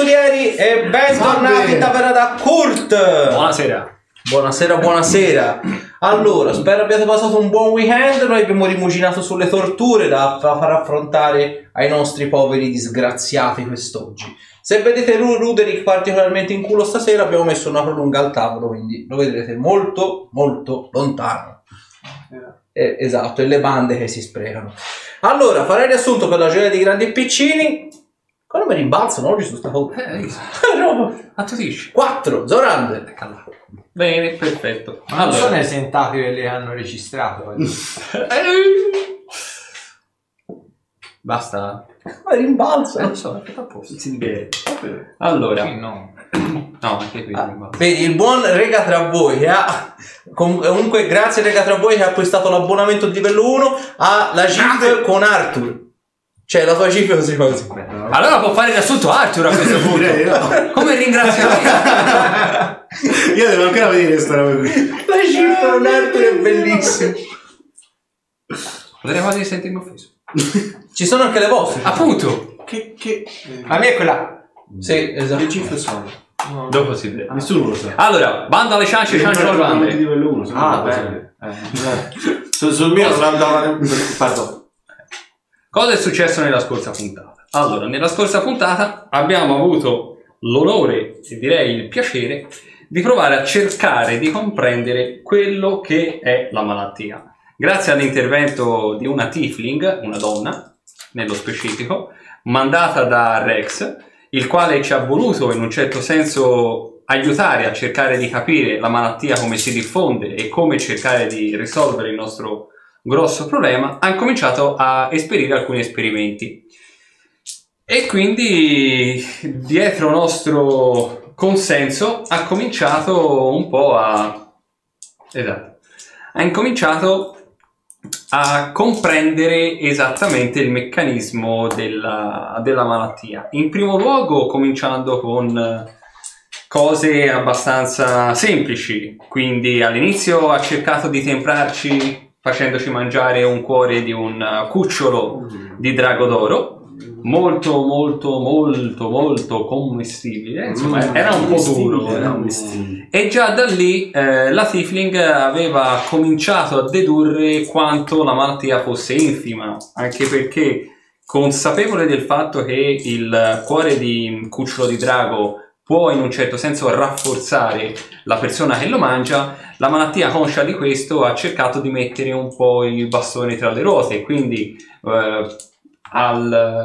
avventurieri e bentornati in taverna da Kurt. Buonasera. Buonasera, buonasera. Allora, spero abbiate passato un buon weekend. Noi abbiamo rimuginato sulle torture da far affrontare ai nostri poveri disgraziati quest'oggi. Se vedete Ruderick particolarmente in culo stasera, abbiamo messo una prolunga al tavolo, quindi lo vedrete molto, molto lontano. Esatto, e le bande che si sprecano. Allora, farei riassunto per la gioia di grandi e piccini. Quando mi rimbalzano oggi su sta cosa? A tu dici? 4, Zoran. Bene, perfetto. Ma non sono esentati quelli che hanno registrato. Basta. Ma rimbalza. Non so, è a posto. Allora. Qui no. No, anche qui. Vedi, il buon Rega tra voi che ha... Comunque, grazie Rega tra voi che ha acquistato l'abbonamento di livello 1 alla GIF con Arthur. Cioè, la tua GIF così così. Allora può fare riassunto Arthur a questo punto. Come ringraziamento? Io devo ancora vedere questa roba qui. La GIF con Arthur è bellissima. Potrei quasi sentirmi offeso. Ci sono anche le vostre. Appunto. La mia è quella. Sì, esatto. Che cifre sono? No. Dopo si vede. Nessuno lo sa. Allora, banda alle ciance, ciance alle di bande. livello 1. Ah, bene. Sul mio non andava. Pardon. Cosa è successo nella scorsa puntata? Allora, nella scorsa puntata abbiamo avuto l'onore, e direi il piacere, di provare a cercare di comprendere quello che è la malattia. Grazie all'intervento di una tiefling, una donna, nello specifico, mandata da Rex, il quale ci ha voluto in un certo senso aiutare a cercare di capire la malattia, come si diffonde e come cercare di risolvere il nostro grosso problema, ha cominciato a esperire alcuni esperimenti. E quindi, dietro nostro consenso, ha cominciato un po' a... Esatto. Ha incominciato a comprendere esattamente il meccanismo della malattia. In primo luogo, cominciando con cose abbastanza semplici. Quindi all'inizio ha cercato di temprarci facendoci mangiare un cuore di un cucciolo di drago d'oro, molto molto molto molto commestibile, insomma era un po' duro, e già da lì la tiefling aveva cominciato a dedurre quanto la malattia fosse infima, anche perché, consapevole del fatto che il cuore di cucciolo di drago può in un certo senso rafforzare la persona che lo mangia, la malattia, conscia di questo, ha cercato di mettere un po' i bastoni tra le ruote. Quindi a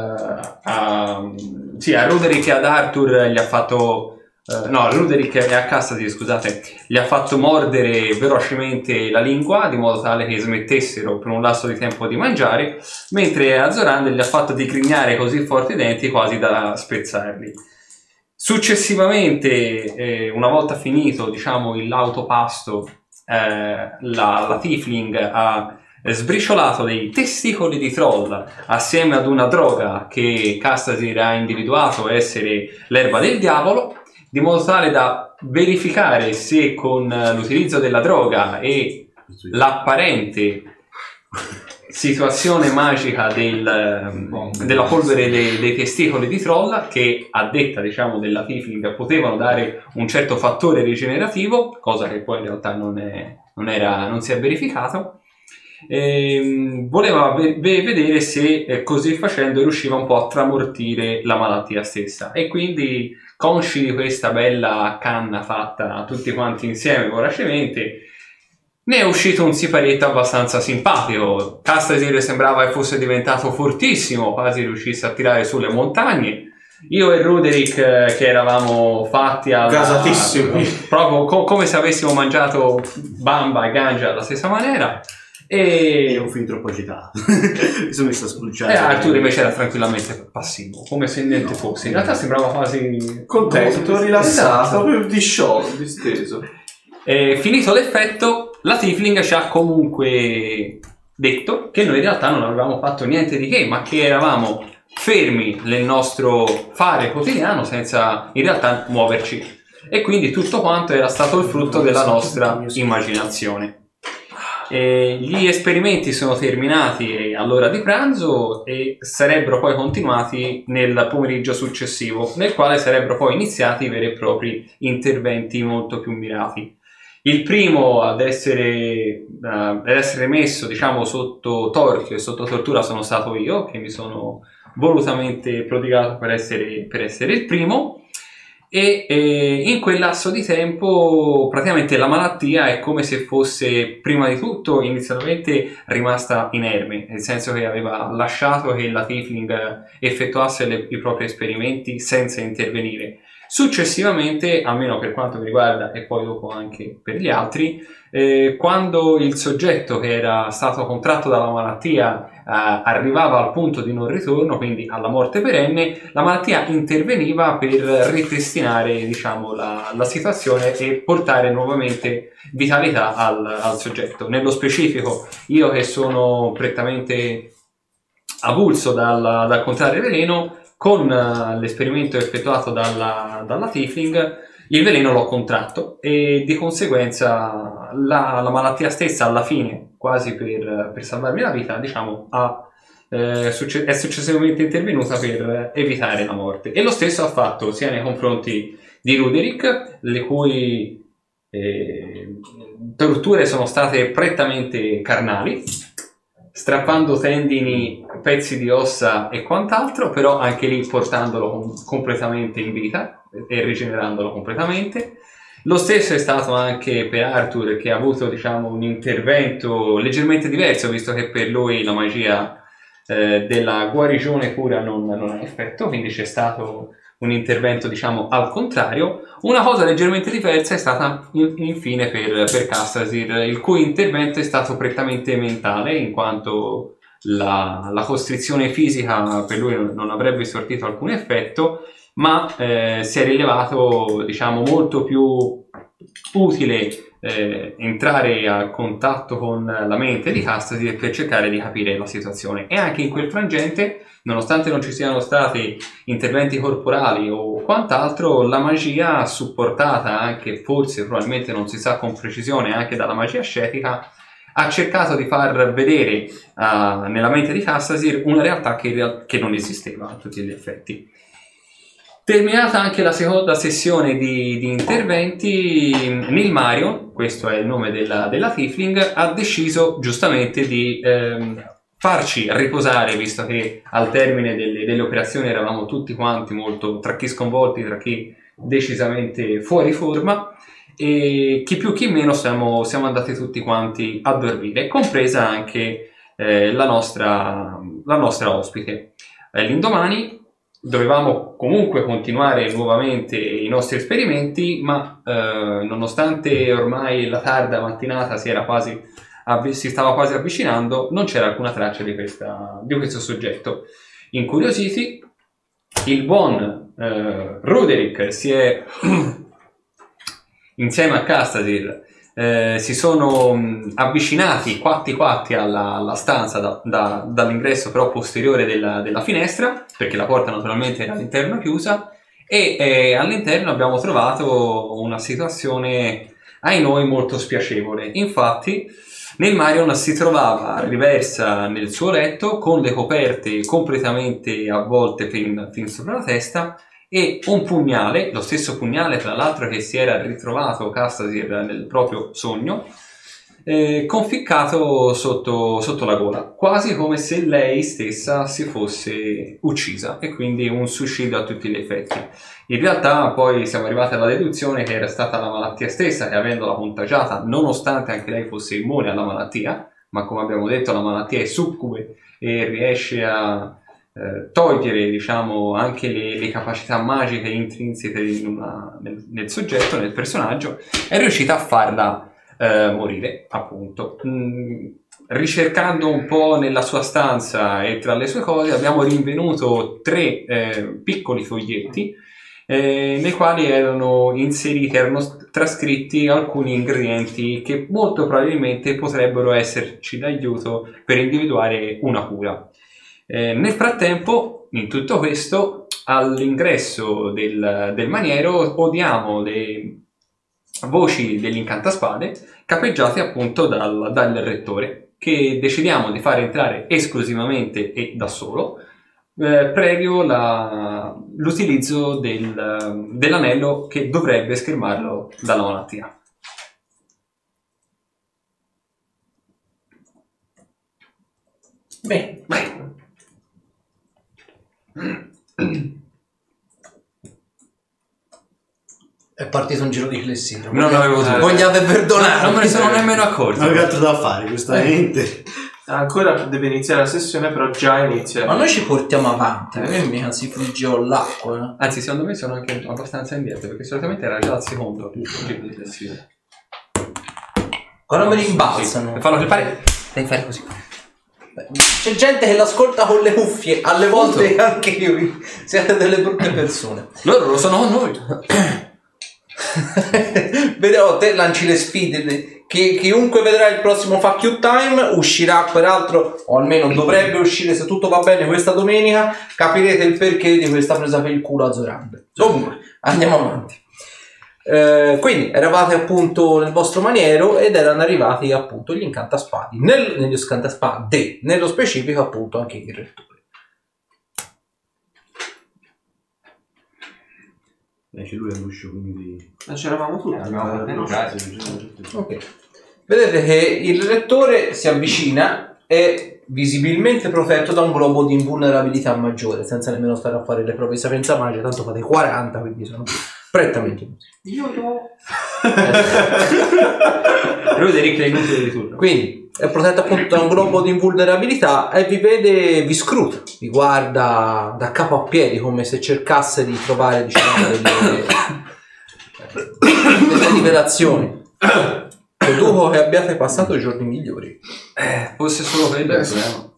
Ruderick e ad Arthur gli ha fatto a Ruderick e a Cassidy, scusate, gli ha fatto mordere velocemente la lingua di modo tale che smettessero per un lasso di tempo di mangiare, mentre a Zoran gli ha fatto digrignare così forti i denti quasi da spezzarli. Successivamente, una volta finito, diciamo, l'autopasto, la tiefling ha sbriciolato dei testicoli di troll assieme ad una droga che Castasir ha individuato essere l'erba del diavolo, di modo tale da verificare se con l'utilizzo della droga e l'apparente situazione magica della polvere dei testicoli di troll, che a detta, diciamo, della tiefling potevano dare un certo fattore rigenerativo, cosa che poi in realtà non si è verificato. Voleva vedere se così facendo riusciva un po' a tramortire la malattia stessa, e quindi, consci di questa bella canna fatta tutti quanti insieme voracemente, ne è uscito un siparietto abbastanza simpatico. Castasir sembrava che fosse diventato fortissimo, quasi riuscisse a tirare sulle montagne. Io e Ruderick, che eravamo fatti gasatissimi, proprio come se avessimo mangiato bamba e ganja alla stessa maniera. E io fui troppo agitato. Mi sono messo a spulciare. E Arthur invece era tranquillamente passivo, come se niente fosse. In realtà sembrava quasi contento, rilassato, esatto, disteso. Finito l'effetto, la tiefling ci ha comunque detto che noi in realtà non avevamo fatto niente di che, ma che eravamo fermi nel nostro fare quotidiano senza in realtà muoverci, e quindi tutto quanto era stato il frutto della nostra immaginazione. Gli esperimenti sono terminati all'ora di pranzo e sarebbero poi continuati nel pomeriggio successivo, nel quale sarebbero poi iniziati i veri e propri interventi molto più mirati. Il primo ad essere messo, diciamo, sotto torchio e sotto tortura sono stato io, che mi sono volutamente prodigato per essere il primo. E in quel lasso di tempo praticamente la malattia è come se fosse prima di tutto inizialmente rimasta inerme, nel senso che aveva lasciato che la Tiefling effettuasse i propri esperimenti senza intervenire. Successivamente, almeno per quanto mi riguarda e poi dopo anche per gli altri, quando il soggetto che era stato contratto dalla malattia arrivava al punto di non ritorno, quindi alla morte perenne, la malattia interveniva per ripristinare, diciamo, la situazione e portare nuovamente vitalità al soggetto. Nello specifico, io che sono prettamente avulso dal contrarre veleno, con l'esperimento effettuato dalla Tiefling, il veleno l'ho contratto e di conseguenza la malattia stessa alla fine, quasi per salvarmi la vita, diciamo, è successivamente intervenuta per evitare la morte. E lo stesso ha fatto sia nei confronti di Ruderick, le cui torture sono state prettamente carnali, strappando tendini, pezzi di ossa e quant'altro, però anche lì portandolo completamente in vita e rigenerandolo completamente. Lo stesso è stato anche per Arthur, che ha avuto, diciamo, un intervento leggermente diverso, visto che per lui la magia della guarigione cura non ha effetto, quindi c'è stato un intervento, diciamo, al contrario. Una cosa leggermente diversa è stata infine per Castasir, il cui intervento è stato prettamente mentale, in quanto la costrizione fisica per lui non avrebbe sortito alcun effetto, ma si è rilevato, diciamo, molto più utile entrare a contatto con la mente di Castasir per cercare di capire la situazione. E anche in quel frangente, nonostante non ci siano stati interventi corporali o quant'altro, la magia, supportata anche, forse probabilmente non si sa con precisione, anche dalla magia ascetica, ha cercato di far vedere nella mente di Castasir una realtà che non esisteva a tutti gli effetti. Terminata anche la seconda sessione di interventi, Nilmarion, questo è il nome della Tiefling, ha deciso giustamente di farci riposare, visto che al termine delle operazioni eravamo tutti quanti molto, tra chi sconvolti, tra chi decisamente fuori forma, e chi più chi meno siamo andati tutti quanti a dormire, compresa anche la nostra ospite. L'indomani dovevamo comunque continuare nuovamente i nostri esperimenti, ma nonostante ormai la tarda mattinata si stava quasi avvicinando, non c'era alcuna traccia di questo soggetto. Incuriositi, il buon Ruderick si è insieme a Castasir si sono avvicinati quatti alla stanza dall'ingresso però posteriore della finestra, perché la porta naturalmente era all'interno chiusa, e all'interno abbiamo trovato una situazione ai noi molto spiacevole. Infatti Nilmarion si trovava riversa nel suo letto con le coperte completamente avvolte fin sopra la testa, e un pugnale, lo stesso pugnale tra l'altro che si era ritrovato Castasir nel proprio sogno, conficcato sotto la gola, quasi come se lei stessa si fosse uccisa, e quindi un suicidio a tutti gli effetti. In realtà poi siamo arrivati alla deduzione che era stata la malattia stessa che, avendola contagiata, nonostante anche lei fosse immune alla malattia, ma come abbiamo detto la malattia è succube e riesce a togliere, diciamo, anche le capacità magiche intrinseche nel soggetto, nel personaggio, è riuscita a farla morire, appunto. Ricercando un po' nella sua stanza e tra le sue cose abbiamo rinvenuto 3 piccoli foglietti nei quali erano trascritti alcuni ingredienti che molto probabilmente potrebbero esserci d'aiuto per individuare una cura. Nel frattempo, in tutto questo, all'ingresso del maniero odiamo voci degli incantaspade capeggiate appunto dal rettore, che decidiamo di fare entrare esclusivamente e da solo, previo l'utilizzo dell'anello che dovrebbe schermarlo dalla malattia. Bene. È partito un giro di clessino. Non avevo dubbi. Vogliate perdonare. Non me ne sono nemmeno accorto. Non avevo altro da fare, giustamente. Ancora deve iniziare la sessione, però già inizia. Ma noi ci portiamo avanti, mica si frigge l'acqua. Anzi, secondo me sono anche abbastanza indietro, perché solitamente era già al secondo. Ora me li rimbalzano. Per farlo crepare, devi fare così. C'è gente che l'ascolta con le cuffie, alle volte anche io. Siete delle brutte persone. Loro lo sono con noi. Vedrò, te lanci le sfide. Chiunque vedrà il prossimo Fuck You Time uscirà, peraltro, o almeno dovrebbe uscire, se tutto va bene, questa domenica. Capirete il perché di questa presa per il culo a Zorambe. Comunque, andiamo avanti. Quindi eravate appunto nel vostro maniero ed erano arrivati appunto gli incantaspadi. Negli incantaspadi, nello specifico appunto anche il rettore. C'è lui all'uscio, quindi... Ma c'eravamo tutti. Ok. Vedete che il rettore si avvicina, è visibilmente protetto da un globo di invulnerabilità maggiore, senza nemmeno stare a fare le prove di sapienza magica, tanto fate 40, quindi sono prettamente inutili. Io no. Lui è inutile di tutto. Quindi è protetto appunto da un globo di invulnerabilità e vi vede, vi scruta, vi guarda da capo a piedi come se cercasse di trovare, diciamo, delle rivelazioni. Deduco che abbiate passato i giorni migliori. Fosse solo quello il problema.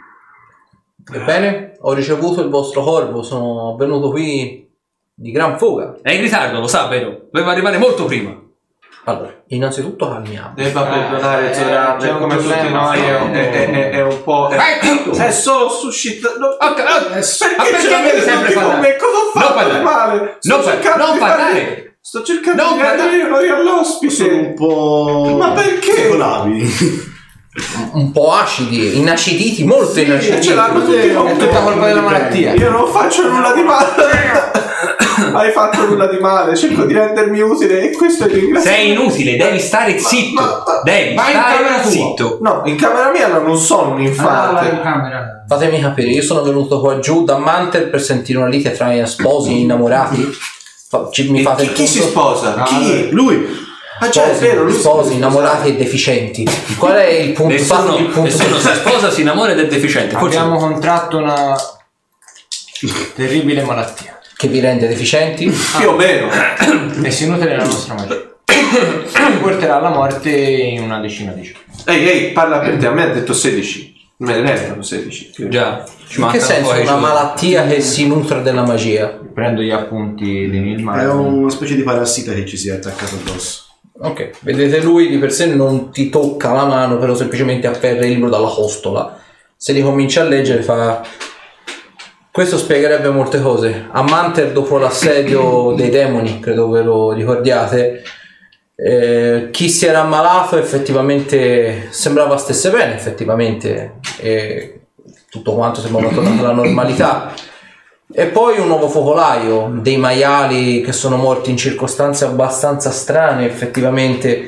Ebbene, ho ricevuto il vostro corvo, sono venuto qui di gran foga. È in ritardo, lo sa, vero? Doveva arrivare molto prima. Allora, innanzitutto calmiamo. Debba perdonare Zorambe, c'è un come tutti problema, noi, è un po'... È solo suscitato... Perché ce l'avete sempre con me? Cosa ho fatto di male? Non parlare! Sto cercando di rendere all'ospite. Sono un po'... Ma perché? Psicolabi. Un po' acidi, inaciditi, molto inaciditi. Ce l'hanno tutti con È tutta colpa della malattia. Io non faccio nulla di male. Hai fatto nulla di male, cerco di rendermi utile e questo è il ringraziamento. Sei inutile, devi stare zitto. Devi stare zitto. No, in camera mia non sono un infante. Fatemi capire, io sono venuto qua giù da Mantel per sentire una lite tra sposi innamorati. Mi fate il Chi si punto? sposa? Chi? Lui? Ah, cioè, è vero, lui Sposi, innamorati e deficienti. Qual è il punto? Nessuno si sposa, si innamora ed è deficiente. Abbiamo contratto una terribile malattia Che vi rende deficienti? più o meno. e si nutre della nostra magia. Ci porterà alla morte in una decina di giorni. Ehi, parla per te, a me ha detto 16. Me ne restano 16. Già, ci In che mancano senso poi una giorni. malattia che si nutre della magia? Prendo gli appunti di Nilma. È una specie di parassita che ci si è attaccato addosso. Ok, vedete lui di per sé non ti tocca la mano, però semplicemente afferra il libro dalla costola. Se li comincia a leggere fa... Questo spiegherebbe molte cose. A Manter, dopo l'assedio dei demoni, credo ve lo ricordiate, chi si era ammalato effettivamente sembrava stesse bene, effettivamente, e tutto quanto sembrava tornato alla normalità. E poi un nuovo focolaio, dei maiali che sono morti in circostanze abbastanza strane, effettivamente.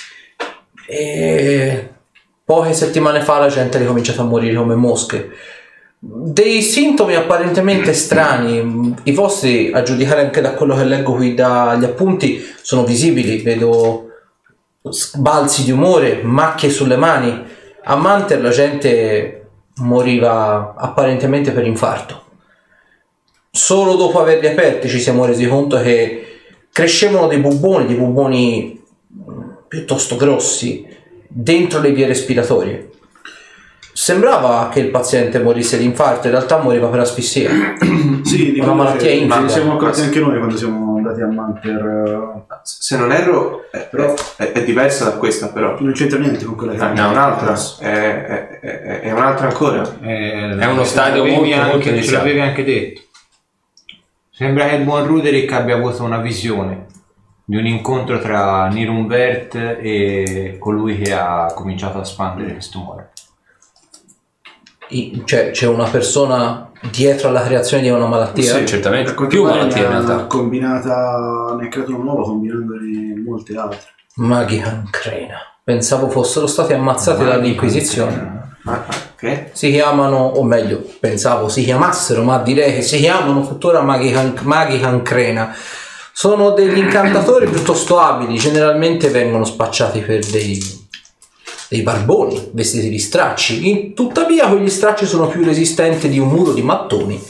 E poche settimane fa la gente è ricominciata a morire come mosche. Dei sintomi apparentemente strani, i vostri, a giudicare anche da quello che leggo qui dagli appunti, sono visibili. Vedo balzi di umore, macchie sulle mani. A Manter la gente moriva apparentemente per infarto. Solo dopo averli aperti ci siamo resi conto che crescevano dei bubboni piuttosto grossi dentro le vie respiratorie. Sembrava che il paziente morisse di infarto, in realtà moriva per asfissia. Sì, di Una malattia ci infida. siamo accorti anche noi quando siamo andati a Manter. Se non erro, è diversa da questa, però. Non c'entra niente con quella che È un'altra. È un'altra ancora. È uno stadio molto Ce iniziale. l'avevi anche detto. Sembra che il buon Ruderick abbia avuto una visione di un incontro tra Nirunvert e colui che ha cominciato a spandere questo muro. Cioè c'è una persona dietro alla creazione di una malattia? Sì, certamente. Per Più quanto pare malattie in ne ha realtà. combinata, ne ha creato una nuova combinandone molte altre. Maghi Cancrena. Pensavo fossero stati ammazzati dall'Inquisizione. Che? Si chiamano, o meglio, pensavo si chiamassero, ma direi che si chiamano tuttora Maghi Cancrena. Sono degli incantatori piuttosto abili, generalmente vengono spacciati per dei barboni vestiti di stracci. Tuttavia quegli stracci sono più resistenti di un muro di mattoni.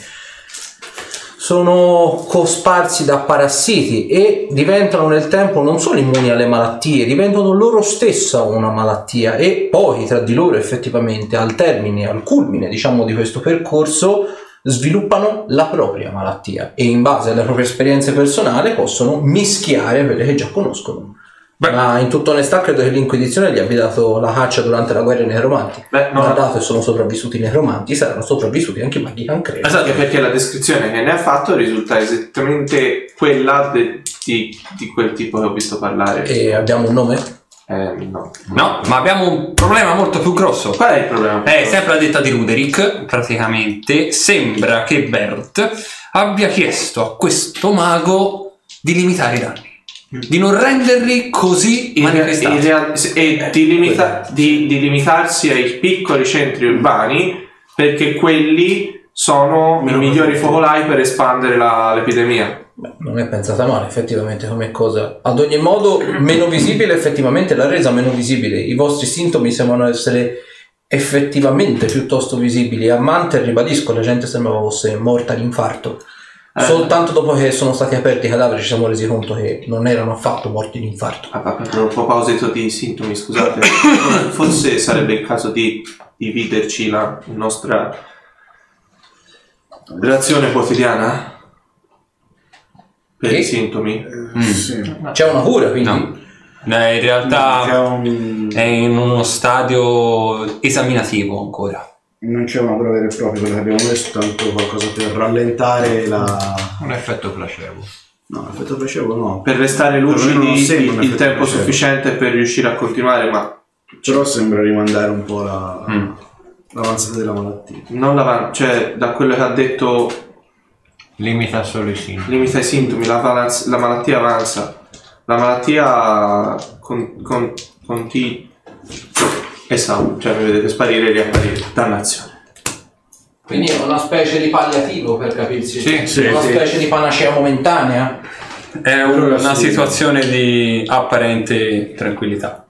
Sono cosparsi da parassiti e diventano nel tempo non solo immuni alle malattie, diventano loro stessa una malattia, e poi tra di loro effettivamente al culmine diciamo di questo percorso sviluppano la propria malattia e in base alle proprie esperienze personali possono mischiare quelle che già conoscono. Ma in tutta onestà credo che l'Inquisizione gli abbia dato la caccia durante la guerra ai necromanti. Non ha dato e sono sopravvissuti i necromanti, saranno sopravvissuti anche i maghi cancreni. Esatto, perché la descrizione che ne ha fatto risulta esattamente quella di quel tipo che ho visto parlare. E abbiamo un nome? No, ma abbiamo un problema molto più grosso. Qual è il problema? Sempre a detta di Ruderick, praticamente sembra che Bert abbia chiesto a questo mago di limitare i danni, di non renderli così manifestati e di limitarsi ai piccoli centri urbani, perché quelli sono i migliori focolai per espandere l'epidemia. Beh, non è pensata male effettivamente come cosa. Ad ogni modo meno visibile effettivamente l'ha resa meno visibile. I vostri sintomi sembrano essere effettivamente piuttosto visibili. A Manter, ribadisco, la gente sembrava fosse morta di infarto. Soltanto dopo che sono stati aperti i cadaveri ci siamo resi conto che non erano affatto morti di infarto. A proposito di sintomi, scusate, forse sarebbe il caso di dividerci la nostra relazione quotidiana per i sintomi. Sì. C'è una cura, quindi? No. In realtà è in uno stadio esaminativo ancora. Non c'è una prova vera e propria, quello che abbiamo messo, tanto qualcosa per rallentare un effetto placebo. No, l'effetto placebo no. Per restare lucidi il tempo sufficiente per riuscire a continuare, ma però sembra rimandare un po' l'avanzata della malattia. Non cioè da quello che ha detto Limita solo i sintomi. limita i sintomi, la malattia avanza. La malattia cioè mi vedete sparire e riapparire. Dannazione. Quindi è una specie di palliativo, per capirsi. Sì, una specie di panacea momentanea. È una situazione di apparente tranquillità.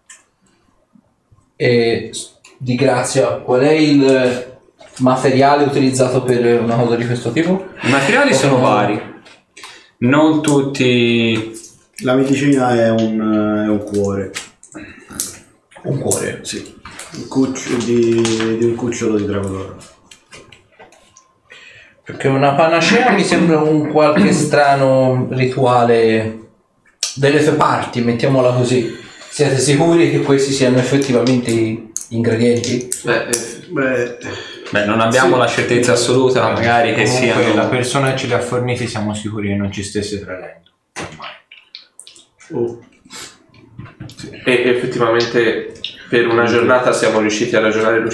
E di grazia, qual è il materiale utilizzato per una cosa di questo tipo? I materiali sono vari. Non tutti. La medicina è un cuore. Un cuore? Sì. Di un cucciolo di drago d'oro. Perché una panacea mi sembra un qualche strano rituale delle tue parti, mettiamola così. Siete sicuri che questi siano effettivamente gli ingredienti? Beh, non abbiamo la certezza assoluta, magari che Comunque, siano. la persona che ce li ha forniti siamo sicuri che non ci stesse tradendo. Ormai. E effettivamente per una giornata siamo riusciti a ragionare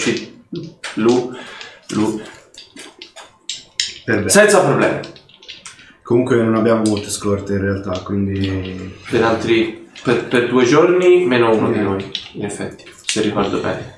senza problemi. Comunque non abbiamo molte scorte in realtà, quindi Per 2 giorni meno uno di noi, in effetti, se ricordo bene.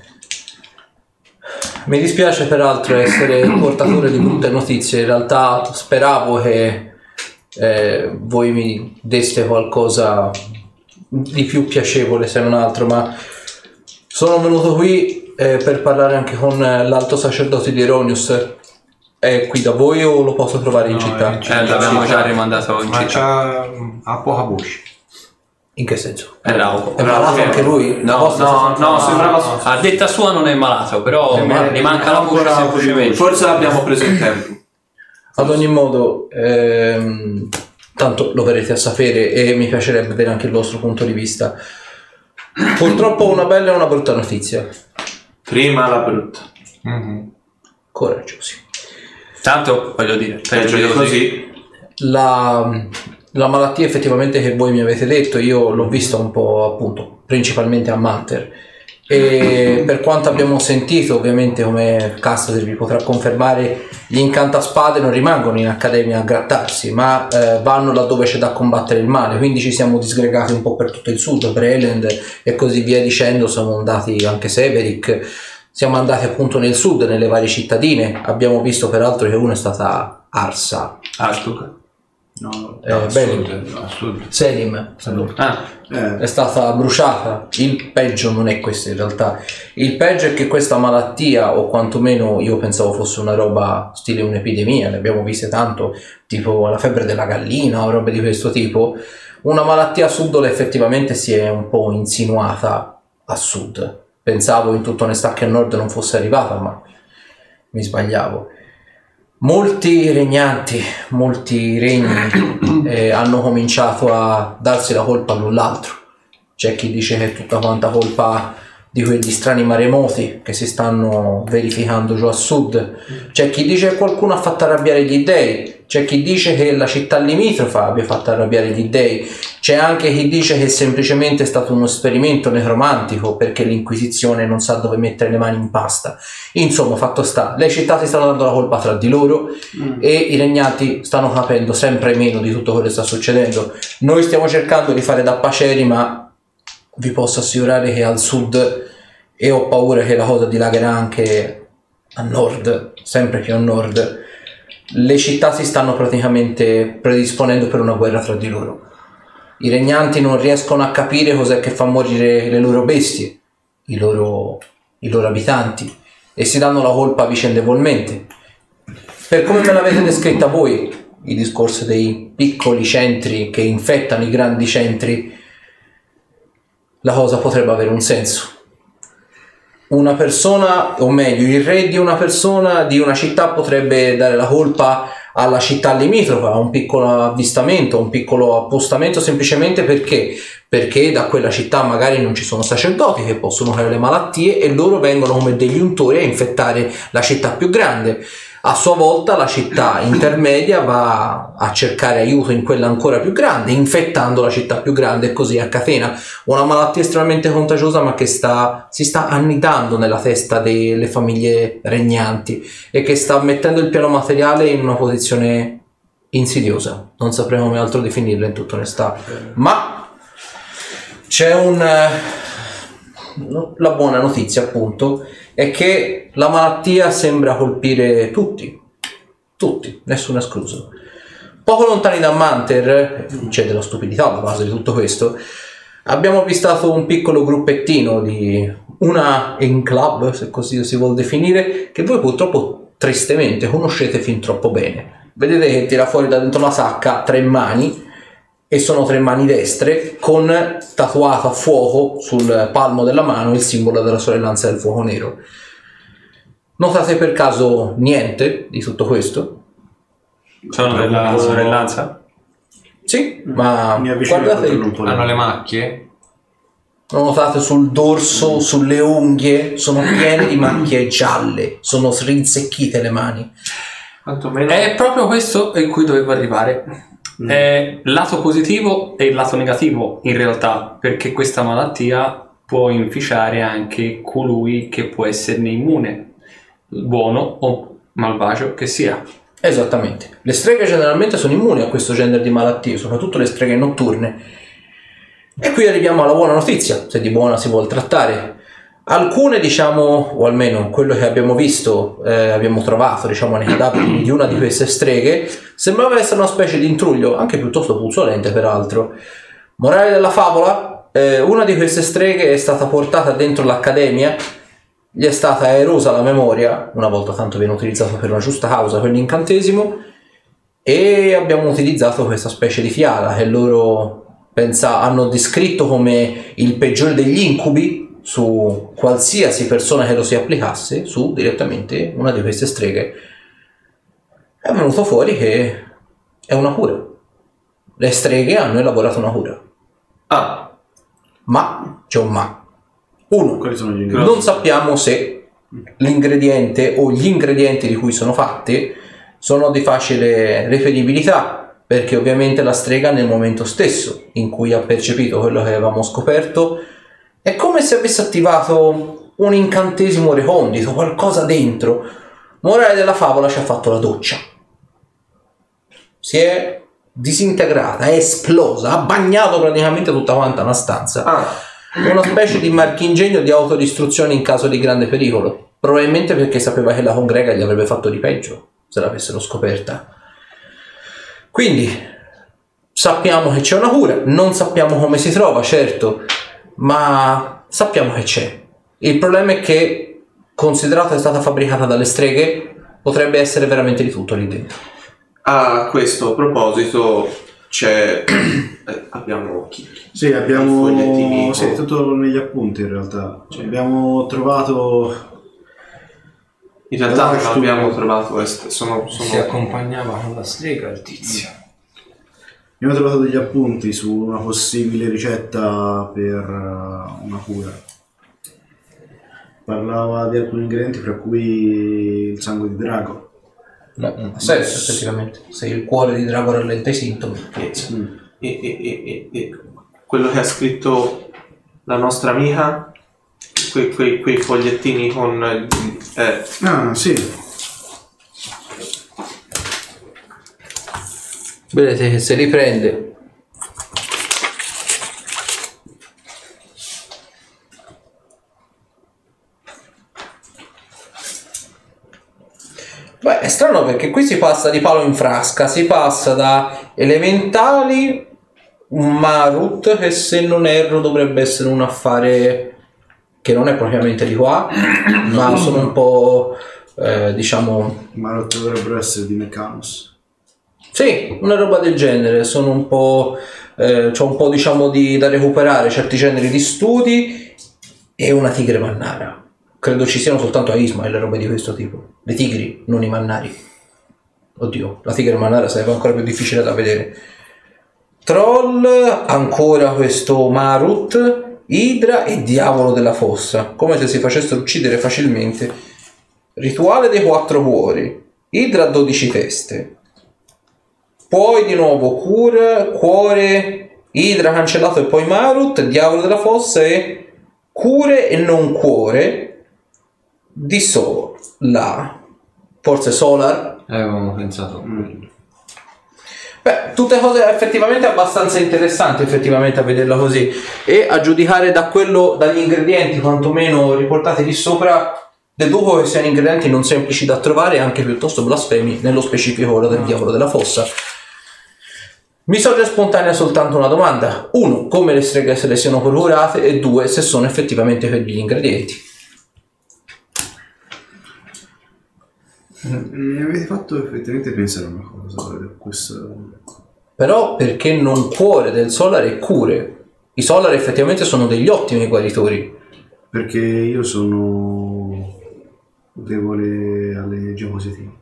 Mi dispiace peraltro essere portatore di brutte notizie, in realtà speravo che voi mi deste qualcosa di più piacevole se non altro, ma sono venuto qui per parlare anche con l'alto sacerdote di Eronius. È qui da voi o lo posso trovare in città? L'abbiamo già rimandato in Ma città. ha poca voce. In che senso? È Rauco. È malato anche lui? No, sembrava. a detta sua non è malato, però gli manca la voce semplicemente. Forse l'abbiamo preso in tempo. Ad ogni modo, tanto lo verrete a sapere e mi piacerebbe vedere anche il vostro punto di vista. Purtroppo ho una bella e una brutta notizia. Prima la brutta. Coraggiosi. Tanto voglio dire, Peggio di così. La malattia effettivamente che voi mi avete detto, io l'ho vista un po', appunto, principalmente a Manter, e per quanto abbiamo sentito, ovviamente, come Castater vi potrà confermare, gli incantaspade non rimangono in accademia a grattarsi, ma vanno laddove c'è da combattere il male, quindi ci siamo disgregati un po' per tutto il sud, per Elend e così via dicendo. Siamo andati anche Severick, siamo andati appunto nel sud, nelle varie cittadine. Abbiamo visto peraltro che una è stata Arsa, Astuk. Selim è stata bruciata. Il peggio non è questo in realtà, il peggio è che questa malattia, o quantomeno io pensavo fosse una roba stile un'epidemia, ne abbiamo viste tanto, tipo la febbre della gallina o robe di questo tipo. Una malattia subdola effettivamente si è un po' insinuata a sud. Pensavo in tutta onestà che a nord non fosse arrivata, ma mi sbagliavo. Molti regnanti, molti regni hanno cominciato a darsi la colpa l'un l'altro. C'è chi dice che è tutta quanta colpa di quegli strani maremoti che si stanno verificando giù a sud. C'è chi dice che qualcuno ha fatto arrabbiare gli dei. C'è chi dice che la città limitrofa abbia fatto arrabbiare gli dei. C'è anche chi dice che semplicemente è stato uno esperimento necromantico perché l'Inquisizione non sa dove mettere le mani in pasta. Insomma, fatto sta, le città si stanno dando la colpa tra di loro e i regnanti stanno capendo sempre meno di tutto quello che sta succedendo. Noi stiamo cercando di fare da paceri, ma vi posso assicurare che al sud, e ho paura che la cosa dilagherà anche a nord, sempre più a nord, le città si stanno praticamente predisponendo per una guerra tra di loro. I regnanti non riescono a capire cos'è che fa morire le loro bestie, i loro abitanti, e si danno la colpa vicendevolmente. Per come me l'avete descritta voi, il discorso dei piccoli centri che infettano i grandi centri, la cosa potrebbe avere un senso. Una persona, o meglio il re di una persona, di una città, potrebbe dare la colpa alla città limitrofa, a un piccolo avvistamento, a un piccolo appostamento, semplicemente perché da quella città magari non ci sono sacerdoti che possono creare le malattie e loro vengono come degli untori a infettare la città più grande. A sua volta la città intermedia va a cercare aiuto in quella ancora più grande, infettando la città più grande, e così a catena. Una malattia estremamente contagiosa, ma che si sta annidando nella testa delle famiglie regnanti e che sta mettendo il piano materiale in una posizione insidiosa. Non saprei come altro definirla in tutta onestà. Ma c'è la buona notizia, appunto, è che la malattia sembra colpire tutti, nessuno escluso. Poco lontani da Manter, c'è della stupidità alla base di tutto questo, abbiamo avvistato un piccolo gruppettino di una enclave, se così si vuol definire, che voi purtroppo tristemente conoscete fin troppo bene. Vedete che tira fuori da dentro la sacca 3 mani, e sono 3 mani destre con tatuato a fuoco sul palmo della mano il simbolo della sorellanza del fuoco nero. Notate per caso niente di tutto questo? Sono della sorellanza? Sì, ma Mi avvicino guardate, un po'. Hanno le macchie? lo notate sul dorso, sulle unghie, sono piene di macchie gialle, sono rinsecchite le mani. Quantomeno È proprio questo in cui dovevo arrivare. Lato positivo e il lato negativo in realtà, perché questa malattia può inficiare anche colui che può esserne immune, buono o malvagio che sia. Esattamente, le streghe generalmente sono immuni a questo genere di malattie, soprattutto le streghe notturne. E qui arriviamo alla buona notizia, se di buona si vuol trattare. Alcune, diciamo, o almeno quello che abbiamo visto, abbiamo trovato, diciamo, nei cadaveri di una di queste streghe, sembrava essere una specie di intruglio, anche piuttosto puzzolente peraltro. Morale della favola, una di queste streghe è stata portata dentro l'accademia, gli è stata erosa la memoria, una volta tanto viene utilizzato per una giusta causa quell'incantesimo, e abbiamo utilizzato questa specie di fiala che loro hanno descritto come il peggiore degli incubi su qualsiasi persona che lo si applicasse su direttamente una di queste streghe. È venuto fuori che è una cura. Le streghe hanno elaborato una cura. Ma c'è un ma. Uno, Quali sono gli ingredienti? non sappiamo se l'ingrediente o gli ingredienti di cui sono fatte sono di facile reperibilità, perché ovviamente la strega nel momento stesso in cui ha percepito quello che avevamo scoperto è come se avesse attivato un incantesimo recondito, qualcosa dentro. Morale della favola, ci ha fatto la doccia, si è disintegrata, è esplosa, ha bagnato praticamente tutta quanta una stanza. Una specie di marchingegno di autodistruzione in caso di grande pericolo, probabilmente perché sapeva che la congrega gli avrebbe fatto di peggio se l'avessero scoperta. Quindi sappiamo che c'è una cura, non sappiamo come si trova, certo, ma sappiamo che c'è. Il problema è che, considerato che è stata fabbricata dalle streghe, potrebbe essere veramente di tutto lì dentro. A questo proposito c'è abbiamo Sì, abbiamo fogliettini. sì, tutto negli appunti in realtà. Abbiamo trovato In realtà non abbiamo trovato sono Si accompagnava con la strega il tizio. abbiamo trovato degli appunti su una possibile ricetta per una cura. Parlava di alcuni ingredienti, fra cui il sangue di drago. Ha senso, effettivamente. Se il cuore di drago rallenta i sintomi. e quello che ha scritto la nostra amica, quei fogliettini con Ah, sì. Vedete che se li prende. Beh, è strano perché qui si passa di palo in frasca, si passa da elementali, un Marut che se non erro dovrebbe essere un affare che non è propriamente di qua, ma sono un po' diciamo... Ma dovrebbero essere di Meccanus. Sì, una roba del genere, sono un po'... c'ho un po' diciamo da recuperare certi generi di studi e una tigre mannara. Credo ci siano soltanto a Ismael robe di questo tipo. Le tigri, non i mannari. Oddio, la tigre mannara sarebbe ancora più difficile da vedere. Troll, ancora questo Marut, Idra e Diavolo della Fossa, come se si facessero uccidere facilmente. Rituale dei 4 cuori, Idra 12 teste. Poi di nuovo cura, cuore, Idra cancellato e poi Marut, Diavolo della Fossa e cure e non cuore di Sola. Forse Solar? Avevamo pensato a quello. Beh, tutte cose effettivamente abbastanza interessanti effettivamente a vederla così, e a giudicare da quello, dagli ingredienti quantomeno riportati lì sopra, deduco che siano ingredienti non semplici da trovare e anche piuttosto blasfemi, nello specifico ora del Diavolo della Fossa. Mi sorge spontanea soltanto una domanda: 1, come le streghe se le siano procurate, e 2, se sono effettivamente quegli ingredienti. Mi avete fatto effettivamente pensare a una cosa, questo... Però perché non cuore del Solar e cure? I Solar effettivamente sono degli ottimi guaritori. Perché io sono debole alle energie positive.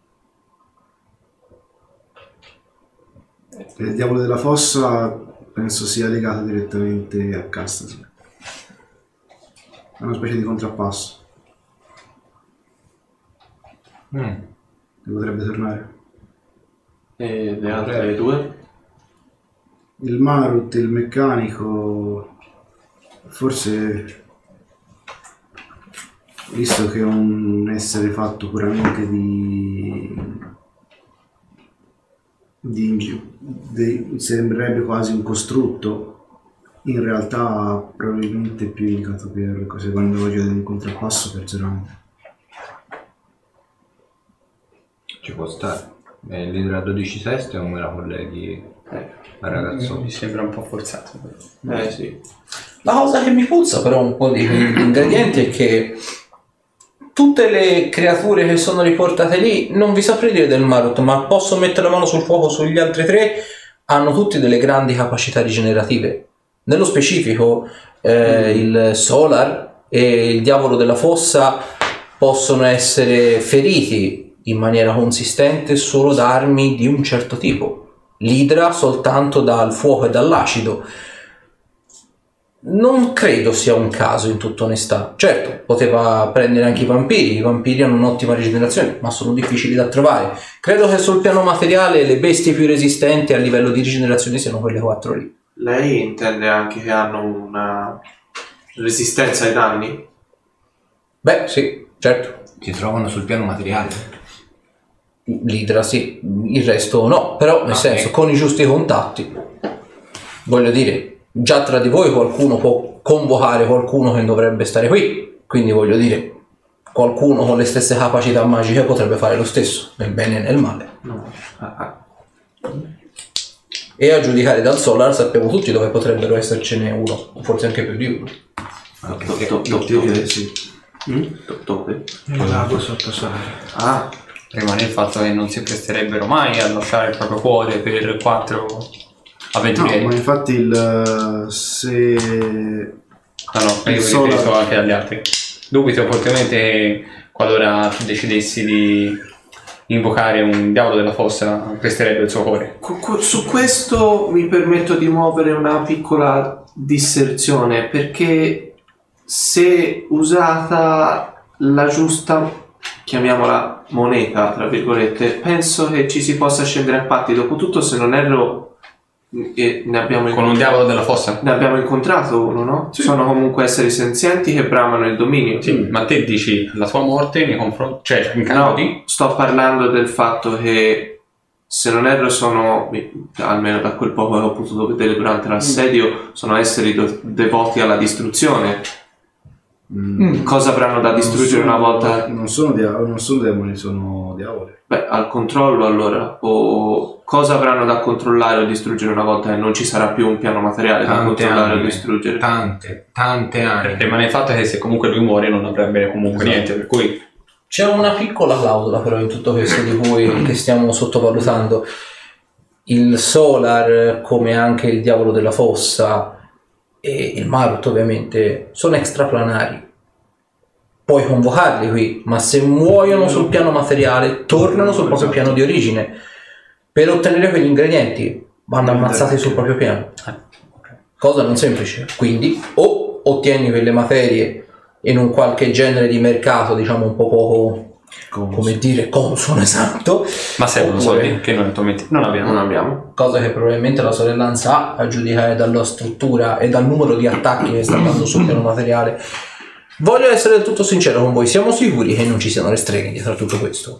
Il Diavolo della Fossa penso sia legato direttamente a Castasi. È una specie di contrappasso. Che potrebbe tornare. e le altre 2? Il Marut, il meccanico, forse, visto che è un essere fatto puramente sembrerebbe quasi un costrutto, in realtà probabilmente più indicato per cose quando voglio di un contrappasso per Zerano. Ci può stare. L'idra 12 teste o me la colleghi al ragazzo? Mi sembra un po' forzato. Sì. La cosa che mi puzza però un po' di ingredienti è che tutte le creature che sono riportate lì, non vi saprei dire del Marut, ma posso mettere la mano sul fuoco sugli altri 3, hanno tutti delle grandi capacità rigenerative. Nello specifico il Solar e il Diavolo della Fossa possono essere feriti in maniera consistente solo da armi di un certo tipo. L'Idra soltanto dal fuoco e dall'acido. Non credo sia un caso, in tutta onestà. Certo, poteva prendere anche i vampiri hanno un'ottima rigenerazione, ma sono difficili da trovare. Credo che sul piano materiale le bestie più resistenti a livello di rigenerazione siano quelle 4 lì. Lei intende anche che hanno una resistenza ai danni? Beh, sì, certo. Si trovano sul piano materiale. L'idra sì, il resto no, però nel senso, con i giusti contatti, voglio dire, già tra di voi qualcuno può convocare qualcuno che dovrebbe stare qui, quindi voglio dire, qualcuno con le stesse capacità magiche potrebbe fare lo stesso, nel bene e nel male. No. E a giudicare dal Solar sappiamo tutti dove potrebbero essercene uno, o forse anche più di uno. Dove? Il lago sotto sale. Ah, Rimane il fatto che non si presterebbero mai a lasciare il proprio cuore per 4 No, avventurieri. ma infatti se Ah no, io il ripeto Solar- anche agli altri. Dubito fortemente qualora tu decidessi di invocare un diavolo della fossa, presterebbe il suo cuore. su questo mi permetto di muovere una piccola disserzione, perché se usata la giusta, chiamiamola moneta, tra virgolette, penso che ci si possa scendere a patti. Dopotutto, se non erro, ne abbiamo Con un diavolo della fossa? Ne abbiamo incontrato uno, no? Sì. Sono comunque esseri senzienti che bramano il dominio. Sì, ma te dici la tua morte nei confronti, cioè in cambio No, di... sto parlando del fatto che, se non erro, sono, almeno da quel poco che ho potuto vedere durante l'assedio, sono esseri devoti alla distruzione. Cosa avranno da distruggere una volta? Non sono demoni, sono diavoli. Beh, al controllo allora. O cosa avranno da controllare o distruggere una volta che non ci sarà più un piano materiale da controllare o distruggere? Tante anime. Rimane il fatto che se comunque lui muore non avrebbe comunque niente, per cui... C'è una piccola clausola però in tutto questo di cui che stiamo sottovalutando. Il Solar, come anche il diavolo della fossa e il Marut ovviamente, sono extraplanari. Puoi convocarli qui, ma se muoiono sul piano materiale tornano sul proprio piano di origine. Per ottenere quegli ingredienti vanno ammazzati sul proprio piano. Cosa non semplice. Quindi o ottieni quelle materie in un qualche genere di mercato, diciamo un po' poco, come dire, consono, esatto. Ma servono Oppure- soldi che noi attualmente non abbiamo. Non abbiamo. cosa che probabilmente la sorellanza ha, a giudicare dalla struttura e dal numero di attacchi che sta dando sul piano materiale. Voglio essere del tutto sincero con voi, siamo sicuri che non ci siano le streghe dietro a tutto questo?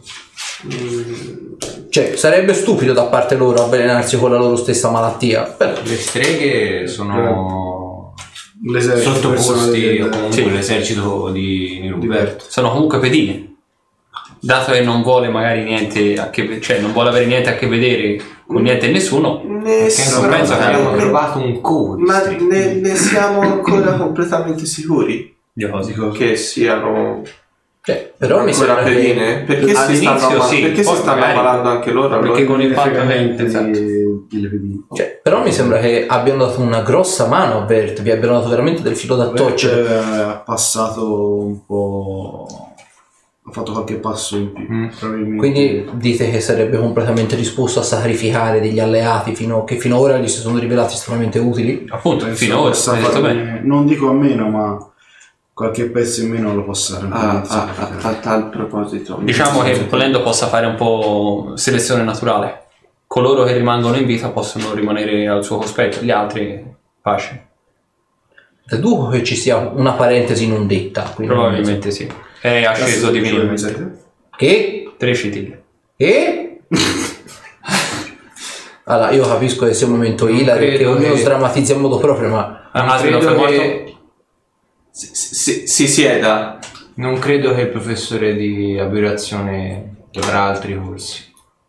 Cioè, sarebbe stupido da parte loro avvelenarsi con la loro stessa malattia, però Le streghe sono L'esercito sottoposti personale o comunque Sì. l'esercito di Niruberto. Sono comunque pedine. Dato che non vuole magari niente a che cioè non vuole avere niente a che vedere con niente e nessuno, Perché non penso che abbiamo abbiamo trovato un covo. Ma ne siamo ancora completamente sicuri io così. che siano però mi ancora sembra pedine? che Perché si all'inizio stanno, sì, perché si poi stanno magari- ammalando anche loro? Perché Allora? con il fatto che di pedine. però mi sembra che abbiano dato una grossa mano a Vert, vi abbiano dato veramente del filo da torcere. Ha passato un po', ha fatto qualche passo in più, probabilmente. Quindi dite che sarebbe completamente disposto a sacrificare degli alleati che fino ad ora gli si sono rivelati estremamente utili? Appunto, Penso finora possa hai detto farne- bene. non dico a meno, ma qualche pezzo in meno lo possa A tal proposito, Diciamo che volendo possa fare un po' selezione naturale. Coloro che rimangono in vita possono rimanere al suo cospetto, gli altri pace. Deduco che ci sia una parentesi non detta. quindi Probabilmente sì. È asceso di vino. Che? 3 citille. E? Allora, io capisco che sia un momento ilare, credo che ognuno che- sdrammatizza in modo proprio, ma Asmino credo è morto? che- si sieda. Non credo che il professore di abitazione avrà altri corsi.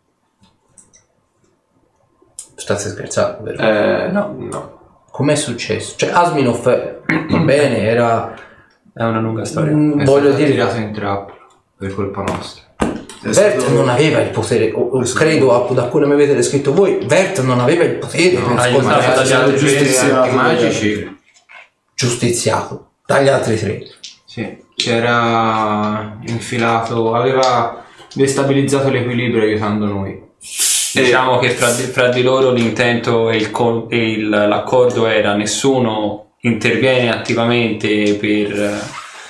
state scherzando, vero? No. Com'è successo? Cioè, Asminov, va bene, era... È una lunga storia. È voglio stato dire... tirato in trappola per colpa nostra. Vert non aveva il potere, o credo da quello che mi avete descritto voi, Vert non aveva il potere per aiutato sconfiggere dagli altri giustiziato Arti magici. giustiziato dagli altri tre. Sì, si era infilato, aveva destabilizzato l'equilibrio aiutando noi. Diciamo che fra di loro l'intento e l'accordo era nessuno interviene attivamente per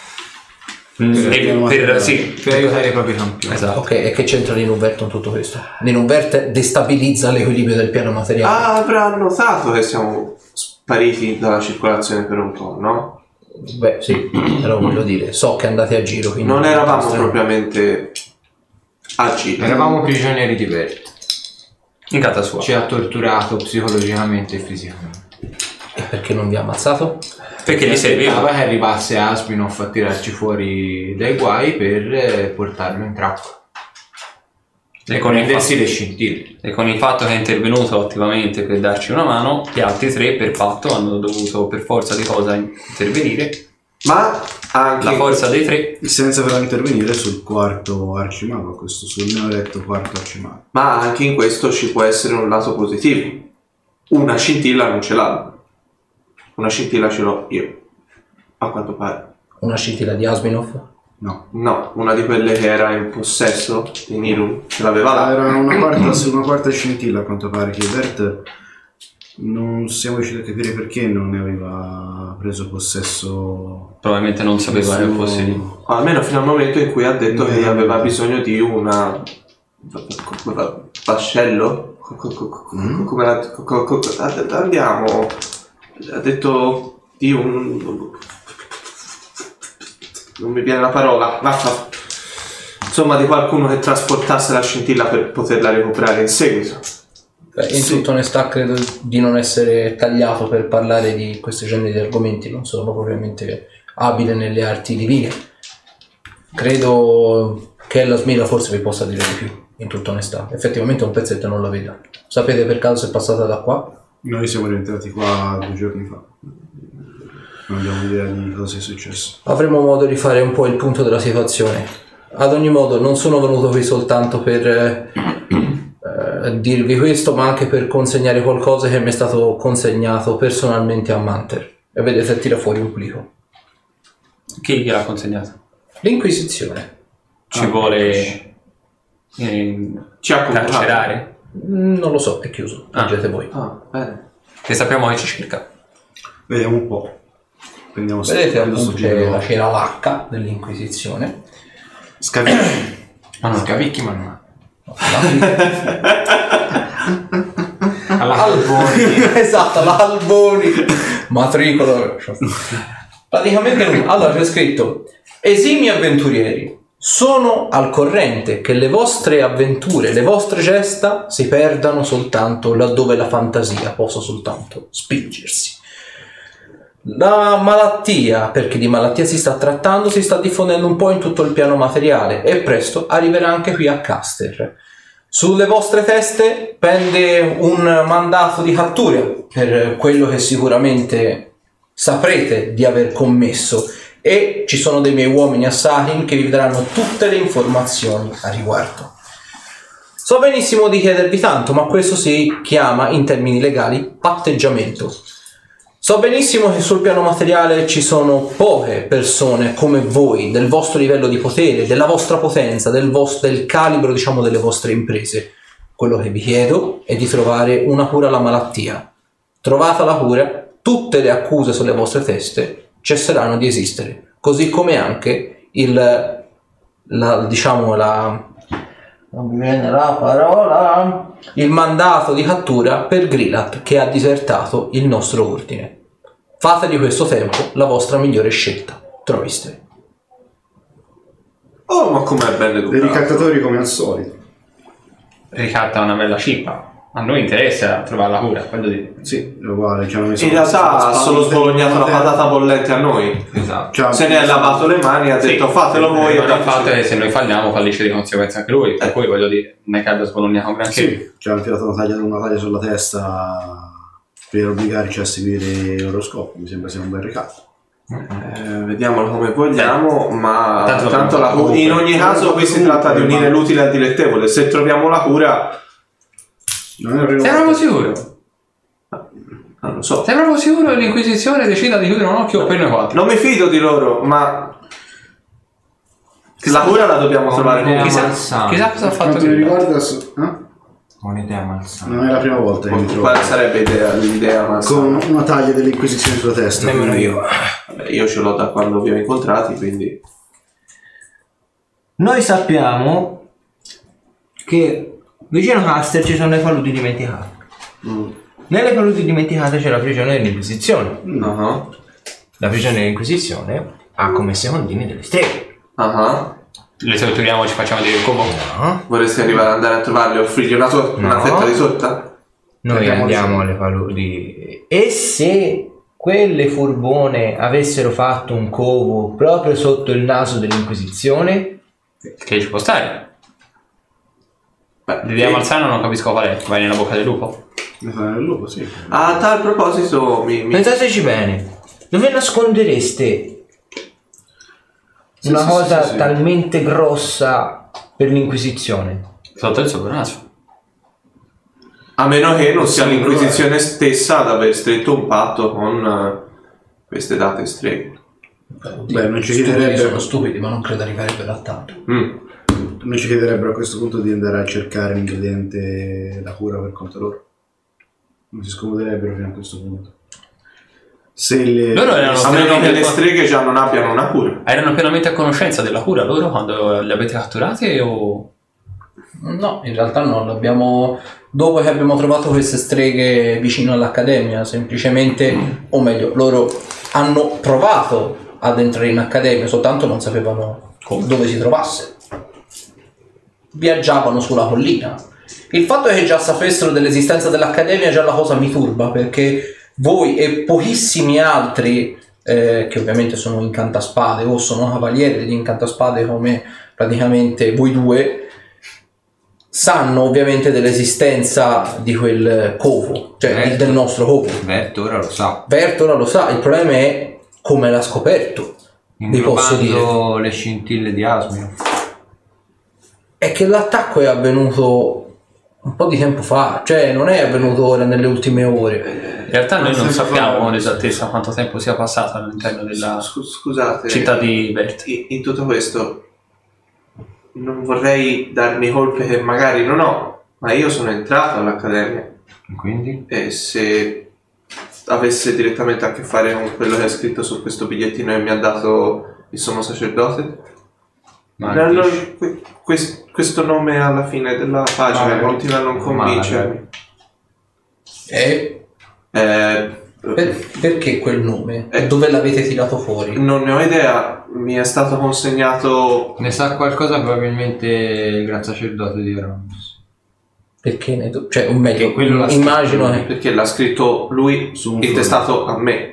aiutare i propri campioni. Esatto. Ok, e che c'entra Ninubert in tutto questo? Ninubert destabilizza l'equilibrio del piano materiale. Avrà notato che siamo spariti dalla circolazione per un po', no? Beh, sì, però voglio dire, so che andate a giro, quindi Non eravamo propriamente a giro. Eravamo prigionieri di Bert. In casa sua. Ci ha torturato psicologicamente e fisicamente. E perché non vi ha ammazzato? Perché gli serviva. Aspettava che arrivasse Asbinoff a tirarci fuori dai guai per portarlo in trappola. E prendersi le scintille. E con il fatto che è intervenuto attivamente per darci una mano, gli altri 3 per patto hanno dovuto per forza di cosa intervenire. Ma anche La forza dei 3. Senza però intervenire sul quarto arcimago, questo sul neoeletto quarto arcimago. Ma anche in questo ci può essere un lato positivo. Una scintilla non ce l'ha. Una scintilla ce l'ho io, a quanto pare. Una scintilla di Asminov? No. No, una di quelle che era in possesso di Nirun, ce l'aveva là. Era una quarta scintilla a quanto pare che Bert non siamo riusciti a capire perché non ne aveva preso possesso. Probabilmente non sapeva che fosse lì. O almeno fino al momento in cui ha detto che aveva bisogno di una vascello. Come andiamo? Ha detto di un... non mi viene la parola. Insomma, di qualcuno che trasportasse la scintilla per poterla recuperare in seguito. In tutta onestà credo di non essere tagliato per parlare di questi generi di argomenti, non sono propriamente abile nelle arti divine. Credo che la Smila forse vi possa dire di più, in tutta onestà. Effettivamente un pezzetto non la vedo. Sapete per caso se è passata da qua? Noi siamo rientrati qua 2 giorni fa. Non abbiamo idea di cosa sia successo. Avremo modo di fare un po' il punto della situazione. Ad ogni modo non sono venuto qui soltanto per dirvi questo, ma anche per consegnare qualcosa che mi è stato consegnato personalmente a Manter. E vedete, tira fuori un plico. Chi gliel'ha consegnato? L'Inquisizione. Ci vuole Ci ha comprato. carcerare? Non lo so, è chiuso. Leggete voi. Ah, bene. Che sappiamo che ci cerca. Vediamo un po'. Prendiamo Vedete questo appunto giro. c'è la lacca dell'Inquisizione. Ma non cavicchi, ma no. Esatto, l'Alboni. Matricola. Praticamente allora c'è scritto: esimi avventurieri, sono al corrente che le vostre avventure, le vostre gesta si perdano soltanto laddove la fantasia possa soltanto spingersi. La malattia, perché di malattia si sta trattando, si sta diffondendo un po' in tutto il piano materiale e presto arriverà anche qui a Caster. Sulle vostre teste pende un mandato di cattura per quello che sicuramente saprete di aver commesso, e ci sono dei miei uomini a Sahin che vi daranno tutte le informazioni a riguardo. So benissimo di chiedervi tanto, ma questo si chiama in termini legali patteggiamento. So benissimo che sul piano materiale ci sono poche persone come voi, del vostro livello di potere, della vostra potenza, del calibro, diciamo, delle vostre imprese. Quello che vi chiedo è di trovare una cura alla malattia. Trovata la cura, tutte le accuse sulle vostre teste cesseranno di esistere, così come anche non mi viene la parola, il mandato di cattura per Grilat che ha disertato il nostro ordine. Fate di questo tempo la vostra migliore scelta. Troviste. Oh, ma com'è bello educato. Dei ricattatori come al solito. Ricatta una bella cippa. A noi interessa trovare la cura, voglio dire. Sì, è uguale. Ci hanno messo In realtà ha solo sbolognato la patata bollente a noi. Esatto. Se ne è lavato le mani e ha detto fatelo voi. Il fatto è che se noi falliamo fallisce di conseguenza anche lui. Per cui voglio dire, non è che abbia sbolognato granché. Sì, ci hanno tirato una taglia sulla testa per obbligarci a seguire l'oroscopo. Mi sembra sia un bel ricatto. Vediamolo come vogliamo, ma Tanto in ogni caso qui si tratta di unire l'utile al dilettevole. Se troviamo la cura... Non è arrivato. Sei proprio sicuro? Non lo so. Sei proprio sicuro che l'Inquisizione decida di chiudere un occhio per noi quattro? Non mi fido di loro, ma... la cura la dobbiamo trovare comunque. Chissà cosa ha fatto Quanto mi Grilat. riguarda... Un'idea malsana. Non è la prima volta che mi trovo Quale sarebbe l'idea con una taglia dell'Inquisizione sulla testa. Nemmeno quindi- io. Vabbè, io ce l'ho da quando vi ho incontrati, quindi... Noi sappiamo che vicino a Caster ci sono le paludi dimenticate. Nelle paludi dimenticate c'è la prigione dell'Inquisizione. Ah, La prigione dell'Inquisizione ha come secondini delle streghe. ah. Le torturiamo, ci facciamo dire come. No? Vorresti andare a trovarli e offrirgli una No. fetta di torta? Noi andiamo alle paludi. E se quelle furbone avessero fatto un covo proprio sotto il naso dell'Inquisizione? Che ci può stare? Beh, L'idea malsana non capisco qual è. Vai nella bocca del lupo? Mi fa il lupo, sì. A tal proposito, Pensateci bene, dove nascondereste una cosa sì. talmente grossa per l'Inquisizione? Sotto il suo naso. a meno che non sia l'Inquisizione stessa ad aver stretto un patto con queste date streghe. Beh, non ci Stupidi chiederebbero, sono stupidi, ma non credo arriverebbero a tanto. non ci chiederebbero a questo punto di andare a cercare l'ingrediente da cura per conto loro. Non si scomoderebbero fino a questo punto. Se le... Loro erano A meno che le pienamente, streghe già non abbiano una cura. erano pienamente a conoscenza della cura loro quando le avete catturate o... No, in realtà no, l'abbiamo dopo che abbiamo trovato queste streghe vicino all'accademia, semplicemente, o meglio, loro hanno provato ad entrare in accademia, soltanto non sapevano dove si trovasse. Viaggiavano sulla collina. Il fatto è che già sapessero dell'esistenza dell'accademia, già la cosa mi turba, perché voi e pochissimi altri, che ovviamente sono incantaspade o sono cavalieri degli incantaspade come praticamente voi due, sanno ovviamente dell'esistenza di quel covo, cioè del nostro covo. Berto ora lo sa. Bertola lo sa, il problema è come l'ha scoperto, vi posso dire. Inglobando le scintille di Asmio. È che l'attacco è avvenuto un po' di tempo fa, cioè non è avvenuto ora nelle ultime ore. In realtà noi non sappiamo con esattezza quanto tempo sia passato all'interno della Scusate, città di Bert. in tutto questo non vorrei darmi colpe che magari non ho, ma io sono entrato all'accademia Quindi? e se avesse direttamente a che fare con quello che è scritto su questo bigliettino che mi ha dato il sommo sacerdote, questo nome alla fine della pagina continua a non convincermi. Perché quel nome? Dove l'avete tirato fuori? Non ne ho idea, mi è stato consegnato. Ne sa qualcosa probabilmente il gran sacerdote di Ramos. Perché cioè, o meglio, Che quello l'ha immagino che Perché l'ha scritto lui Su un intestato a me.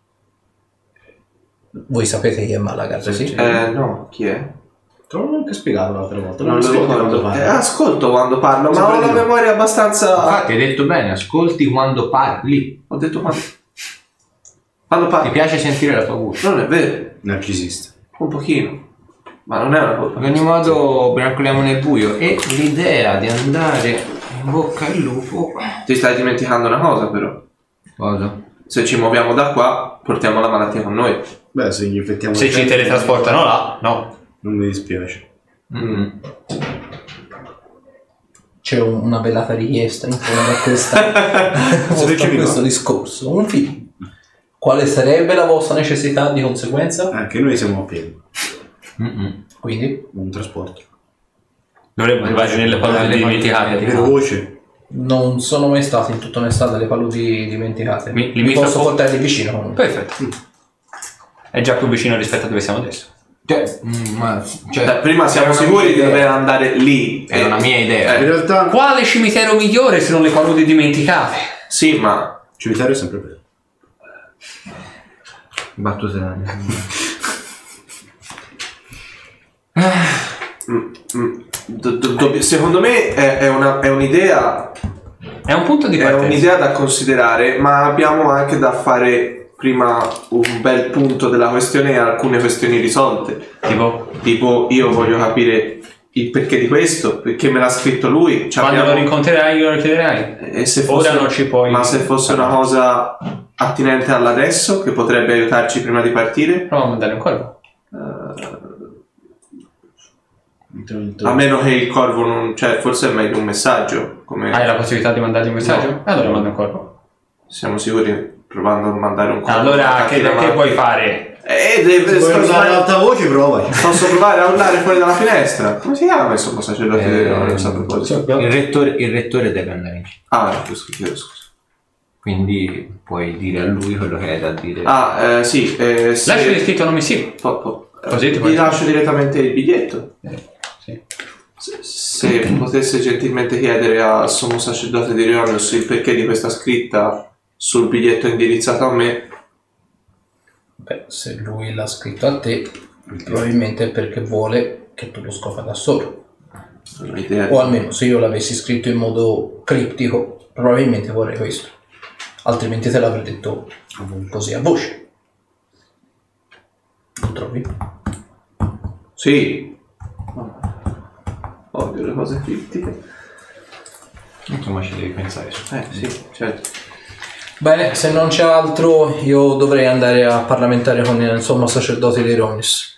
voi sapete chi è Malaga, sì? No, chi è? Te l'ho anche spiegato l'altra volta. Non lo ricordo ricordo. quando parli. Ascolto quando parlo, ma Sempre ho la di no. memoria abbastanza. Infatti hai detto bene, ascolti quando parli. Ho detto quando Ti parlo. piace sentire la tua voce. Non è vero, Narcisista. un pochino. Ma non è una colpa. In ogni modo brancoliamo nel buio e l'idea di andare in bocca al lupo. Ti stai dimenticando una cosa però. Cosa? Se ci muoviamo da qua, portiamo la malattia con noi. Beh, se gli infettiamo Se il ci tempo, teletrasportano là, no. non mi dispiace. C'è una velata richiesta in fondo a questo discorso. Un film. Quale sarebbe la vostra necessità di conseguenza? Anche noi siamo a piedi. Quindi? Un trasporto. Dovremmo arrivare nelle paludi dimenticate. Veloce. Non sono mai stato in tutta onestà delle paludi dimenticate. Mi Mi posso limito a- portarli vicino comunque. Perfetto. È già più vicino rispetto a dove siamo adesso. Prima siamo sicuri di dover andare lì. È una mia idea. In realtà il Quale cimitero migliore se non le paludi dimenticate? Sì, ma cimitero è sempre vero. Battute da secondo me è un'idea. È un punto di È partenza. un'idea da considerare, ma abbiamo anche da fare prima un bel punto della questione e alcune questioni risolte. Tipo io voglio capire il perché di questo, perché me l'ha scritto lui. Cioè, Quando lo abbiamo- rincontrerai glielo chiederai. e se fosse, Ora non ci puoi. Ma se fosse una cosa attinente all'adesso che potrebbe aiutarci prima di partire, Proviamo a mandare un colpo. A meno che il corvo non... Cioè, forse è meglio un messaggio. Come... Hai la possibilità di mandargli un messaggio? No. Allora manda un corvo. Siamo sicuri? Provando a mandare un corvo. Allora, che puoi fare? Vuoi usare l'altavoce? Provaci. Posso provare a urlare fuori dalla finestra? Come si chiama il sommo sacerdote di Leone? Non so a proposito. Il rettore deve andare in città. Ah, chiedo scusa. Quindi puoi dire a lui quello che hai da dire. Sì. Lasciali scritto nome sì. Così ti Gli puoi... lascio direttamente il biglietto. Sì. Se potesse gentilmente chiedere al sommo sacerdote di Leonius il perché di questa scritta sul biglietto indirizzato a me. Beh, se lui l'ha scritto a te, probabilmente è perché vuole che tu lo scopra da solo. Non ho idea. O almeno se io l'avessi scritto in modo criptico, probabilmente vorrei questo. Altrimenti te l'avrei detto così a voce. Non trovi? Sì. Odio le cose criptiche. Insomma, ci devi pensare su. Sì, certo. Bene, se non c'è altro, io dovrei andare a parlamentare con il sommo sacerdote di Ronis.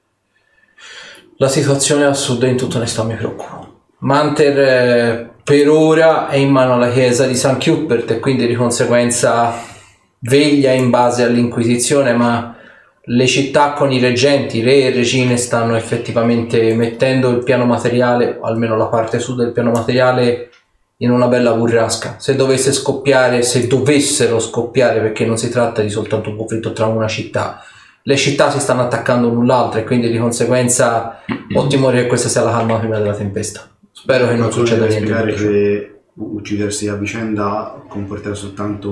La situazione a sud in tutta onestà mi preoccupa. Manter per ora è in mano alla chiesa di San Cuthbert e quindi di conseguenza veglia in base all'Inquisizione, ma le città con i reggenti, re e regine, stanno effettivamente mettendo il piano materiale, o almeno la parte sud del piano materiale, in una bella burrasca. Se dovessero scoppiare, perché non si tratta di soltanto un conflitto tra una città, le città si stanno attaccando l'un l'altra e quindi di conseguenza ho timore che questa sia la calma prima della tempesta. Spero che non succeda niente. Spiegare che uccidersi a vicenda comporterà soltanto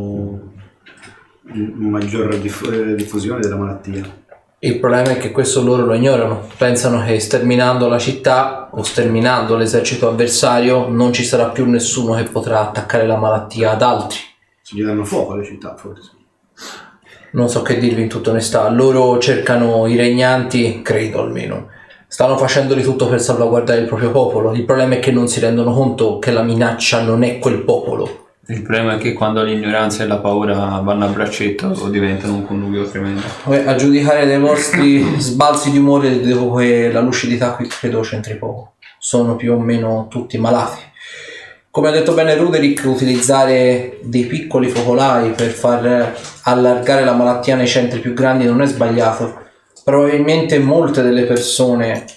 una maggior diffusione della malattia. Il problema è che questo loro lo ignorano, pensano che sterminando la città o sterminando l'esercito avversario non ci sarà più nessuno che potrà attaccare la malattia ad altri. Se gli danno fuoco alle città, forse. Non so che dirvi in tutta onestà, loro cercano i regnanti, credo almeno, stanno facendo di tutto per salvaguardare il proprio popolo. Il problema è che non si rendono conto che la minaccia non è quel popolo. Il problema è che quando l'ignoranza e la paura vanno a braccetto o diventano un connubio tremendo. A giudicare dai vostri sbalzi di umore dopo che la lucidità qui credo c'entri poco. Sono più o meno tutti malati. Come ha detto bene Ruderick, utilizzare dei piccoli focolai per far allargare la malattia nei centri più grandi non è sbagliato. Probabilmente molte delle persone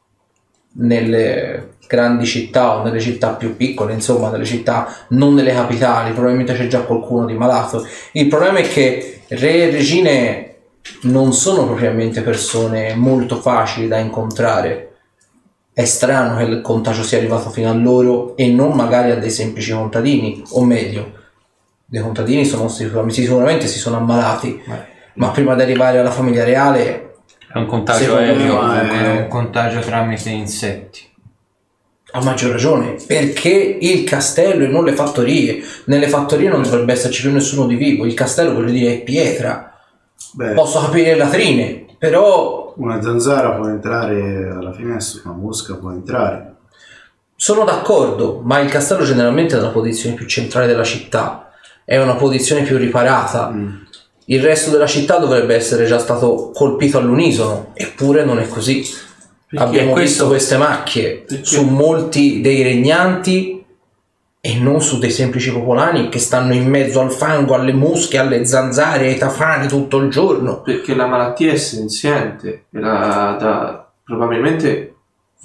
nelle grandi città o nelle città più piccole, insomma nelle città non nelle capitali, probabilmente c'è già qualcuno di malato. Il problema è che re e regine non sono propriamente persone molto facili da incontrare. È strano che il contagio sia arrivato fino a loro e non magari a dei semplici contadini, o meglio, dei contadini sicuramente si sono ammalati, ma prima di arrivare alla famiglia reale è un contagio aereo, È un contagio tramite insetti. a maggior ragione, perché il castello e non le fattorie. Nelle fattorie non dovrebbe esserci più nessuno di vivo, il castello voglio dire è pietra. Beh, Posso capire le latrine, però una zanzara può entrare alla finestra, una mosca può entrare. sono d'accordo, ma il castello generalmente è una posizione più centrale della città, è una posizione più riparata. Il resto della città dovrebbe essere già stato colpito all'unisono, eppure non è così. Abbiamo visto queste macchie su molti dei regnanti e non su dei semplici popolani che stanno in mezzo al fango, alle mosche, alle zanzare, ai tafani tutto il giorno. Perché la malattia è senziente e probabilmente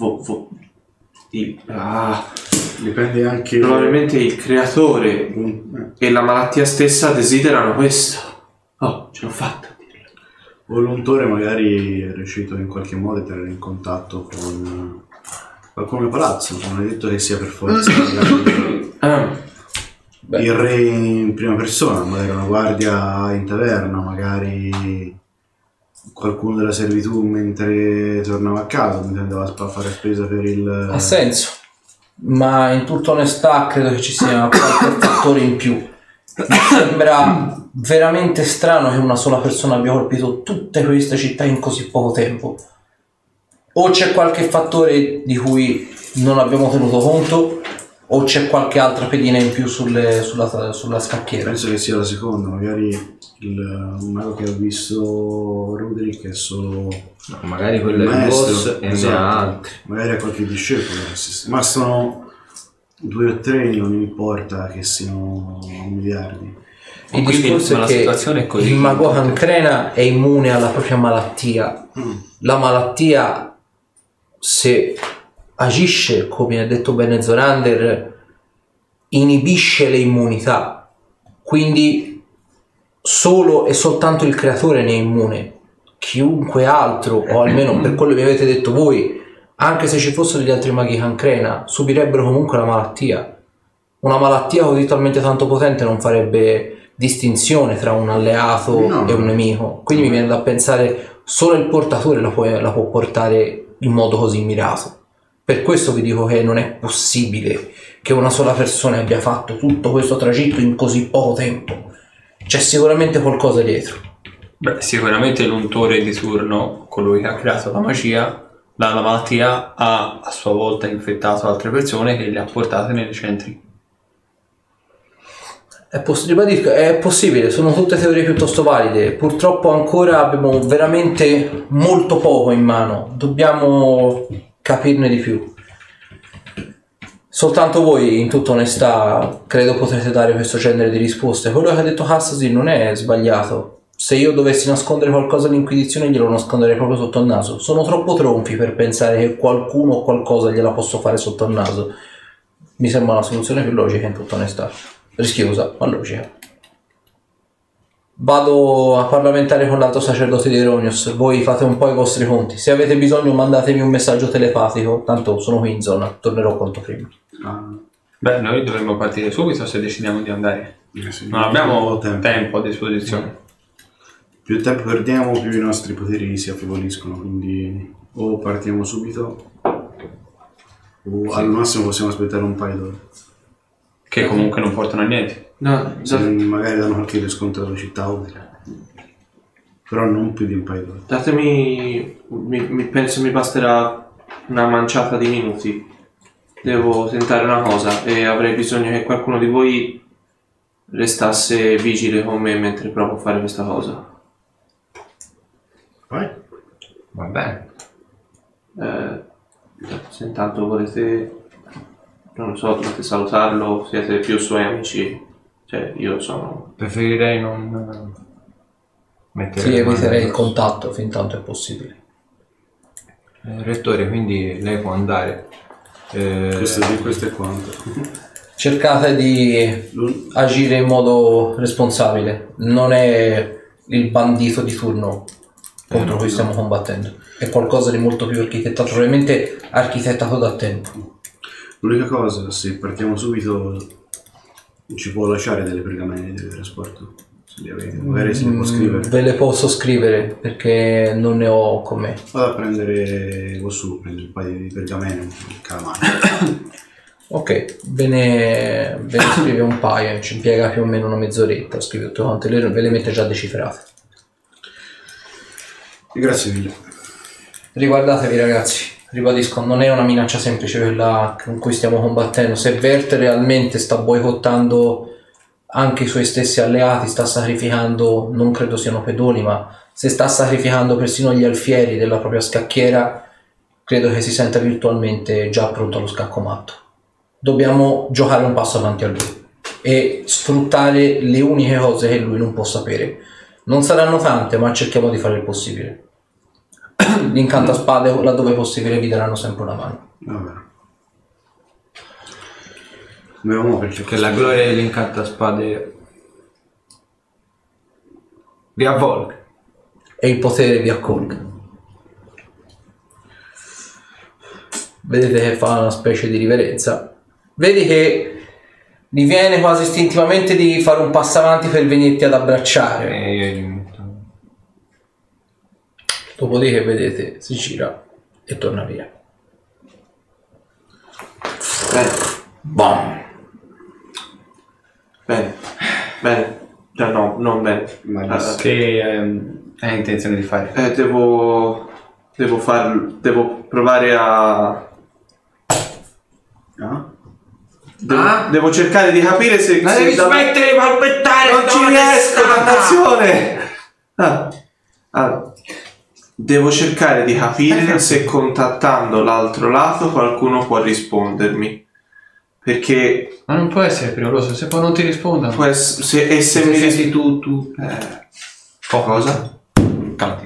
Dipende anche. probabilmente il creatore e la malattia stessa desiderano questo. Oh, ce l'ho fatta. O l'untore magari è riuscito in qualche modo a tenere in contatto con qualcuno nel palazzo. Non è detto che sia per forza il re in prima persona, magari una guardia in taverna, magari qualcuno della servitù mentre tornava a casa, mentre andava a fare spesa per il... Ha senso, ma in tutta onestà credo che ci sia qualche fattore in più. Mi sembra veramente strano che una sola persona abbia colpito tutte queste città in così poco tempo. O c'è qualche fattore di cui non abbiamo tenuto conto, O c'è qualche altra pedina in più sulla scacchiera? Penso che sia la seconda, magari un mago che ha visto Roderick è solo... No, magari quello è il boss e ne ha altri. Magari ha qualche discepolo. Ma sono 2 o 3, non importa che siano miliardi. Il Quindi discorso la è che situazione è così. il mago cancrena è immune alla propria malattia. La malattia, se agisce, come ha detto bene Zorander, inibisce le immunità. Quindi solo e soltanto il creatore ne è immune. Chiunque altro, o almeno per quello che avete detto voi, anche se ci fossero gli altri maghi cancrena, subirebbero comunque la malattia. Una malattia così talmente tanto potente non farebbe distinzione tra un alleato e un nemico. Quindi mi viene da pensare solo il portatore la può portare in modo così mirato. Per questo vi dico che non è possibile che una sola persona abbia fatto tutto questo tragitto in così poco tempo. C'è sicuramente qualcosa dietro. Beh, sicuramente l'untore di turno, colui che ha creato la magia, la malattia, ha a sua volta infettato altre persone che le ha portate nei centri. È possibile, sono tutte teorie piuttosto valide. Purtroppo ancora abbiamo veramente molto poco in mano. Dobbiamo capirne di più. Soltanto voi, in tutta onestà, credo potrete dare questo genere di risposte. Quello che ha detto Castasy non è sbagliato. Se io dovessi nascondere qualcosa all'Inquisizione glielo nasconderei proprio sotto il naso. Sono troppo tronfi per pensare che qualcuno o qualcosa gliela posso fare sotto il naso. Mi sembra una soluzione più logica, in tutta onestà. Rischiosa, ma logica. Vado a parlamentare con l'altro sacerdote di Eronius. Voi fate un po' i vostri conti. Se avete bisogno mandatemi un messaggio telepatico. Tanto sono qui in zona, tornerò quanto prima. Beh, noi dovremmo partire subito se decidiamo di andare. Sì, Non abbiamo tempo a disposizione. Più tempo perdiamo, più i nostri poteri si affievoliscono, quindi o partiamo subito o al massimo possiamo aspettare un paio d'ore. Che comunque non portano a niente. No, Se magari danno qualche riscontro alla città utile. Però non più di un paio d'ore. datemi, penso mi basterà una manciata di minuti. Devo tentare una cosa e avrei bisogno che qualcuno di voi restasse vigile con me mentre provo a fare questa cosa. Vai. Va bene. Se intanto volete, non lo so, dovete salutarlo, siete più suoi amici. Cioè, io sono... Preferirei non mettere Sì, le mani eviterei il addosso. contatto fin tanto è possibile. Rettore, quindi lei può andare. Questo è quanto. Cercate di agire in modo responsabile. Non è il bandito di turno contro cui stiamo combattendo. È qualcosa di molto più architettato, probabilmente architettato da tempo. L'unica cosa, se partiamo subito, ci può lasciare delle pergamene del trasporto. Se li avete, magari se li può scrivere. Ve le posso scrivere perché non ne ho con me. Vado a prendere, prendo un paio di pergamene, un calamano. Ok, ve ne scrive un paio, ci impiega più o meno una mezz'oretta. Scrive tutte quante ve le mette già decifrate. Grazie mille. Riguardatevi ragazzi, ribadisco, non è una minaccia semplice quella con cui stiamo combattendo. Se Vert realmente sta boicottando anche i suoi stessi alleati, sta sacrificando, non credo siano pedoni, ma se sta sacrificando persino gli alfieri della propria scacchiera, credo che si senta virtualmente già pronto allo scacco matto. Dobbiamo giocare un passo avanti a lui e sfruttare le uniche cose che lui non può sapere. Non saranno tante, ma cerchiamo di fare il possibile. L'incantaspade, laddove possibile, vi daranno sempre una mano. Vabbè. Dobbiamo perché Che la gloria dell'incantaspade vi avvolga. E il potere vi accolga. Vedete che fa una specie di riverenza. Vedi che gli viene quasi istintivamente di fare un passo avanti per venirti ad abbracciare. E io gli metto. Dopodiché vedete, si gira e torna via. Bene, Bam! bene. Cioè no, non bene. Che hai intenzione di fare? Devo provare a Devo cercare di capire se... Ma devi smettere di balbettare! Non ci riesco, dannazione! Devo cercare di capire se contattando l'altro lato qualcuno può rispondermi. Perché... Ma non può essere pericoloso, se poi non ti rispondono. se mi senti tu. cosa? Calti.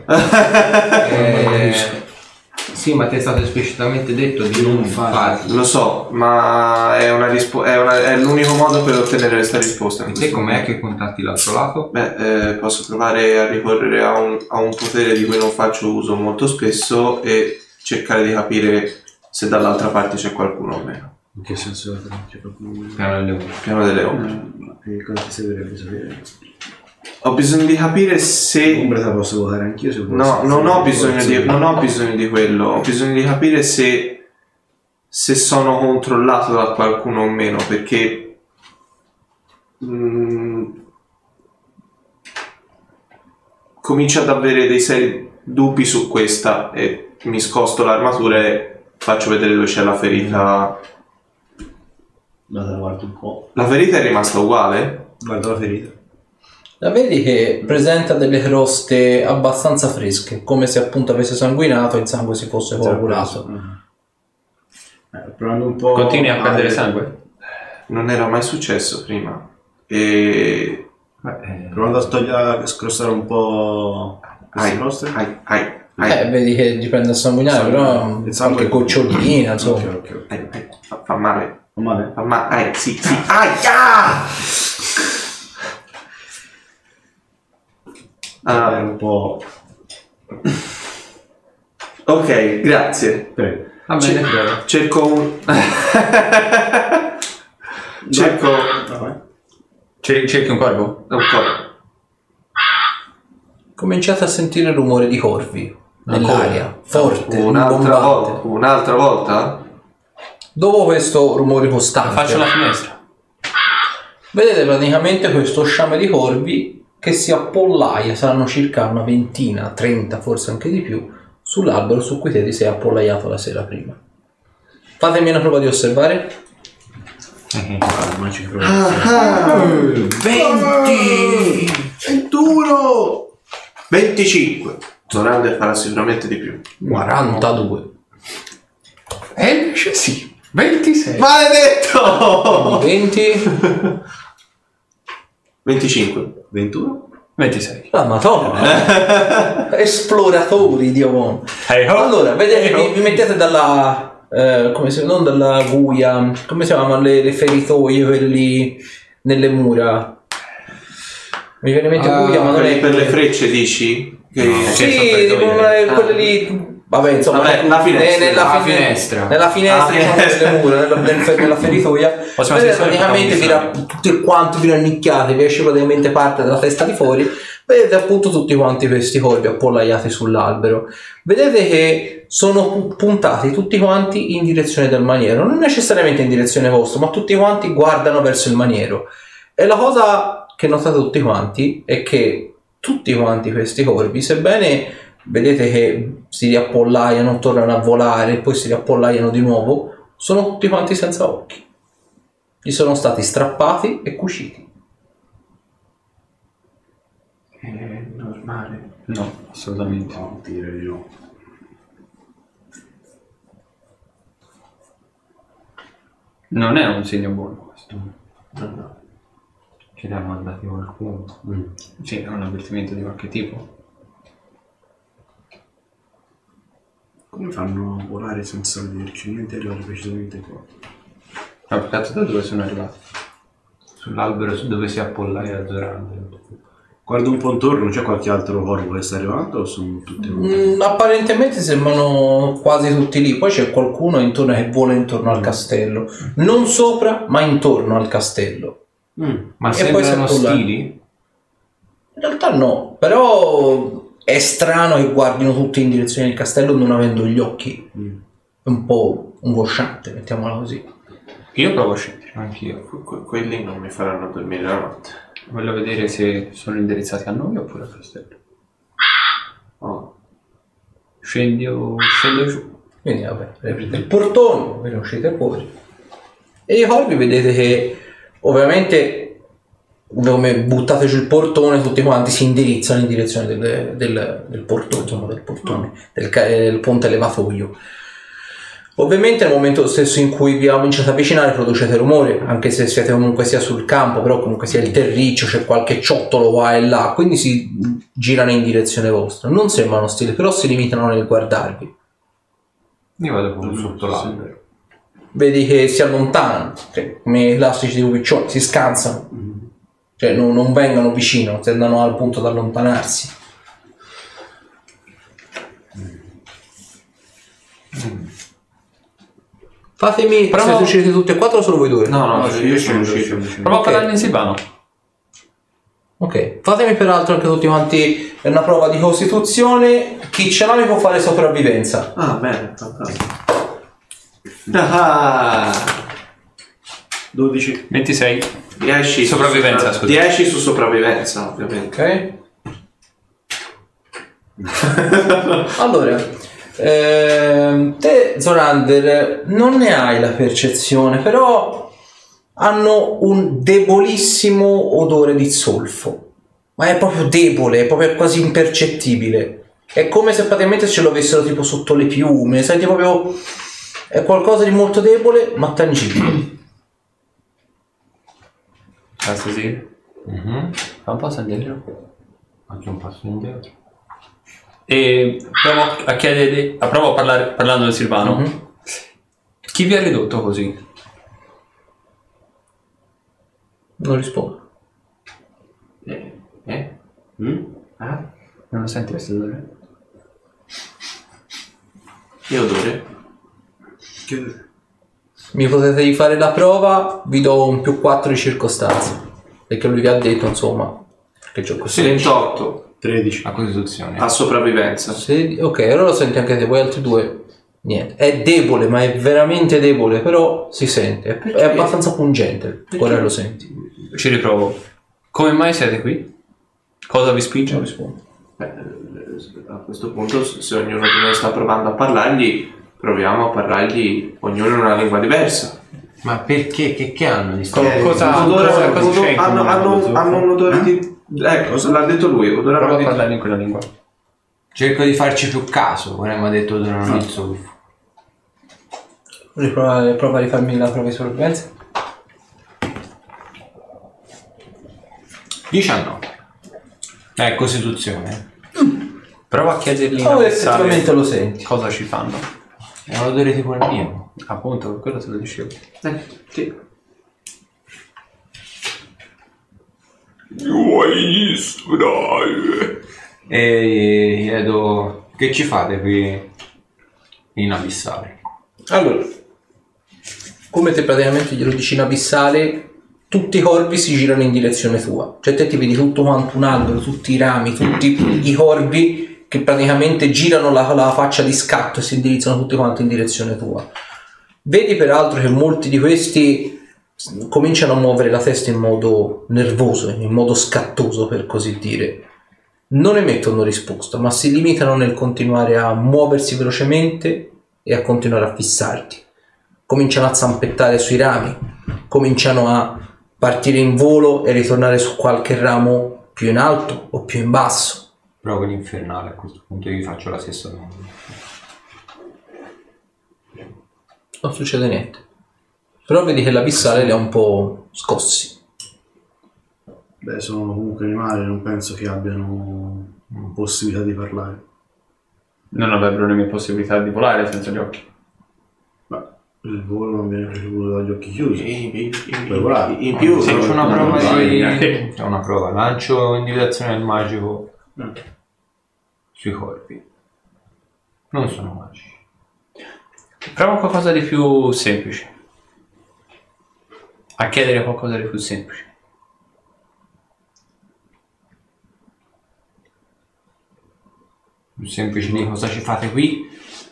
Sì, ma ti è stato esplicitamente detto di non farlo. Lo so, ma è l'unico modo per ottenere questa risposta. E te com'è che contatti l'altro lato? Posso provare a ricorrere a un potere di cui non faccio uso molto spesso e cercare di capire se dall'altra parte c'è qualcuno o meno. In che senso c'è qualcuno? Piano delle ombre. E cosa ti servirebbe sapere? Ho bisogno di capire se... Ombre te la posso votare anch'io se vuoi. No, non ho bisogno di quello. Ho bisogno di capire se sono controllato da qualcuno o meno, perché comincio ad avere dei seri dubbi su questa e mi scosto l'armatura e faccio vedere dove c'è la ferita. Ma te la guardo un po'. La ferita è rimasta uguale? Guarda la ferita. La vedi che presenta delle croste abbastanza fresche, come se appunto avesse sanguinato e il sangue si fosse coagulato. Provando un po'. Continui a perdere sangue? Non era mai successo prima. E... Provando a scrossare un po' queste croste. Vedi che dipende dal sanguinare, però Il sangue- qualche gocciolina, insomma. Ok. Fa male. Va male? Fa male. Sì. Aia! È un po'. Ok, grazie. Prego. Va bene, prego. Cerco un... cerco Cerchi un corvo? un po'. Cominciate a sentire il rumore di corvi nell'aria, forte, rimbombante. Un'altra volta? Dopo questo rumore costante, Faccio la finestra. vedete praticamente questo sciame di corvi che si appollaia, saranno circa una ventina, 30, forse anche di più, sull'albero su cui te ti sei appollaiato la sera prima. Fatemi una prova di osservare. Ma ci provo. 20! 21! 25! Zorander farà sicuramente di più. 42. E invece sì. 26. Maledetto! 20. 25. 21? 26. La madonna. Esploratori, Dio buono. Hey ho. Allora, vedete, Hey ho. vi mettete dalla... come si, non dalla guia, come si chiamano le feritoie, quelli nelle mura? Mi viene in mente guia, ma non è... Per le frecce dici? Sì, tipo quelle lì... Vabbè, insomma, la finestra. nella finestra diciamo, delle mura, nella feritoia. Possiamo Vedete, sentire praticamente tutti quanti vi rannicchiate, vi esce praticamente parte della testa di fuori. Vedete appunto tutti quanti questi corvi appollaiati sull'albero. Vedete che sono puntati tutti quanti in direzione del maniero, non necessariamente in direzione vostra, ma tutti quanti guardano verso il maniero. E la cosa che notate tutti quanti è che tutti quanti questi corvi, sebbene vedete che si riappollaiano, tornano a volare e poi si riappollaiano di nuovo, sono tutti quanti senza occhi. Gli sono stati strappati e cuciti. È normale. No, assolutamente. No, direi di no. Non è un segno buono questo. No. Ce l'ha mandati qualcuno. Sì, è un avvertimento di qualche tipo. Come fanno a volare senza vederci niente, arrivare precisamente qua? Ma peccato, da dove sono arrivati? Sull'albero dove si appollaia Zorander. Guardo un po' intorno, c'è qualche altro corvo che sta arrivando o sono tutti lontani? Apparentemente sembrano quasi tutti lì. Poi c'è qualcuno intorno che vola intorno al castello, non sopra ma intorno al castello. Ma E poi sembrano si appollaiano. ostili? In realtà no, però è strano che guardino tutti in direzione del castello non avendo gli occhi. È un po' angosciante, mettiamola così. Io provo a scendere. Anch'io. Quelli non mi faranno dormire la notte. Voglio vedere se sono indirizzati a noi oppure al castello. Oh. Scendo giù. Quindi vabbè, aprite il portone, ve ne uscite fuori. E i corvi vedete che ovviamente come buttate giù il portone, tutti quanti si indirizzano in direzione del portone, insomma, del ponte elevatoio. Ovviamente nel momento stesso in cui vi cominciate a avvicinare producete rumore, anche se siete comunque sia sul campo, però comunque sia il terriccio, c'è qualche ciottolo qua e là, quindi si girano in direzione vostra. Non sembrano ostili, però si limitano nel guardarvi. Io vado pure sotto l'albero. Vedi che si allontanano, cioè, come elastici di piccioni, si scansano, cioè non vengono vicino, tendono al punto di allontanarsi. Fatemi, siete usciti tutti e quattro o solo voi due? No, io sono uscito. Prova a parlare in silvano. Ok, fatemi peraltro anche tutti quanti una prova di costituzione. Chi ce l'ha mi può fare sopravvivenza. Ah, bene, fantastico. Ah, 12. 26. 10 Sopravvivenza, scusa. 10 su sopravvivenza, ovviamente. Ok. Allora, te Zorander non ne hai la percezione, però hanno un debolissimo odore di zolfo, ma è proprio debole, è proprio quasi impercettibile. È come se praticamente ce lo avessero tipo sotto le piume, senti proprio, è qualcosa di molto debole ma tangibile. Grazie, sì. Fa un passo indietro. Faccio un passo indietro. E provo a chiedere, provo a parlare parlando del Silvano. Chi vi ha ridotto così? Non rispondo. Non lo senti questo odore? Che odore? Mi potete fare la prova, vi do un +4 di circostanza, perché lui vi ha detto insomma che gioco sia. 28 13. La costituzione. a sopravvivenza. Ok, allora lo senti anche te, voi altri due niente. È debole, ma è veramente debole, però si sente, è abbastanza pungente, ora lo senti. Ci riprovo. Come mai siete qui? Cosa vi spinge? Non rispondo. A questo punto, se ognuno di noi sta provando a parlargli, proviamo a parlargli ognuno in una lingua diversa. Ma perché? Che hanno di Cosa c'è? Hanno un odore di... Ecco, l'ha detto lui. Odore Prova a di... parlare in quella lingua. Cerco di farci più caso, vorremmo detto che non il zolfo. Prova a rifarmi la prova di sopravvivenza. 19. Costituzione. Prova a chiedergli in Oh, abissale effettivamente lo senti. cosa ci fanno. È un odore tipo il mio. Appunto, per quello te lo dicevo. Sì. E chiedo che ci fate qui in abissale? Allora, come te praticamente glielo dici in abissale, tutti i corvi si girano in direzione tua. Cioè te ti vedi tutto quanto un albero, tutti i rami, tutti i corvi che praticamente girano la faccia di scatto e si indirizzano tutti quanti in direzione tua. Vedi peraltro che molti di questi cominciano a muovere la testa in modo nervoso, in modo scattoso per così dire. Non emettono risposta, ma si limitano nel continuare a muoversi velocemente e a continuare a fissarti. Cominciano a zampettare sui rami, cominciano a partire in volo e ritornare su qualche ramo più in alto o più in basso. Provo l'infernale, a questo punto io faccio la stessa domanda. Non succede niente. Però vedi che l'abissale li ha un po' scossi. Beh, sono comunque animali, non penso che abbiano possibilità di parlare. Non avrebbero le mie possibilità di volare senza gli occhi. Ma il volo non viene preceduto dagli occhi chiusi. In più, Sì, c'è una prova Che- c'è una prova. Lancio individuazione del magico sui corpi. Non sono magici. Prova qualcosa di più semplice. A chiedere qualcosa di più semplice. Più semplice di cosa ci fate qui?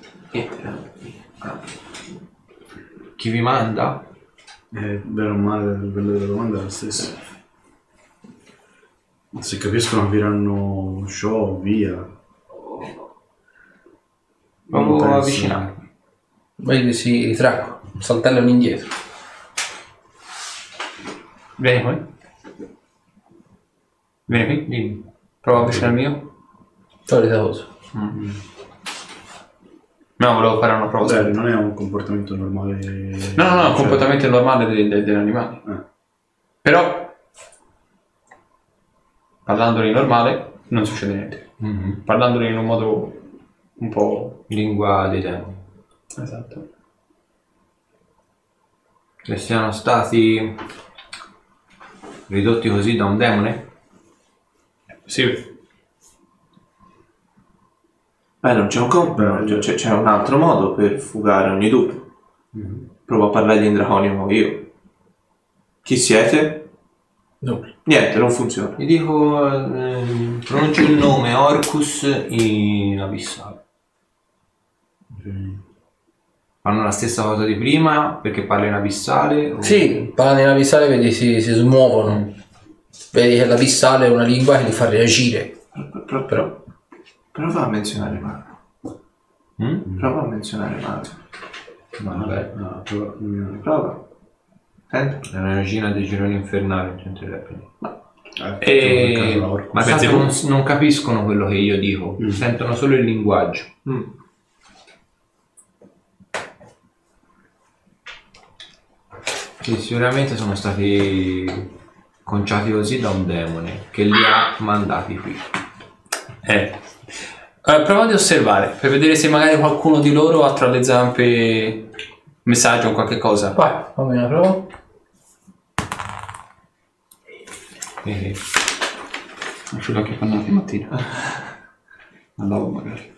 Chi vi manda? Bene o male, quello della domanda è la stessa. Se capiscono capiranno show, via. Provo Non penso. avvicinarmi. Vedi, si ritraggono, saltellano indietro. Vieni qui. Vieni qui. Dimmi. Prova vicino al mio. Solita cosa. No, volevo fare una prova. Beh, non è un comportamento normale. No, è un cioè, comportamento normale degli animali. Però, parlandoli normale, non succede niente. Parlandoli in un modo un po'... Lingua dei demoni. Esatto. Che siano stati ridotti così da un demone? Sì. Beh, non c'è un c'è un altro modo per fugare ogni dubbio. Provo a parlare in draconico io. Chi siete? No. Niente, non funziona. Gli dico, pronuncio il nome Orcus in abissale. Fanno la stessa cosa di prima perché parla in abissale? O... Sì, parlando in abissale vedi si smuovono. Vedi che l'abissale è una lingua che li fa reagire. Però prova a menzionare mago. Prova a menzionare mago. Vabbè, Prova. Senti. è una regina dei gironi infernali, gente repli. Ma Pensi tanto non capiscono quello che io dico, sentono solo il linguaggio. Che sicuramente sono stati conciati così da un demone che li ha mandati qui. Prova ad osservare per vedere se magari qualcuno di loro ha tra le zampe un messaggio o qualche cosa. Vai, fammi una prova. Asciuga anche pannati mattina. Andavo magari.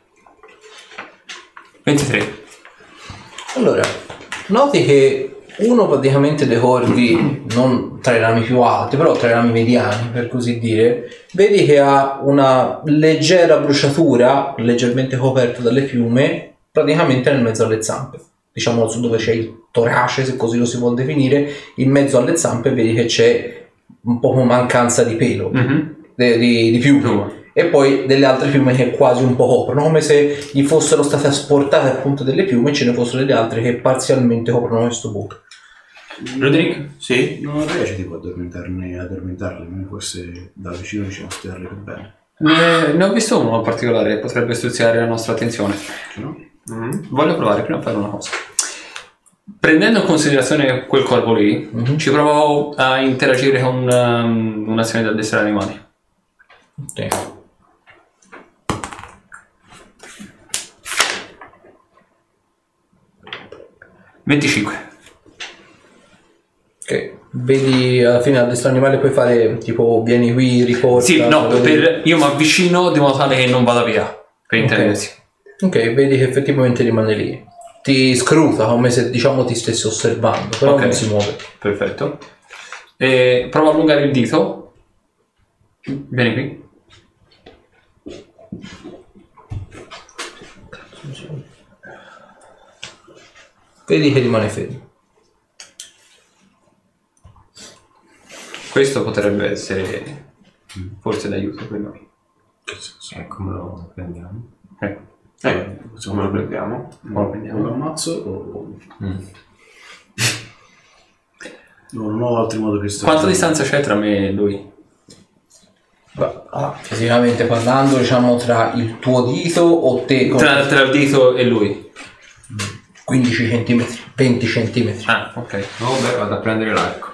23. Allora, noti che uno praticamente dei corvi, non tra i rami più alti, però tra i rami mediani, per così dire, vedi che ha una leggera bruciatura, leggermente coperta dalle piume, praticamente nel mezzo alle zampe. Diciamo su dove c'è il torace, se così lo si può definire, in mezzo alle zampe vedi che c'è un po' mancanza di pelo, di piume. E poi delle altre piume che quasi un po' coprono, come se gli fossero state asportate appunto delle piume e ce ne fossero delle altre che parzialmente coprono questo buco. Roderick? Sì? Non riesci tipo ad addormentarli, forse da vicino riusciamo a studiarli più bene. Ne ho visto uno in particolare che potrebbe stuzzicare la nostra attenzione. No? Voglio provare prima a fare una cosa. Prendendo in considerazione quel corvo lì, ci provo a interagire con un'azione da addestrare animali. Ok. 25. Ok. Vedi alla fine addestrare animale puoi fare tipo vieni qui, riporta. Sì, no, io mi avvicino di modo tale che non vada via. Per intendersi. Ok, vedi che effettivamente rimane lì. Ti scruta come se diciamo ti stesse osservando, però non si muove. Perfetto. Provo a allungare il dito. Vieni qui. Vedi che rimane fermo. Questo potrebbe essere forse d'aiuto per noi. Come lo prendiamo? Come lo prendiamo? O lo ammazzo o... non ho altri modo che sto. Quanta distanza c'è tra me e lui? Fisicamente parlando, diciamo tra il tuo dito o te con Tra il dito e lui? 15 cm, 20 cm. Ah, ok. Vabbè, vado a prendere l'arco.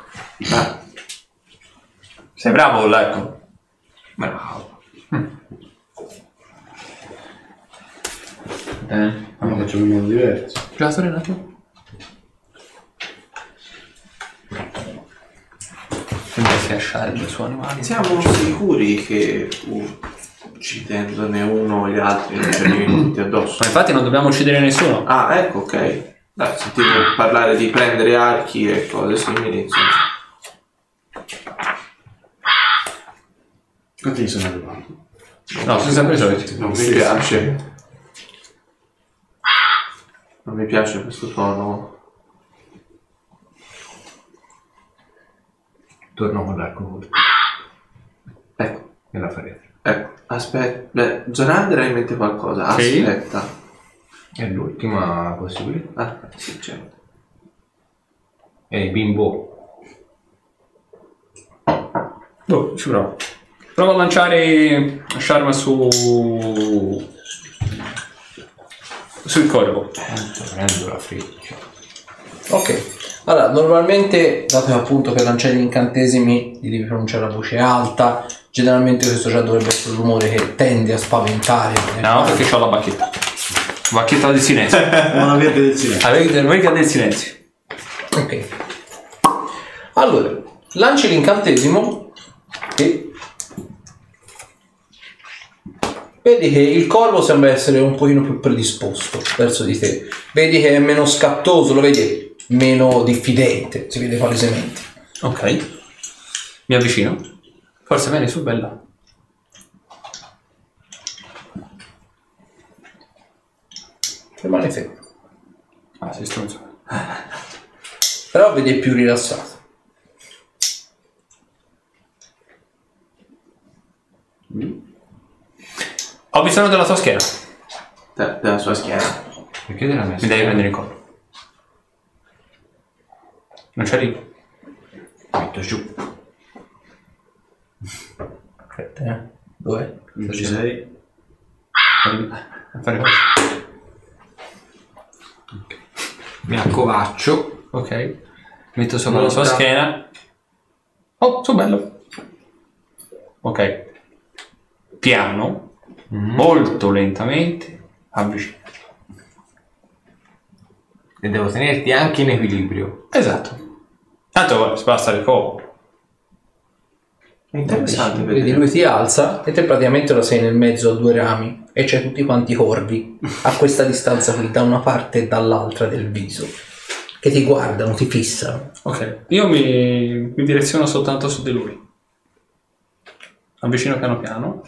Sei bravo con l'arco? Bravo. No, facciamo in modo diverso. La storia un attimo. Sembra sia charge su animali. Siamo sicuri che uccidendone uno o gli altri non ci arrivino tutti addosso? Ma infatti non dobbiamo uccidere nessuno. Ah, ecco, ok. Dai, sentito parlare di prendere archi e cose simili, insomma. Quanti ne sono arrivati? No, sono sempre i soliti. Non mi piace. Non mi piace questo tono. Torno con l'arco corto. Ecco, E la farete. ecco. Aspetta. Beh, Zorander ha in mente qualcosa. Sì. Aspetta. È l'ultima possibilità. Sì, certo. E il bimbo. Boh, ci provo. Provo a lanciare Sharma sul corvo. Prendo la freccia. Ok. Allora, normalmente, dato che appunto per lanciare gli incantesimi li devi pronunciare a voce alta, generalmente questo già dovrebbe essere un rumore che tende a spaventare. No, perché ho la bacchetta. Bacchetta del silenzio. Una verde del silenzio. Avete la del silenzio. Ok. Allora, lanci l'incantesimo e vedi che il corvo sembra essere un pochino più predisposto verso di te. Vedi che è meno scattoso, lo vedi? Meno diffidente, si vede palesemente. Ok. Mi avvicino. Forse vieni su, bella. Rimane fermo. Ah, sei stronzo. Però vedi è più rilassato. Ho bisogno della tua schiena. Della sua schiena. Perché te l'ha messo? Mi devi prendere in collo. Non ci arrivo. Metto giù. Aspetta, dov'è? Non ci sei? Fare cosa? Mi accovaccio. Ok. Metto sopra la sua schiena. Oh, sono bello. Ok. Piano. Molto lentamente. Avvicino. E devo tenerti anche in equilibrio. Esatto. Tanto si basta il covo. È interessante Vedi, vedere. lui ti alza e te praticamente lo sei nel mezzo a due rami e c'è tutti quanti i corvi a questa distanza qui, da una parte e dall'altra del viso, che ti guardano, ti fissano. Ok. Io mi direziono soltanto su di lui. Avvicino piano piano.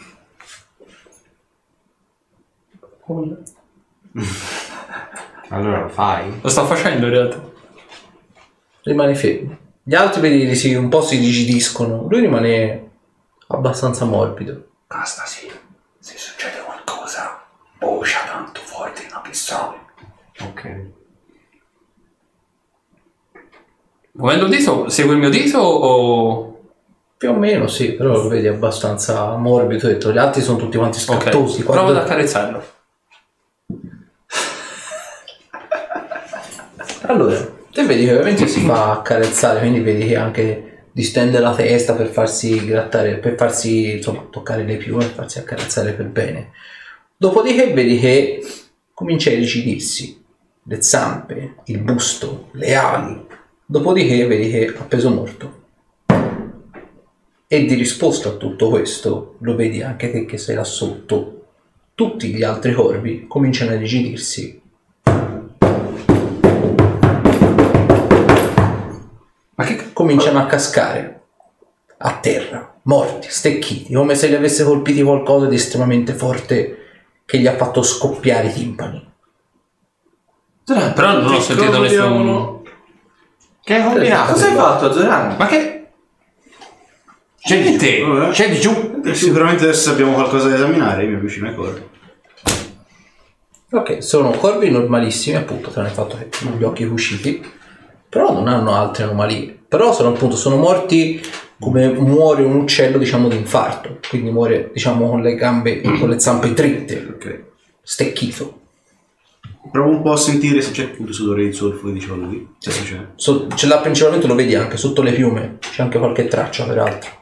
Allora lo fai? Lo sto facendo in realtà. Rimane fermo. Gli altri vedi un po' si rigidiscono, lui rimane abbastanza morbido. Basta, sì. Se succede qualcosa, voce tanto forte una pistola. Ok. Muovendo il dito, segui il mio dito o... Più o meno sì, però lo vedi abbastanza morbido. Ho detto, gli altri sono tutti quanti scattosi. Ok, prova ad accarezzarlo. Allora, te vedi che ovviamente si fa accarezzare, quindi vedi che anche distende la testa per farsi grattare, per farsi insomma toccare le piume, per farsi accarezzare per bene. Dopodiché vedi che comincia a irrigidirsi le zampe, il busto, le ali. Dopodiché vedi che è appeso morto. E di risposta a tutto questo, lo vedi anche te che sei là sotto, tutti gli altri corvi cominciano a irrigidirsi. Ma che... Cominciano a cascare a terra, morti, stecchiti, come se li avesse colpiti qualcosa di estremamente forte che gli ha fatto scoppiare i timpani. Però non ho sentito nessun... Che hai combinato? Cosa hai fatto, Zoran? Ma che... Scendi Niente. giù. Scendi giù. Sicuramente adesso abbiamo qualcosa da esaminare, io mi avvicino ai corvi. Ok, sono corvi normalissimi, appunto, tranne il fatto che hanno gli occhi usciti, però non hanno altre anomalie. Però sono morti come muore un uccello, diciamo, di infarto. Quindi muore, diciamo, con le gambe, con le zampe dritte, Ok. stecchito. Provo un po' a sentire se c'è appunto sudore di zolfo che diceva lui. Se c'è. Ce l'ha principalmente, lo vedi anche sotto le piume, c'è anche qualche traccia peraltro.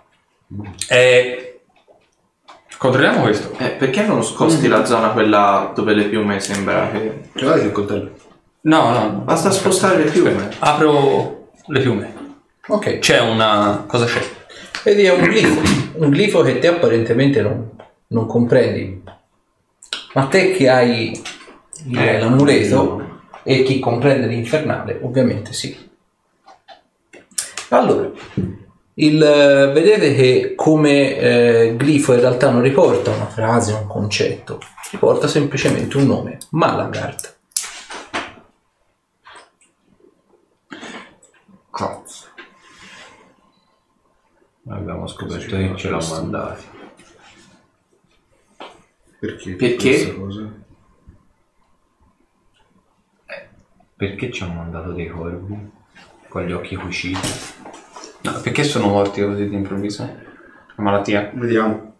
Controlliamo questo. Perché non scosti la zona quella dove le piume sembra che... Guardate il coltello. No. Basta spostare le piume. Apro le piume. Ok, C'è una... Cosa c'è? vedi è un glifo che te apparentemente non comprendi, ma te che hai l'amuleto e chi comprende l'infernale ovviamente sì. Allora, vedete che come glifo in realtà non riporta una frase, un concetto, riporta semplicemente un nome, Malagard. Cazzo. Abbiamo scoperto che ce l'ha mandati. Perché? Perché? Questa cosa? Perché ci hanno mandato dei corvi con gli occhi cuciti? No, perché sono morti così d'improvviso? La malattia. Vediamo.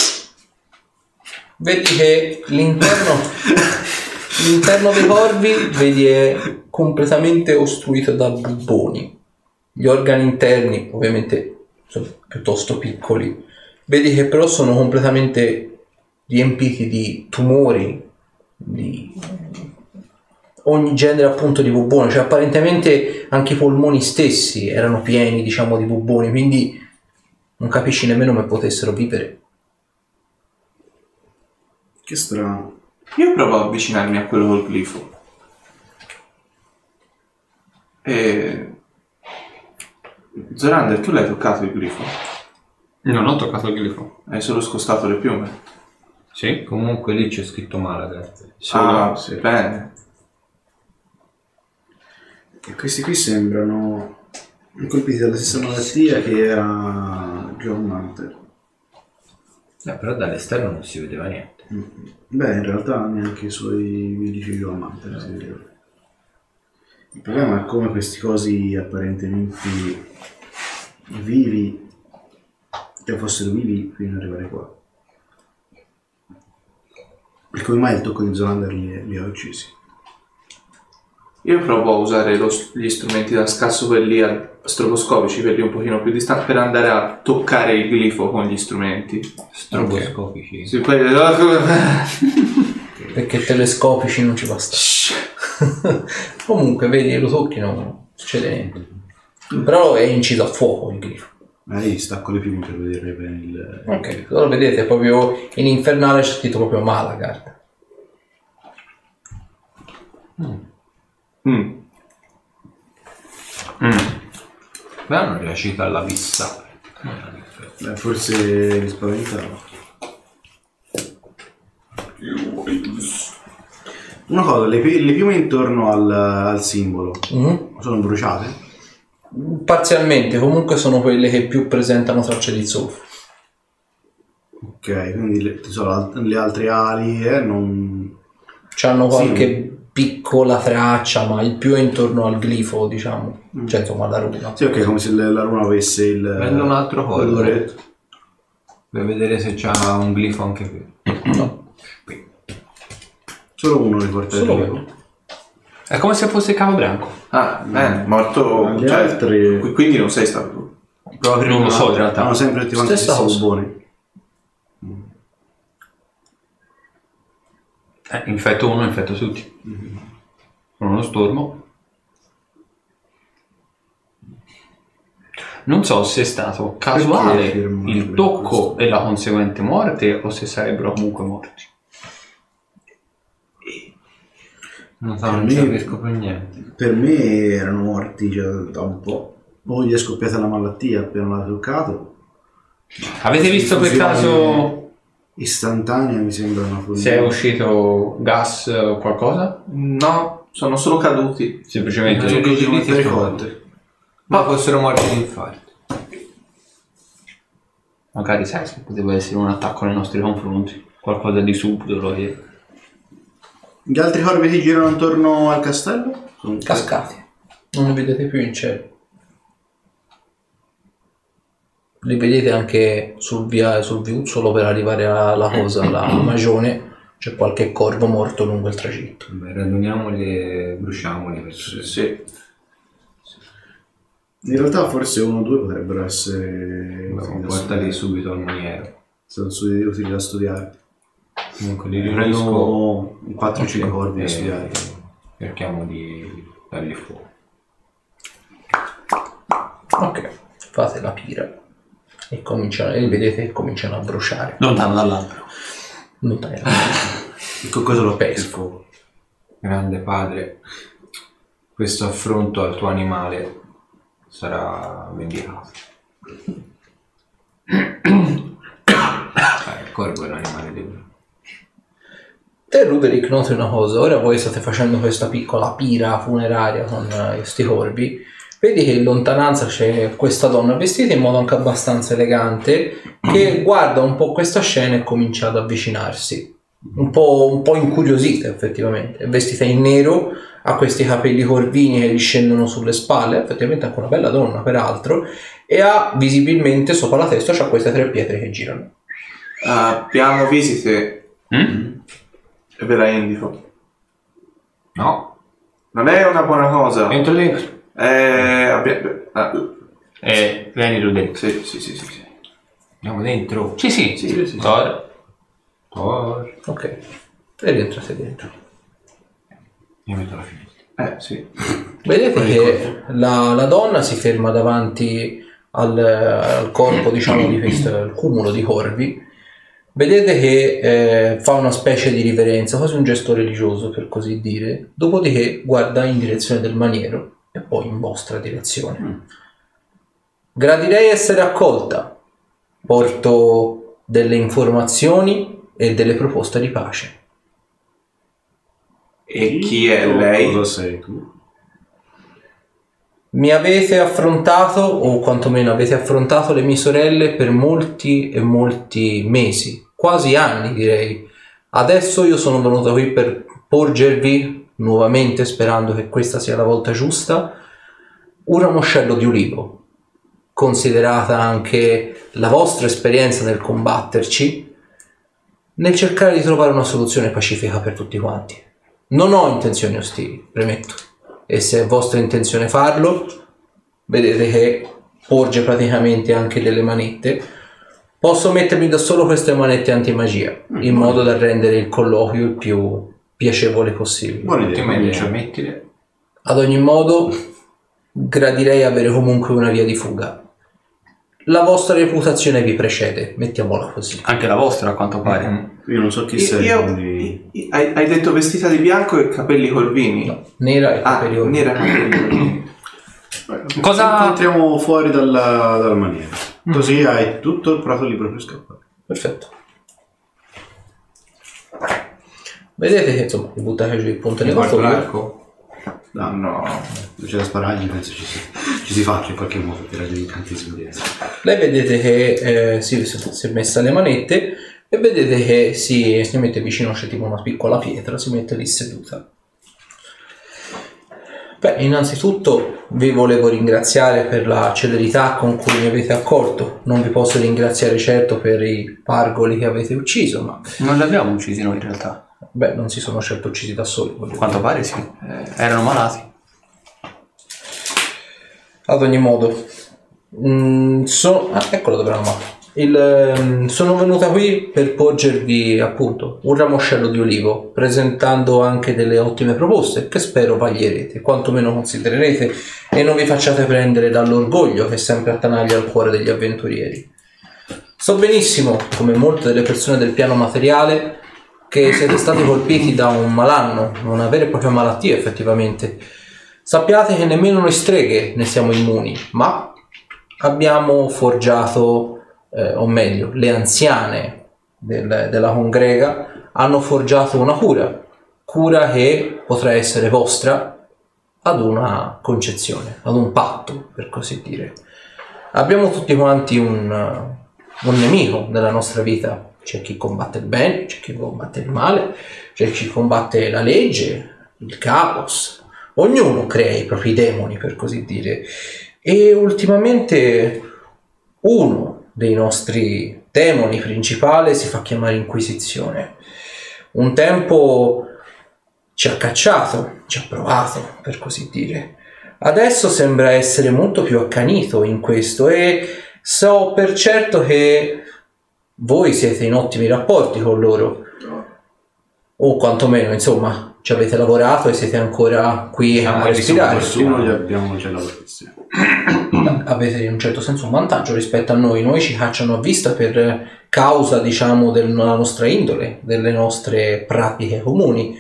Vedi che l'interno dei corvi vedi è completamente ostruito da bubboni. Gli organi interni ovviamente sono piuttosto piccoli. Vedi che però sono completamente riempiti di tumori, di ogni genere appunto di bubbone, cioè apparentemente anche i polmoni stessi erano pieni, diciamo, di bubboni, quindi non capisci nemmeno come potessero vivere. Che strano. Io provo a avvicinarmi a quello col glifo. Zorander, tu l'hai toccato il glifo? Non ho toccato il glifo. Hai solo scostato le piume? Sì? Comunque lì c'è scritto Malaga. Sì. Bene. E questi qui sembrano colpiti dalla stessa malattia che era John Mantel. Però dall'esterno non si vedeva niente. Beh, in realtà neanche i suoi medici di John Mantel si vedeva. Il problema è come questi cosi apparentemente vivi, che fossero vivi fino ad arrivare qua. E come mai il tocco di Zorander li ha uccisi? Io provo a usare gli strumenti da scasso, quelli stroboscopici, quelli un pochino più distanti, per andare a toccare il glifo con gli strumenti. Stroboscopici? Sì, quelli... Perché telescopici non ci basta. Comunque vedi, lo tocchi, non succede niente. Però è inciso a fuoco il glifo. Io stacco le piume per vedere bene il... Ok, lo vedete, proprio in infernale c'è scritto proprio Malaga. Beh, hanno riuscito alla vissare. Beh, forse li spaventava. Una cosa, le piume intorno al simbolo sono bruciate? Parzialmente, comunque sono quelle che più presentano tracce di zolfo. Ok, quindi le altre ali non... C'hanno qualche piccola traccia, ma il più è intorno al glifo, diciamo. Cioè, insomma, la runa. Sì, ok, come se la runa avesse il... Prendo un altro colore coloretto. per vedere se c'ha un glifo anche qui. No. Solo uno riporta il Solo glifo. uno. È come se fosse Cavo Bianco. Ah, bene, morto... Gli cioè, altri... quindi non sei stato tu. Proprio non lo so in realtà. Hanno sempre tutti quanti Stessa stessi cosa. buoni. Infetto uno, infetto tutti. Con uno stormo. Non so se è stato casuale Perché firmare il tocco questo? e la conseguente morte o se sarebbero comunque morti. Non so, non ci capisco per niente. Per me erano morti già da un po'. Poi gli è scoppiata la malattia appena l'ha toccato. Avete visto per caso Istantanea mi sembra una follia. se è uscito gas o qualcosa? No, sono solo caduti. Semplicemente Sono Sono riusciti tre solo. volte. Ma fossero morti di infarto. magari sai se poteva essere un attacco nei nostri confronti, qualcosa di subdolo che... Gli altri corvi che girano intorno al castello? Sono Cascati. Non li vedete più in cielo. Li vedete anche sul viuzzolo per arrivare alla cosa, alla magione. C'è qualche corvo morto lungo il tragitto. Beh, raduniamoli e bruciamoli. Per Sì. In realtà forse uno o due potrebbero essere portali subito al maniero. sono utili da studiare. Comunque li riunisco. Prendono 4-5 corvi da e studiare. cerchiamo di dargli fuoco. Ok, fate la pira e cominciano, e vedete che cominciano a bruciare. lontano dall'albero. Lontani. Con cosa lo Pesco. Grande padre, questo affronto al tuo animale sarà vendicato. Il corvo è un animale debole. Te Ruderick noti una cosa, ora voi state facendo questa piccola pira funeraria con questi corvi, vedi che in lontananza c'è questa donna vestita in modo anche abbastanza elegante che guarda un po' questa scena e comincia ad avvicinarsi. un po' incuriosita effettivamente. È vestita in nero, ha questi capelli corvini che gli scendono sulle spalle, effettivamente è anche una bella donna peraltro, e ha visibilmente sopra la testa c'ha queste 3 pietre che girano. Abbiamo visite e ve la indico. No. Non è una buona cosa. Entro dentro. Vieni tu dentro. Sì. Andiamo dentro. Sì. Ora. Ok, e rientrate dentro. Io metto la finestra. Sì. Vedete che la donna si ferma davanti al corpo, diciamo, di questo il cumulo di corvi. Vedete che fa una specie di riverenza, quasi un gesto religioso per così dire, dopodiché guarda in direzione del maniero e poi in vostra direzione. Gradirei essere accolta. Porto delle informazioni e delle proposte di pace. E chi è lei? Cosa sei tu? Mi avete affrontato, o quantomeno avete affrontato le mie sorelle per molti e molti mesi, quasi anni direi. Adesso io sono venuto qui per porgervi nuovamente, sperando che questa sia la volta giusta, un ramoscello di ulivo. Considerata anche la vostra esperienza nel combatterci, nel cercare di trovare una soluzione pacifica per tutti quanti. Non ho intenzioni ostili, premetto. E se è vostra intenzione farlo, vedete che porge praticamente anche delle manette. Posso mettermi da solo queste manette antimagia, in modo da rendere il colloquio il più piacevole possibile. Buona idea. Mettile. Ad ogni modo, gradirei avere comunque una via di fuga. La vostra reputazione vi precede, mettiamola così. Anche la vostra, a quanto pare. Io non so chi sei, quindi... Hai detto vestita di bianco e capelli corvini? No, nera e capelli corvini. Nera e capelli corvini. Cosa- Entriamo fuori dalla maniera. Così hai tutto il prato libero per scappare. Perfetto. Vedete che insomma, buttate giù il punto di Guardo controllo. l'arco. No. C'è da sparargli, penso ci si faccia in qualche modo per avere l'incantesimo di essere. Lei vedete che si è messa le manette e vedete che si mette vicino, c'è tipo una piccola pietra, si mette lì seduta. Beh, innanzitutto vi volevo ringraziare per la celerità con cui mi avete accolto. Non vi posso ringraziare certo per i pargoli che avete ucciso, ma Non li abbiamo uccisi noi in realtà. beh, non si sono certo uccisi da soli. voglio A quanto pare sì. Erano malati. Ad ogni modo, eccolo dove eravamo. Sono venuta qui per porgervi appunto un ramoscello di ulivo, presentando anche delle ottime proposte che spero vaglierete, quantomeno considererete e non vi facciate prendere dall'orgoglio che sempre attanaglia al cuore degli avventurieri. So benissimo, come molte delle persone del piano materiale, che siete stati colpiti da un malanno, una vera e propria malattia effettivamente. Sappiate che nemmeno noi streghe ne siamo immuni, ma abbiamo forgiato, o meglio, le anziane della congrega hanno forgiato una cura che potrà essere vostra ad una concezione, ad un patto, per così dire. Abbiamo tutti quanti un nemico nella nostra vita. C'è chi combatte il bene, c'è chi combatte il male, c'è chi combatte la legge, il caos. Ognuno crea i propri demoni, per così dire. E ultimamente uno dei nostri demoni principali si fa chiamare Inquisizione. Un tempo ci ha cacciato, ci ha provato, per così dire. Adesso sembra essere molto più accanito in questo e so per certo che voi siete in ottimi rapporti con loro. O quantomeno, insomma, ci avete lavorato e siete ancora qui a respirare. Nessuno gli abbiamo già lavorazione. Avete in un certo senso un vantaggio rispetto a noi ci cacciano a vista per causa, diciamo, della nostra indole, delle nostre pratiche comuni.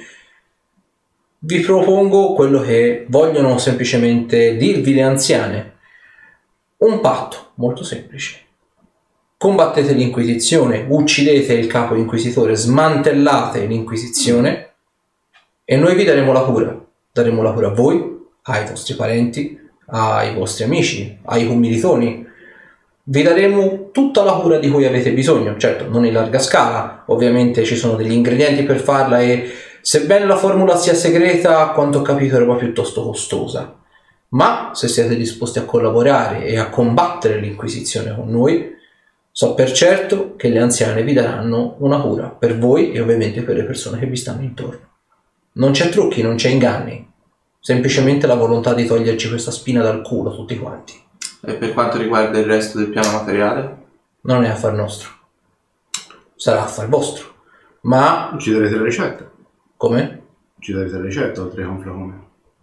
Vi propongo quello che vogliono semplicemente dirvi le anziane. Un patto molto semplice. Combattete l'Inquisizione, uccidete il capo inquisitore, smantellate l'Inquisizione e noi vi daremo la cura. Daremo la cura a voi, ai vostri parenti, ai vostri amici, ai commilitoni. vi daremo tutta la cura di cui avete bisogno, certo non in larga scala, ovviamente ci sono degli ingredienti per farla e sebbene la formula sia segreta, a quanto ho capito era piuttosto costosa, ma se siete disposti a collaborare e a combattere l'Inquisizione con noi, so per certo che le anziane vi daranno una cura per voi e ovviamente per le persone che vi stanno intorno. Non c'è trucchi, non c'è inganni, semplicemente la volontà di toglierci questa spina dal culo tutti quanti. E per quanto riguarda il resto del piano materiale? Non è affar nostro, sarà affar vostro, ma... Ci darete la ricetta? Come? Ci darete la ricetta oltre che un flacone?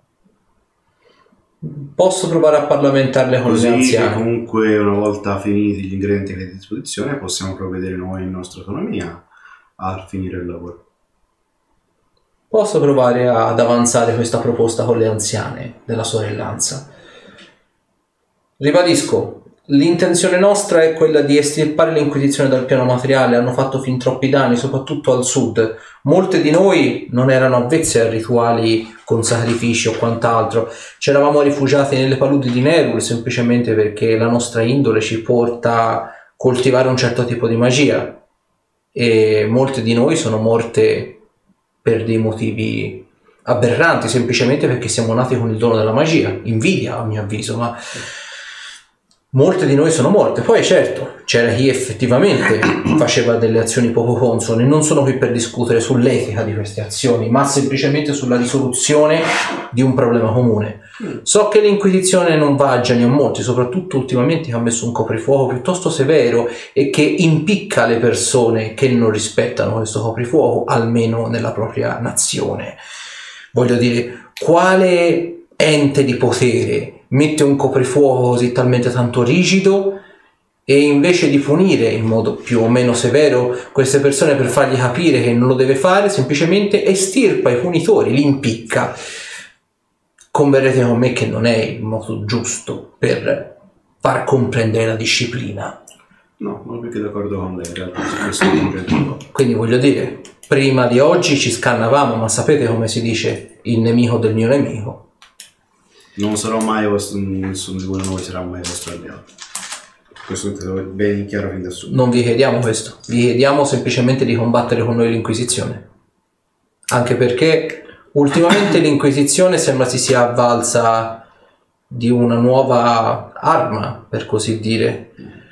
Posso provare a parlamentarle con le Così che anziane. comunque una volta finiti gli ingredienti che avete a disposizione possiamo provvedere noi in nostra autonomia a finire il lavoro. Posso provare ad avanzare questa proposta con le anziane della sorellanza. Ribadisco, l'intenzione nostra è quella di estirpare l'Inquisizione dal piano materiale, hanno fatto fin troppi danni, soprattutto al sud. Molte di noi non erano avvezze a rituali con sacrifici o quant'altro, ci eravamo rifugiati nelle paludi di Nerul semplicemente perché la nostra indole ci porta a coltivare un certo tipo di magia e molte di noi sono morte per dei motivi aberranti, semplicemente perché siamo nati con il dono della magia, invidia a mio avviso, ma molte di noi sono morte. Poi certo, c'era chi effettivamente faceva delle azioni poco consone, non sono qui per discutere sull'etica di queste azioni, ma semplicemente sulla risoluzione di un problema comune. So che l'Inquisizione non va a geni a molti, soprattutto ultimamente che ha messo un coprifuoco piuttosto severo e che impicca le persone che non rispettano questo coprifuoco, almeno nella propria nazione. Voglio dire, quale ente di potere mette un coprifuoco così talmente tanto rigido e invece di punire in modo più o meno severo queste persone per fargli capire che non lo deve fare, semplicemente estirpa i punitori, li impicca? Converrete con me che non è il modo giusto per far comprendere la disciplina. No, non più che d'accordo con lei in realtà su questo punto. Quindi voglio dire, prima di oggi ci scannavamo, ma sapete come si dice il nemico del mio nemico? Non sarò mai vostro, nessuno di voi sarà mai vostro alleato. Questo è ben chiaro fin da subito. Non vi chiediamo questo, vi chiediamo semplicemente di combattere con noi l'Inquisizione. Anche perché ultimamente l'Inquisizione sembra si sia avvalsa di una nuova arma, per così dire.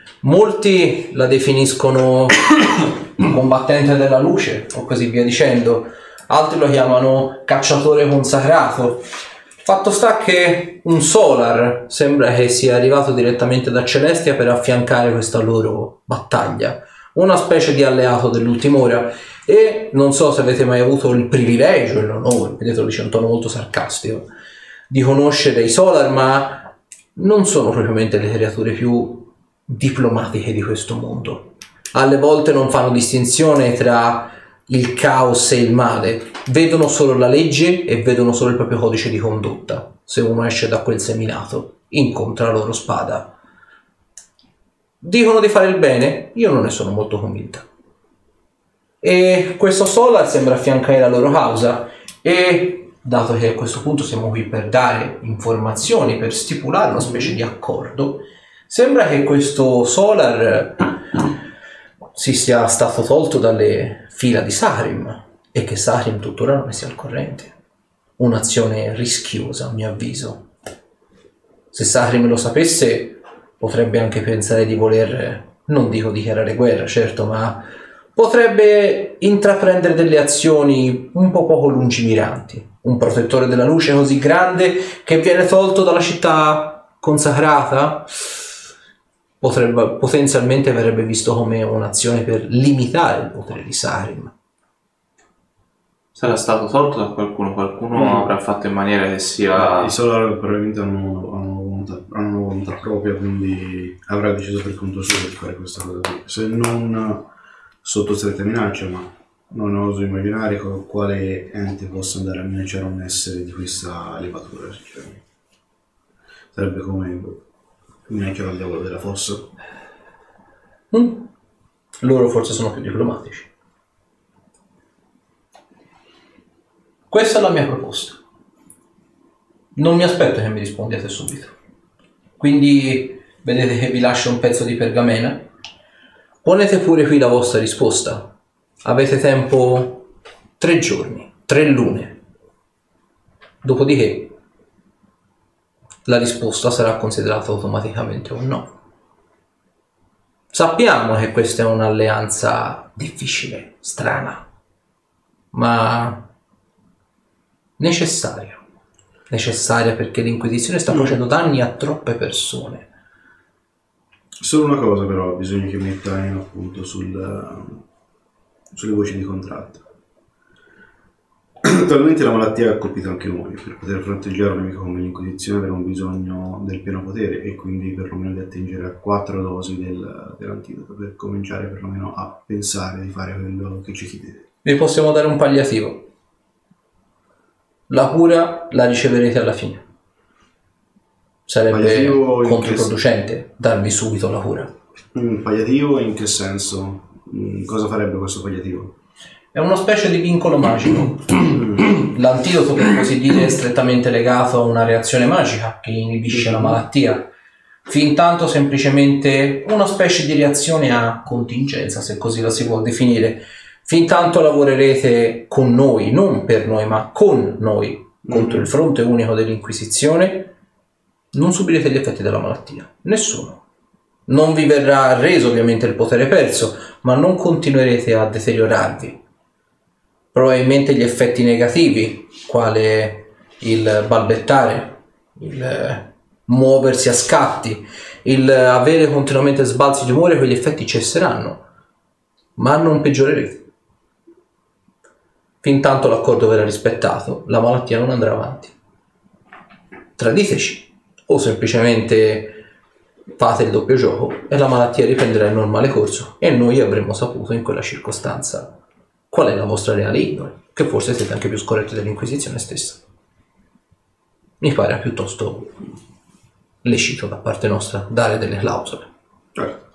Molti la definiscono combattente della luce o così via dicendo, altri lo chiamano cacciatore consacrato. Fatto sta che un Solar sembra che sia arrivato direttamente da Celestia per affiancare questa loro battaglia, una specie di alleato dell'ultima ora. E non so se avete mai avuto il privilegio e l'onore, vedete lo dice un tono molto sarcastico, di conoscere i Solar, ma non sono propriamente le creature più diplomatiche di questo mondo. Alle volte non fanno distinzione tra il caos e il male, vedono solo la legge e vedono solo il proprio codice di condotta. Se uno esce da quel seminato, incontra la loro spada. Dicono di fare il bene, io non ne sono molto convinta. E questo Solar sembra affiancare la loro causa e, dato che a questo punto siamo qui per dare informazioni, per stipulare una specie di accordo, sembra che questo Solar si sia stato tolto dalle fila di Sarim e che Sarim tuttora non ne sia al corrente. Un'azione rischiosa, a mio avviso. Se Sarim lo sapesse, potrebbe anche pensare di voler, non dico dichiarare guerra, certo, ma potrebbe intraprendere delle azioni un po' poco lungimiranti. Un protettore della luce così grande che viene tolto dalla città consacrata potenzialmente verrebbe visto come un'azione per limitare il potere di Sarim. Sarà stato tolto da qualcuno avrà fatto in maniera che sia... I Solar probabilmente hanno una volontà propria, quindi avrà deciso per conto suo di fare questa cosa qui. Se non sotto stretta minaccia, ma non oso immaginare quale ente possa andare a minacciare un essere di questa levatura, sinceramente. Sarebbe come minacciare al diavolo della fossa. Loro forse sono più diplomatici. Questa è la mia proposta. Non mi aspetto che mi rispondiate subito. Quindi Vedete che vi lascia un pezzo di pergamena. Ponete pure qui la vostra risposta. Avete tempo 3 giorni, 3 lune. Dopodiché la risposta sarà considerata automaticamente un no. Sappiamo che questa è un'alleanza difficile, strana, ma necessaria. Necessaria perché l'Inquisizione sta facendo danni a troppe persone. Solo una cosa però bisogna che metta in appunto sulle voci di contratto. Attualmente la malattia ha colpito anche noi. Per poter fronteggiare un nemico come l'Inquisizione avremo bisogno del pieno potere e quindi perlomeno di attingere a 4 dosi dell'antidoto per cominciare perlomeno a pensare di fare quello che ci chiedete. Vi possiamo dare un palliativo. La cura la riceverete alla fine. Sarebbe Palliativo in controproducente darvi subito la cura. Un palliativo in che senso? Cosa farebbe questo palliativo? È una specie di vincolo magico. L'antidoto, per così dire, è strettamente legato a una reazione magica che inibisce la malattia. Fintanto semplicemente una specie di reazione a contingenza, se così la si può definire. Fintanto lavorerete con noi, non per noi, ma con noi, contro il fronte unico dell'Inquisizione, non subirete gli effetti della malattia. Nessuno. Non vi verrà reso ovviamente il potere perso, ma non continuerete a deteriorarvi. Probabilmente gli effetti negativi, quale il balbettare, il muoversi a scatti, il avere continuamente sbalzi di umore, quegli effetti cesseranno, ma non peggiorerete. Fintanto l'accordo verrà rispettato, la malattia non andrà avanti. Traditeci, o semplicemente fate il doppio gioco e la malattia riprenderà il normale corso e noi avremo saputo in quella circostanza qual è la vostra reale indole, che forse siete anche più scorretti dell'Inquisizione stessa. Mi pare piuttosto lecito da parte nostra dare delle clausole. Certo.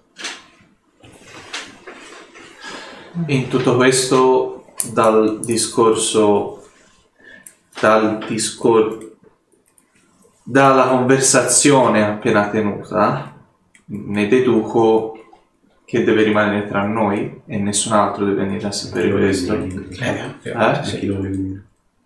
In tutto questo, dalla conversazione appena tenuta, ne deduco che deve rimanere tra noi e nessun altro deve venire a sapere questo. Chi lo vuole dire?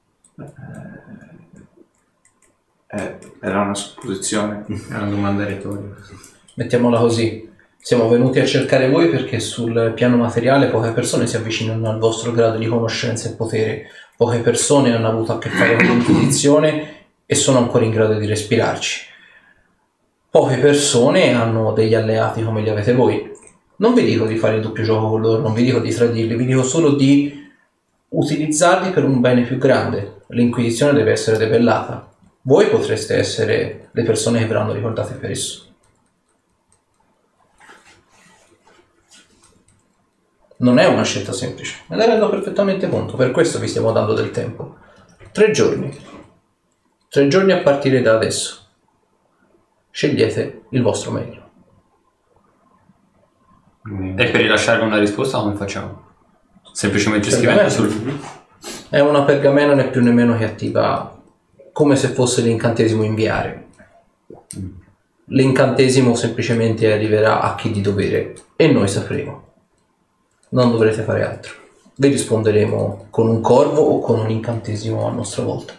Era una supposizione. È una domanda retorica. Mettiamola così. Siamo venuti a cercare voi perché sul piano materiale poche persone si avvicinano al vostro grado di conoscenza e potere. Poche persone hanno avuto a che fare con l'Inquisizione e sono ancora in grado di respirarci. Poche persone hanno degli alleati come li avete voi. Non vi dico di fare il doppio gioco con loro, non vi dico di tradirli, vi dico solo di utilizzarli per un bene più grande. L'Inquisizione deve essere debellata. Voi potreste essere le persone che verranno ricordate per esso. Non è una scelta semplice, me ne rendo perfettamente conto, per questo vi stiamo dando del tempo. 3 giorni. 3 giorni a partire da adesso. Scegliete il vostro meglio. E per rilasciare una risposta come facciamo? Semplicemente scrivendo sul... È una pergamena né più né meno che attiva come se fosse l'incantesimo inviare. L'incantesimo semplicemente arriverà a chi di dovere e noi sapremo. Non dovrete fare altro. Vi risponderemo con un corvo o con un incantesimo a nostra volta.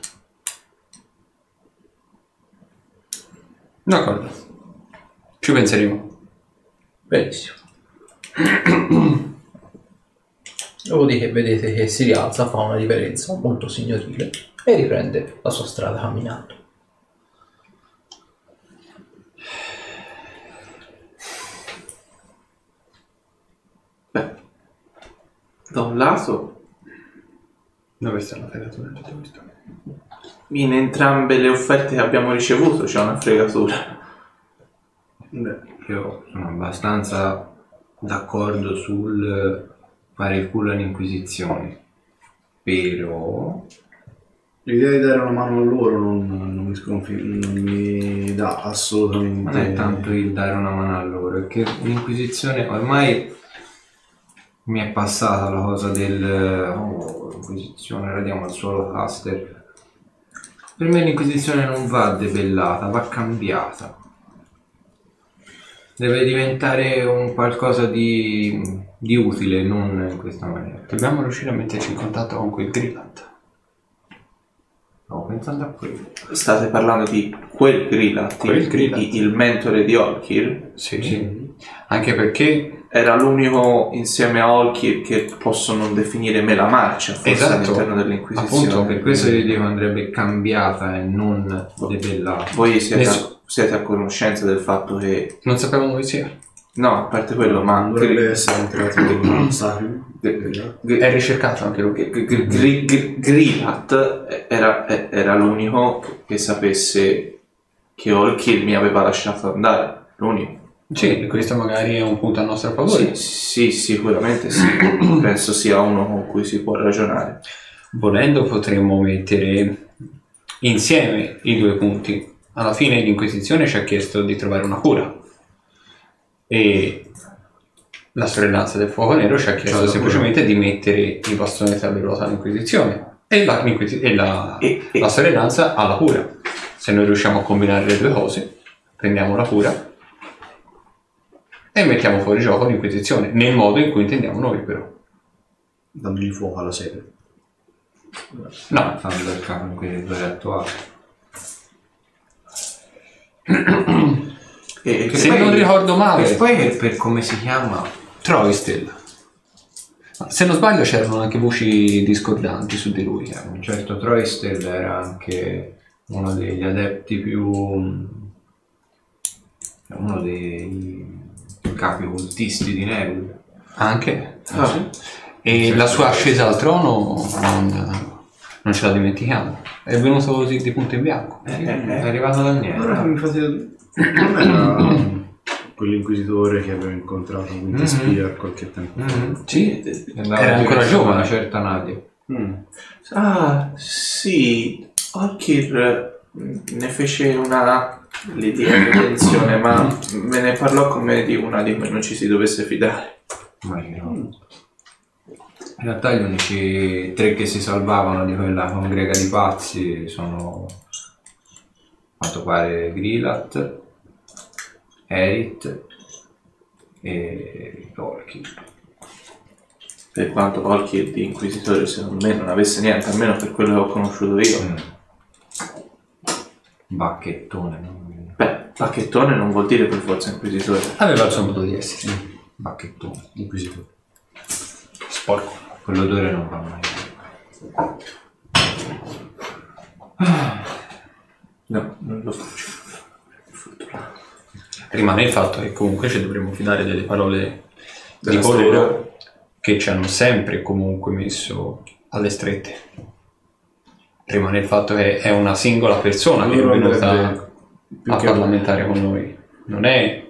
D'accordo. Ci penseremo. Benissimo. Dopodiché vedete che si rialza, fa una riverenza molto signorile e riprende la sua strada camminando. Beh, da un lato, Dove sta la fregatura di tutto questo? in entrambe le offerte che abbiamo ricevuto c'è una fregatura. Beh, io sono abbastanza d'accordo sul fare il culo all'Inquisizione, però L'idea di dare una mano a loro non mi dà assolutamente... non è tanto il dare una mano a loro, è che l'Inquisizione ormai mi è passata la cosa l'Inquisizione, radiamo al suolo caster. Per me l'Inquisizione non va debellata, va cambiata. Deve diventare un qualcosa di utile, non in questa maniera. Dobbiamo riuscire a metterci in contatto con quel Grillat. Stavo pensando a quello. State parlando di quel Grillat, Quel Grillat. il mentore di Olkir? Sì. Anche perché Era l'unico insieme a Olkir che possono definire me la marcia, forse Esatto. all'interno dell'Inquisizione. Appunto, Per questo io dico andrebbe cambiata e non debellata. Voi siete, Nessuno- siete a conoscenza del fatto che... non sapevamo dove sia. No, a parte quello, ma... Dovrebbe essere entrato in Sacrium. È ricercato anche lui. Grillat era l'unico che sapesse che Olkir mi aveva lasciato andare. L'unico. Sì, questo magari è un punto a nostro favore. Sì, sicuramente sì. Penso sia uno con cui si può ragionare. Volendo potremmo mettere insieme i due punti. Alla fine l'Inquisizione ci ha chiesto di trovare una cura e la sorellanza del fuoco nero ci ha chiesto semplicemente di mettere i bastoni tra le ruote all'Inquisizione e la sorellanza alla cura. Se noi riusciamo a combinare le due cose, prendiamo la cura e mettiamo fuori gioco l'Inquisizione nel modo in cui intendiamo noi, però. Dandogli fuoco alla sede. No, Fanno del capo in quei due attuali. se non ricordo male, E poi per come si chiama? Troistel. Se non sbaglio c'erano anche voci discordanti su di lui. Un certo Troistel era anche uno degli adepti più... uno dei capi cultisti di Nebula. Anche. E la sua ascesa al trono non ce la dimentichiamo. È venuto così di punto in bianco. È arrivato da niente. Allora mi fate... Non era quell'inquisitore che avevo incontrato a Winter Spear qualche tempo fa. Sì, Andava era ancora una giovane. certa Nadia. Ah, sì, Olkir ne fece una l'idea di attenzione, ma me ne parlò come di una di cui non ci si dovesse fidare. In realtà gli unici tre che si salvavano di quella congrega di pazzi sono, a quanto pare, Grillat, Erit e Olkir. Per quanto Olkir di inquisitore secondo me non avesse niente, almeno per quello che ho conosciuto io. Bacchettone, no? Beh, bacchettone non vuol dire per forza inquisitore. Aveva il suo modo di essere. Bacchettone. Inquisitore. Sporco. Quell'odore non va mai. No, non lo faccio. Rimane il fatto che comunque ci dovremmo fidare delle parole di Della coloro che ci hanno sempre e comunque messo alle strette. Rimane il fatto che è una singola persona che è Allora venuta andrebbe più a che- parlamentare con noi. Non è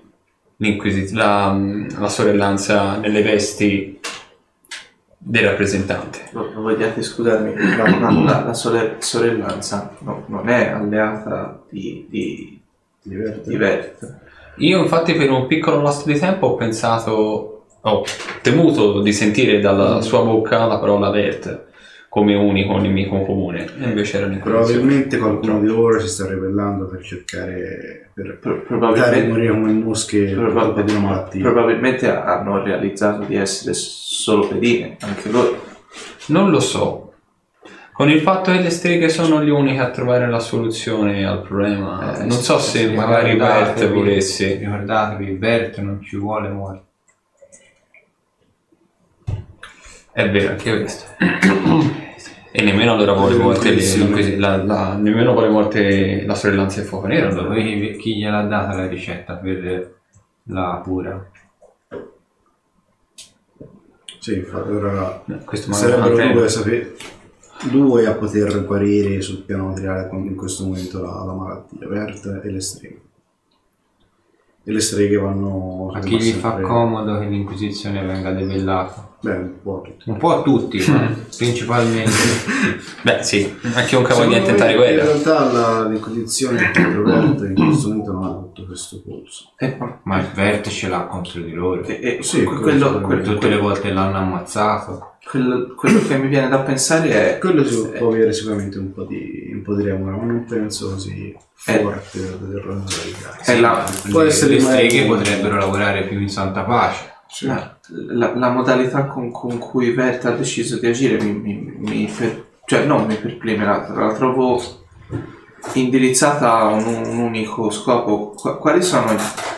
la sorellanza nelle vesti del rappresentante. Vogliate scusarmi, la sorellanza non è alleata di Vert. Io infatti per un piccolo lasso di tempo ho temuto di sentire dalla sua bocca la parola Vert come unico nemico comune, e invece era l'inquisizione. Probabilmente qualcuno di loro si sta ribellando per cercare per Probabilmente- dare morire come mosche per colpa di una malattia. Probabilmente hanno realizzato di essere solo pedine, anche loro. Non lo so. Con il fatto che le streghe sono le uniche a trovare la soluzione al problema, non so se magari Bert volesse. Ricordatevi, Bert non ci vuole morte. È vero anche questo. E nemmeno allora vuole morte nemmeno vuole morte la sorellanza del fuoco nero. Allora. Poi chi gliel'ha data la ricetta per la cura? Sì, infatti ora Questo magari sarebbero due a poter guarire sul piano materiale in questo momento la malattia, Vert e le streghe. E le streghe vanno... A chi gli fa comodo che l'Inquisizione venga debellata? Beh, un po' tutti. Un po' a tutti, ma principalmente. Beh sì, a chiunque voglia Secondo tentare me, guerra. in realtà l'Inquisizione contro Vert in questo momento non ha tutto questo polso. Ma il Vert ce l'ha contro di loro. Sì, Tutte le volte l'hanno ammazzato. quello che mi viene da pensare è... Quello può avere sicuramente un po' di remora, ma non penso così forte da poterlo usare. Può essere le streghe potrebbero lavorare più in santa pace. Sì. La modalità con cui Vert ha deciso di agire non mi perplime, la trovo indirizzata a un unico scopo. Quali sono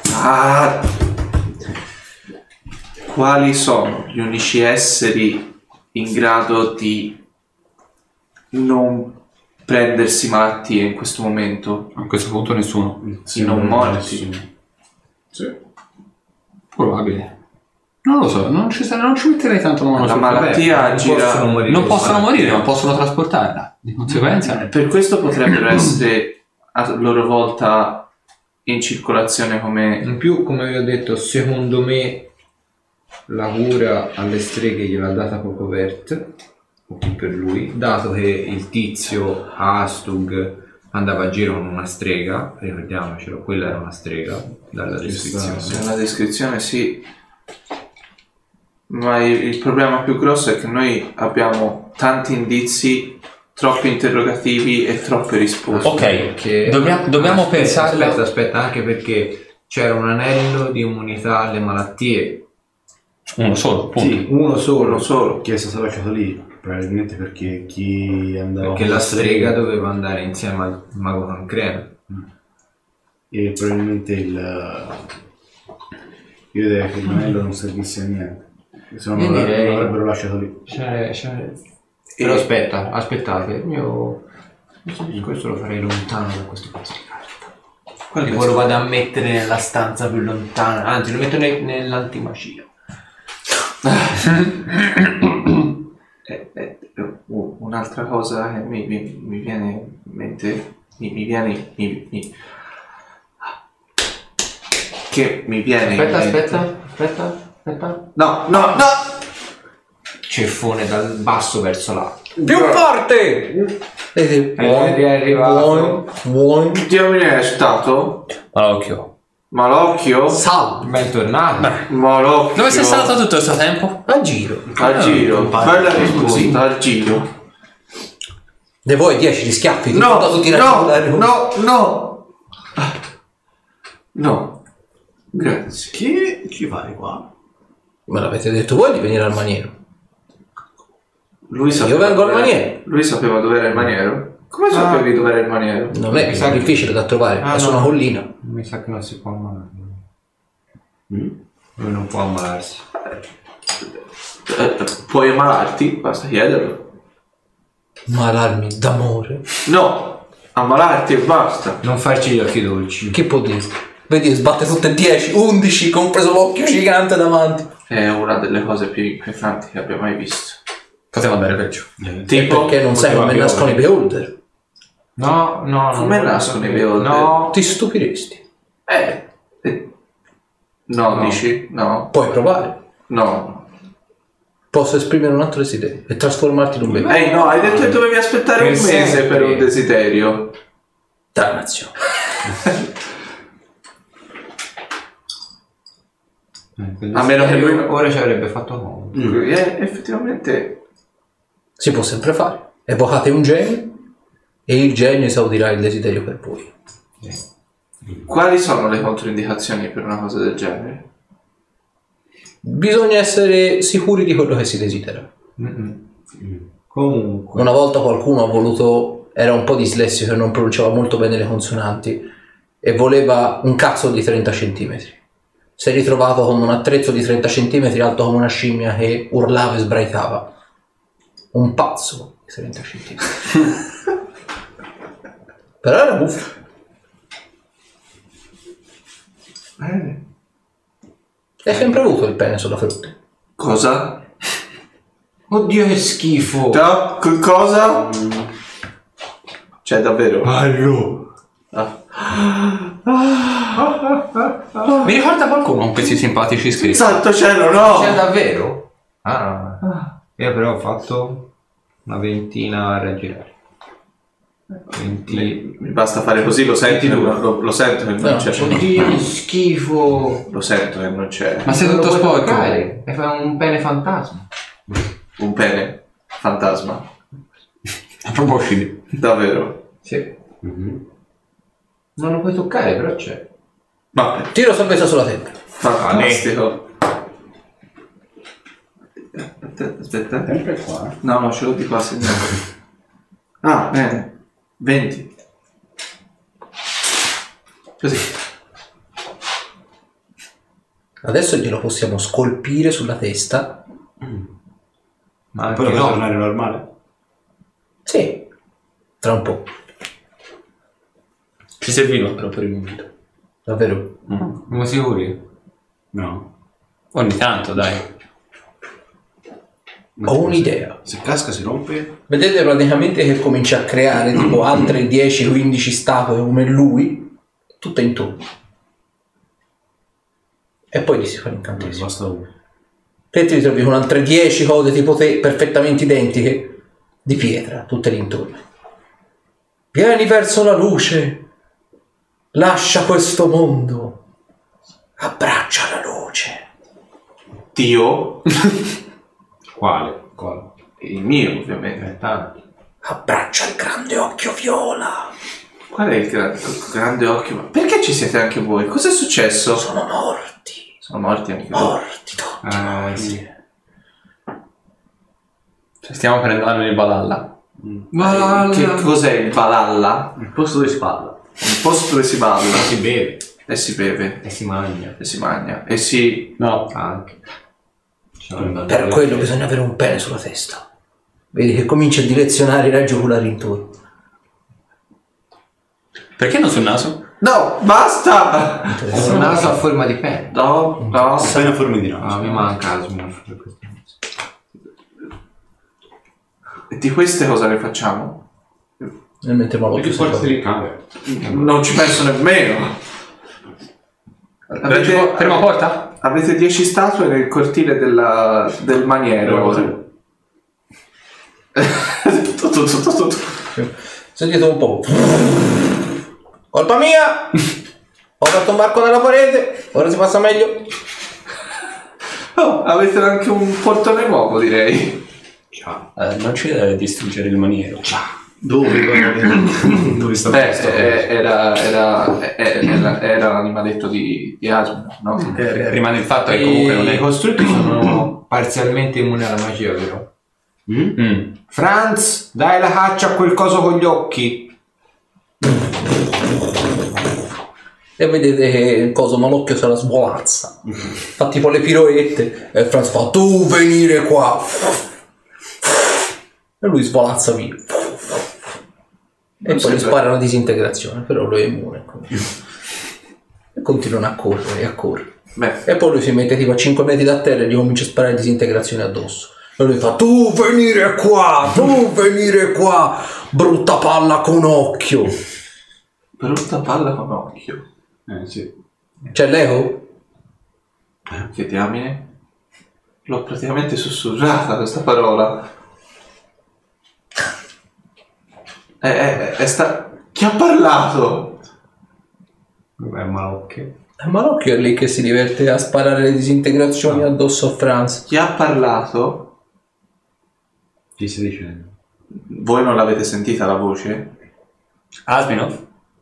gli unici esseri in grado di non prendersi malattie in questo momento? A questo punto nessuno. I non morti. Sì. Probabile. Non lo so, non ci metterei tanto mano La sul malattia gira... non possono morire, non possono trasportarla. Di conseguenza... Per questo potrebbero essere a loro volta in circolazione come... In più, come vi ho detto, secondo me la cura alle streghe gliel'ha data poco Vert, o più per lui, dato che il tizio a Astug andava a giro con una strega, ricordiamocelo, quella era una strega dalla descrizione. Nella descrizione sì, ma il problema più grosso è che noi abbiamo tanti indizi, troppi interrogativi e troppe risposte. Ok, dobbiamo pensare... Aspetta, anche perché c'era un anello di immunità alle malattie. Uno solo, punto. Sì, Uno solo. Che è stato lasciato lì, probabilmente perché chi andava... Perché la strega doveva andare insieme al mago Cancrena. E probabilmente io direi che il manello non servisse a niente. Se no non l'avrebbero lasciato lì. Però aspettate, io questo lo farei lontano da questo pezzo di carta. Poi lo vado a mettere nella stanza più lontana, anzi lo metto nell'antimagia. Un'altra cosa che mi viene in mente, Aspetta. No! Ceffone dal basso verso l'alto. Più forte! È arrivato. Dio me ne è stato? Malocchio? Salve! Bentornato. Malocchio. Dove sei stato tutto questo tempo? A giro. Al giro. Bella risposta, al giro. Ne vuoi 10 di schiaffi? No. Grazie. Che ci fai qua? Me l'avete detto voi di venire al maniero? Io vengo al maniero. Lui sapeva dove era il maniero? Come sapevi dove era il maniero? Non è difficile da trovare, è su una collina. Mi sa che non si può ammalare. Lui non può ammalarsi. Puoi ammalarti, basta chiederlo. Malarmi d'amore. No, ammalarti e basta. Non farci gli occhi dolci. Che può dire? Vedi, sbatte tutte 10, 11, compreso l'occhio gigante davanti. È una delle cose più inquietanti che abbia mai visto. Poteva andare peggio. Tipo, perché non sai come nascono i beholder? No. Come nascono i beholder? No. Ti stupiresti. No, dici? No. Puoi provare. No. Posso esprimere un altro desiderio e trasformarti in un beholder. No, hai detto che dovevi aspettare un mese per un desiderio. Dannazione. A meno che lui... ora ci avrebbe fatto comodo. Effettivamente... Si può sempre fare. Evocate un genio e il genio esaudirà il desiderio per voi. Quali sono le controindicazioni per una cosa del genere? Bisogna essere sicuri di quello che si desidera. Comunque. Una volta qualcuno ha voluto, era un po' dislessico e non pronunciava molto bene le consonanti e voleva un cazzo di 30 centimetri. Si è ritrovato con un attrezzo di 30 centimetri alto come una scimmia che urlava e sbraitava. Un pazzo di 30 centimetri. Però era buffo. Hai sempre avuto il pene sulla fronte. Cosa? Oddio che schifo. Cosa? Cioè davvero? Ballo! Mi ricorda qualcuno con questi simpatici scritti? Santo cielo, no! C'è davvero? Io però ho fatto una ventina a raggirare. 20. Mi basta fare così, lo senti? Lo sento che non c'è. Oddio che schifo. Lo sento che non c'è. Ma sei Non tutto lo puoi sporco. toccare. E fa un pene fantasma. Un pene? Fantasma? A proposito. Davvero? Sì. Mhm. Non lo puoi toccare, però c'è. Vabbè, Tiro salvezza sulla tempra. fantastico. Aspetta. Sempre qua. No, ce l'ho di qua segnato. Ah, bene. 20. Così. Adesso glielo possiamo scolpire sulla testa. Ma Poi anche lo no. tornare normale? Sì, tra un po'. Ci serviva però per il momento. Davvero. Siamo sicuri? No. Ogni tanto, dai. Ho un'idea. Se casca si rompe? Vedete praticamente che comincia a creare tipo altre 10-15 statue come lui, tutte intorno. E poi gli si fa l'incantesimo. Basta uno. Te ti ritrovi con altre 10 cose tipo te, perfettamente identiche, di pietra, tutte lì intorno. Vieni verso la luce. Lascia questo mondo. Abbraccia la luce. Dio. Quale? Il mio, ovviamente. Tanti. Abbraccia il grande occhio viola. Qual è il grande occhio? Ma perché ci siete anche voi? Cos'è successo? Sono morti. Sono morti anche loro. Morti tutti. Sì. Stiamo per andare nel Valhalla. Che cos'è il Valhalla? Il posto dove si parla. Un posto dove si balla Si beve e si beve e si mangia. e si mangia e si... No. Anche. Per quello bisogna avere un pene sulla testa. Vedi che comincia a direzionare i raggi oculari intorno. Perché non sul naso? No, basta! È un naso a forma di pene. No. Appena forme di naso. Ah, mi manca la smurf per questo. E di queste cosa ne facciamo? Mentre Perché porti in camera? Non ci penso nemmeno. Prima porta? Avete 10 statue nel cortile del maniero. Sentite un po'. Colpa mia! Ho fatto un varco nella parete. Ora si passa meglio. Oh, avete anche un portone nuovo, direi. Ciao. Non ci deve distruggere il maniero. Dove? Dove sta questo? Era l'animaletto di Asmund, no? Rimane il fatto che comunque non I è... costrutti sono parzialmente immuni alla magia, vero? Franz, dai la caccia a quel coso con gli occhi. E vedete che il coso malocchio se la svolazza. Fa tipo le piroette. E Franz fa: tu venire qua. E lui svolazza via. E poi gli spara una disintegrazione. Però lui è immune. E continuano a correre e a correre. Beh, E poi lui si mette tipo a 5 metri da terra e gli comincia a sparare disintegrazione addosso. E lui fa: tu venire qua, brutta palla con occhio. brutta palla con occhio. Sì. C'è l'eco? Che diamine? L'ho praticamente sussurrata questa parola. Chi ha parlato? È malocchio. È malocchio è lì che si diverte a sparare le disintegrazioni addosso a Franz. Chi ha parlato? Chi stai dicendo? Voi non l'avete sentita la voce? Asminov?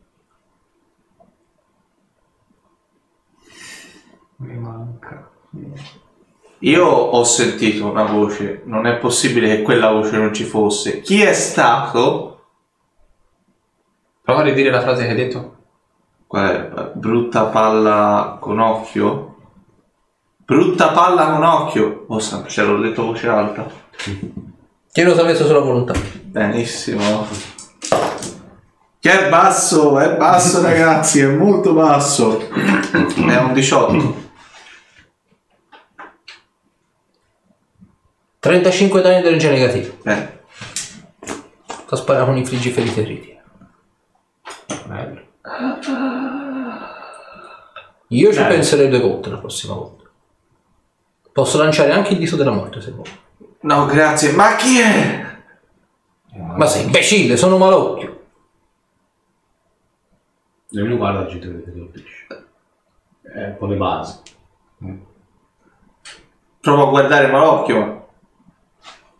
Mi manca. Io ho sentito una voce, non è possibile che quella voce non ci fosse. Chi è stato? Prova a ridire la frase che hai detto. Qual è? Brutta palla con occhio? Brutta palla con occhio! Oh santo cielo, l'ho detto voce alta. Tiro salvezza sulla volontà. Benissimo. Che è basso ragazzi, è molto basso. È un 18. 35 danni di energia negativo. Sto sparando con i frigiferi feriti. Bello. Io ci penserei 2 volte la prossima volta. Posso lanciare anche il dito della morte se vuoi. No, grazie. Ma chi è? Ma sei imbecille, sono malocchio. Nemmeno guarda la gente che ti colpisce. È un po' le basi. Provo a guardare malocchio.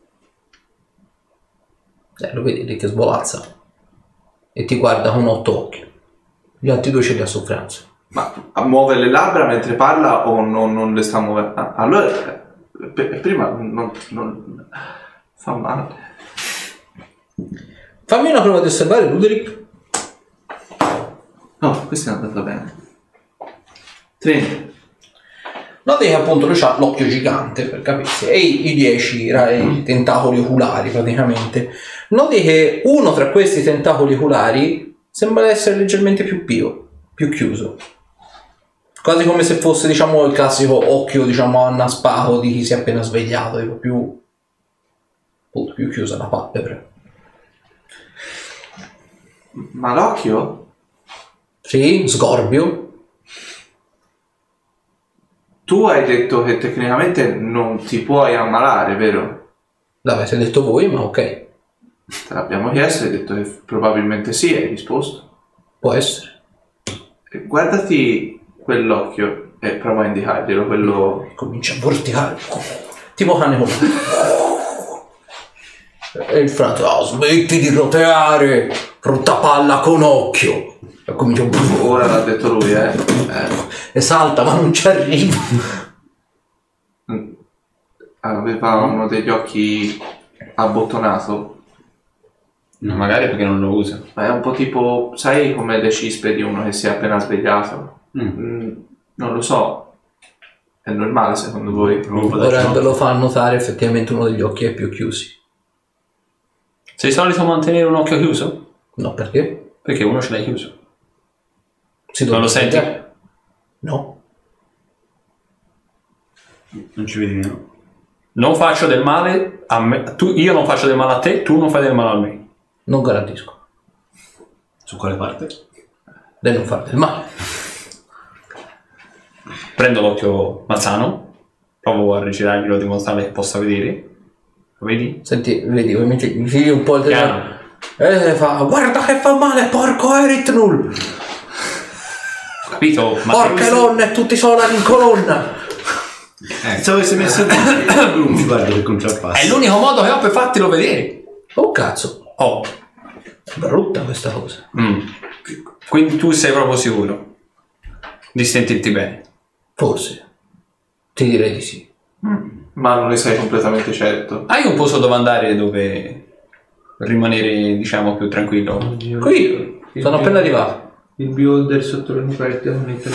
Lo vedi lì che svolazza e ti guarda con 8 occhi. Gli altri 2 ce li ha su Franz. Ma muove le labbra mentre parla o non le sta muovendo? Ah, allora, prima non fa male. Fammi una prova di osservare, Ruderick. No, questa è andata bene. 30. Noti che appunto lui ha l'occhio gigante, per capirsi, e i 10 tentacoli oculari praticamente. Noti che uno tra questi tentacoli oculari sembra essere leggermente più pio, più chiuso. Quasi come se fosse, diciamo, il classico occhio, diciamo, annaspato di chi si è appena svegliato, tipo più chiusa la palpebra. Ma l'occhio? Sì, sgorbio. Tu hai detto che tecnicamente non ti puoi ammalare, vero? L'avete detto voi, ma ok. Te l'abbiamo chiesto e hai detto che probabilmente sì, hai risposto. Può essere. Guardati quell'occhio e prova a indicarglielo, quello... Comincia a vorticare. Tipo cane con... E il frate, smetti di roteare, brutta palla con occhio. E comincia Ora l'ha detto lui, e salta, ma non ci arriva. Aveva uno degli occhi abbottonato. No, magari perché non lo usa. Ma è un po' tipo, sai come le cispe di uno che si è appena svegliato? Non lo so. È normale secondo voi? Ora ve lo fa notare, effettivamente uno degli occhi è più chiusi. Sei solito mantenere un occhio chiuso? No, perché? Perché uno ce l'hai chiuso. Non lo senti? No. Non ci vedi nemmeno. Non faccio del male a me. Io non faccio del male a te, tu non fai del male a me. Non garantisco. Su quale parte? Lei non fa del male. Prendo l'occhio mazzano, provo a rigirarglielo, dimostrare che possa vedere. Lo vedi? Senti, vedi, ovviamente mi figli un po' il Piano. fa, guarda che fa male, porco Eritnul! Capito? Ma Porca nonna, e tutti sono in colonna! Se avessi messo Bloom, ti guardo che contrappasso. è l'unico modo che ho per fartelo vedere. Oh cazzo, Oh. è brutta questa cosa. Quindi tu sei proprio sicuro di sentirti bene? Forse. Ti direi di sì. Ma non ne sei completamente certo. Hai un posto dove andare, dove rimanere, diciamo, più tranquillo? Qui, sono appena arrivato. Il beholder sotto le coperte con il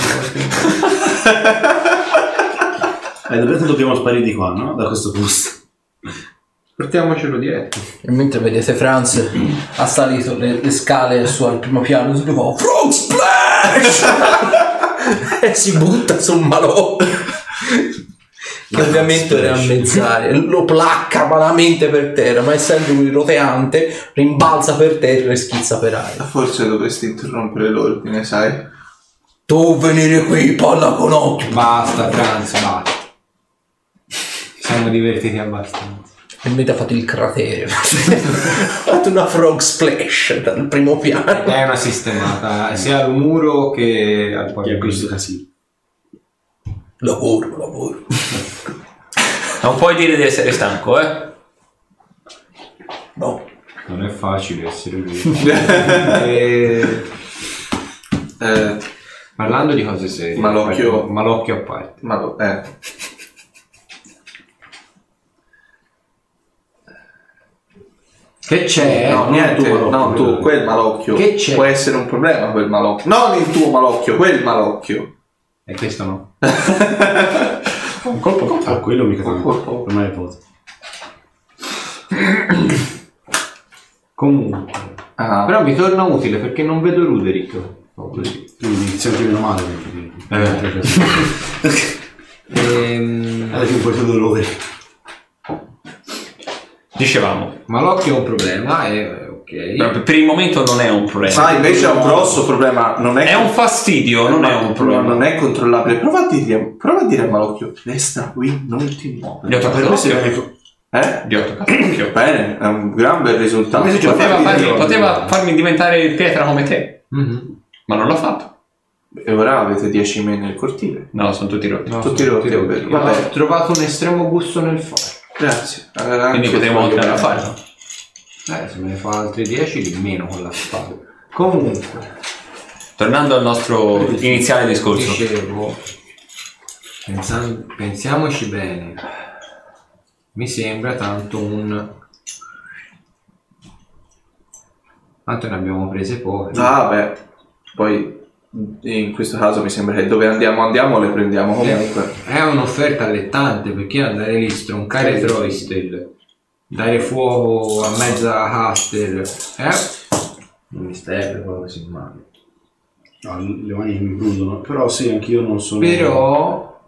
Davvero dobbiamo sparire di qua, no? Da questo posto. Portiamocelo dietro. E mentre vedete Franz ha salito le scale su al primo piano, si fa Frog Splash! E si butta sul malocchio. Che ovviamente era a mezz'aria, lo placca malamente per terra, ma essendo lui roteante rimbalza per terra e schizza per aria. Forse dovresti interrompere l'ordine, sai? Tu venire qui, palla con occhio. Basta, Franz, basta. Ci siamo divertiti abbastanza. E mentre ha fatto il cratere, ha fatto una frog splash dal primo piano. È una sistemata sia al muro che al Che è questo casino. Lavoro. Non puoi dire di essere stanco, eh? No. Non è facile essere lui. Parlando di cose serie. Malocchio a parte. Che c'è? No, niente, tu, quel malocchio. Che c'è? Può essere un problema quel malocchio. Non il tuo malocchio, quel malocchio. E questo no. Un colpo. Ah, quello mica Un colpo. per me è poco. Comunque. Però mi torna utile perché non vedo Ruderick. Così. Quindi senti meno male. Adesso un po' di dolore. Dicevamo. Ma l'occhio è un problema e ok. Però per il momento non è un problema. Ma invece è un grosso problema. Non è, È un fastidio, non è un problema. Non è controllabile. Prova a dire al malocchio. Resta qui, non ti muovi. Gli ho toccato l'occhio. Gli ho toccato l'occhio. Bene, è un gran bel risultato. Poteva farmi diventare pietra come te. Ma non l'ho fatto. E ora avete 10 me nel cortile. No, sono tutti rotti. No, Tutti rotti, è vero. Vabbè, Vabbè, ho trovato un estremo gusto nel fare. grazie. Quindi potremmo andare a farlo. Se me ne fa altri 10 di meno con la spada. Comunque, Tornando al nostro iniziale discorso. dicevo, pensiamoci bene. Mi sembra tanto tanto ne abbiamo prese poche. Poi in questo caso mi sembra che dove andiamo le prendiamo comunque. È un'offerta allettante, perché andare lì, stroncare Troistel, dare fuoco a mezza Castel, non mi stai quello che si immagina. Le mani mi brudono, però sì, anch'io non sono... Però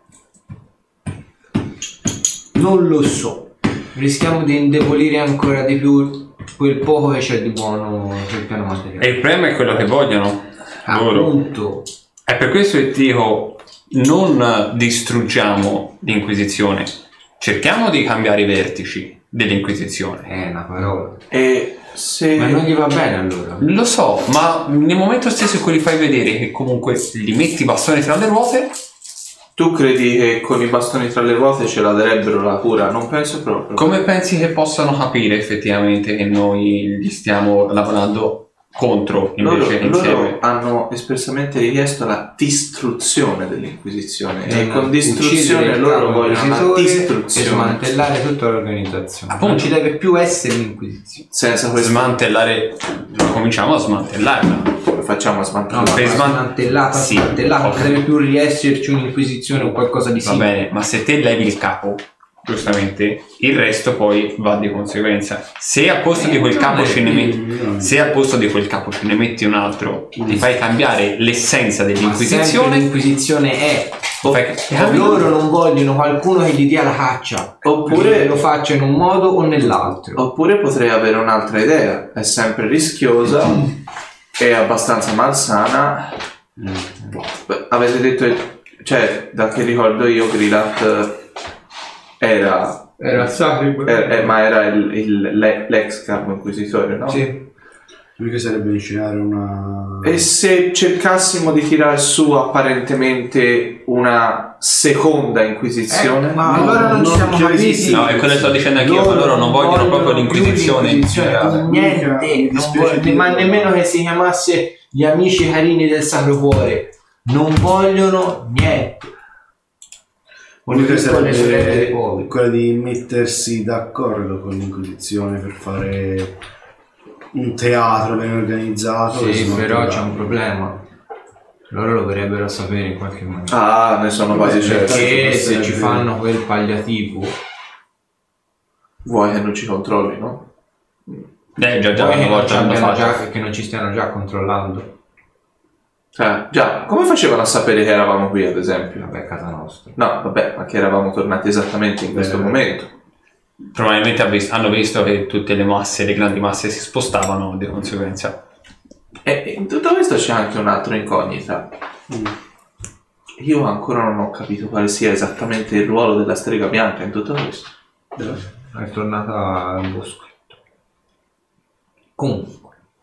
non lo so, rischiamo di indebolire ancora di più quel poco che c'è di buono sul piano materiale. E il problema è quello che vogliono loro. Appunto. È per questo che ti dico, non distruggiamo l'Inquisizione, cerchiamo di cambiare i vertici dell'Inquisizione. È una parola. E se... Ma non gli va bene allora? Lo so, ma nel momento stesso in cui li fai vedere che comunque gli metti i bastoni tra le ruote, Tu credi che con i bastoni tra le ruote ce la darebbero la cura? Non penso proprio. come pensi che possano capire effettivamente che noi gli stiamo lavorando contro invece insieme? Loro hanno espressamente richiesto la distruzione dell'Inquisizione e con Uccidere distruzione il loro capo vogliono una inquisitore e distruzione. smantellare tutta l'organizzazione. Appunto. Non ci deve più essere l'inquisizione. Senza questo Smantellare, cominciamo a smantellarla. come facciamo a smantellare? per smantellata, sì, smantellata, ok. non deve più riesserci un'inquisizione o qualcosa di Va simile. bene, ma se te levi il capo, giustamente, il resto poi va di conseguenza. Se al posto di quel capo ce ne metti, se al posto di quel capo ce ne metti un altro, ti fai cambiare l'essenza Ma sempre dell'Inquisizione. l'inquisizione è fai- loro non vogliono qualcuno che gli dia la caccia, Oppure- che lo faccia in un modo o nell'altro. Oppure potrei avere un'altra idea, è sempre rischiosa, è abbastanza malsana. Beh, avete detto, cioè, da che ricordo io, Grilat era sacro ma era l'ex capo inquisitore, no? sì. Mica sarebbe incinare una... E se cercassimo di tirar su apparentemente una seconda inquisizione? Ma No, allora non ci non siamo c'è capiti. esistito. No, è quello che sto dicendo anch'io, ma loro non vogliono proprio l'Inquisizione in generale. Niente, Mi non dispiace voglio- ma dirlo. nemmeno che si chiamasse gli amici carini del Sacro Cuore. Non vogliono niente. L'unica Vogliono le sorelle dei sarebbe poveri. quella di mettersi d'accordo con l'Inquisizione per fare un teatro ben organizzato. e Sì, però smantellato. c'è un problema. Loro lo dovrebbero sapere in qualche maniera. Ah, ne sono quasi certo. Perché se sarebbe- ci fanno quel palliativo, Vuoi che non ci controlli, no? Già poi una che, volta l'hanno fatto. che non ci stiano già controllando. Già, come facevano a sapere che eravamo qui, ad esempio? Vabbè, casa nostra. No, vabbè, ma che eravamo tornati esattamente in questo momento. Probabilmente hanno visto che tutte le masse, le grandi masse si spostavano di conseguenza. E in tutto questo c'è anche un'altra incognita. Io ancora non ho capito quale sia esattamente il ruolo della strega bianca in tutto questo. È tornata al bosco. Comunque,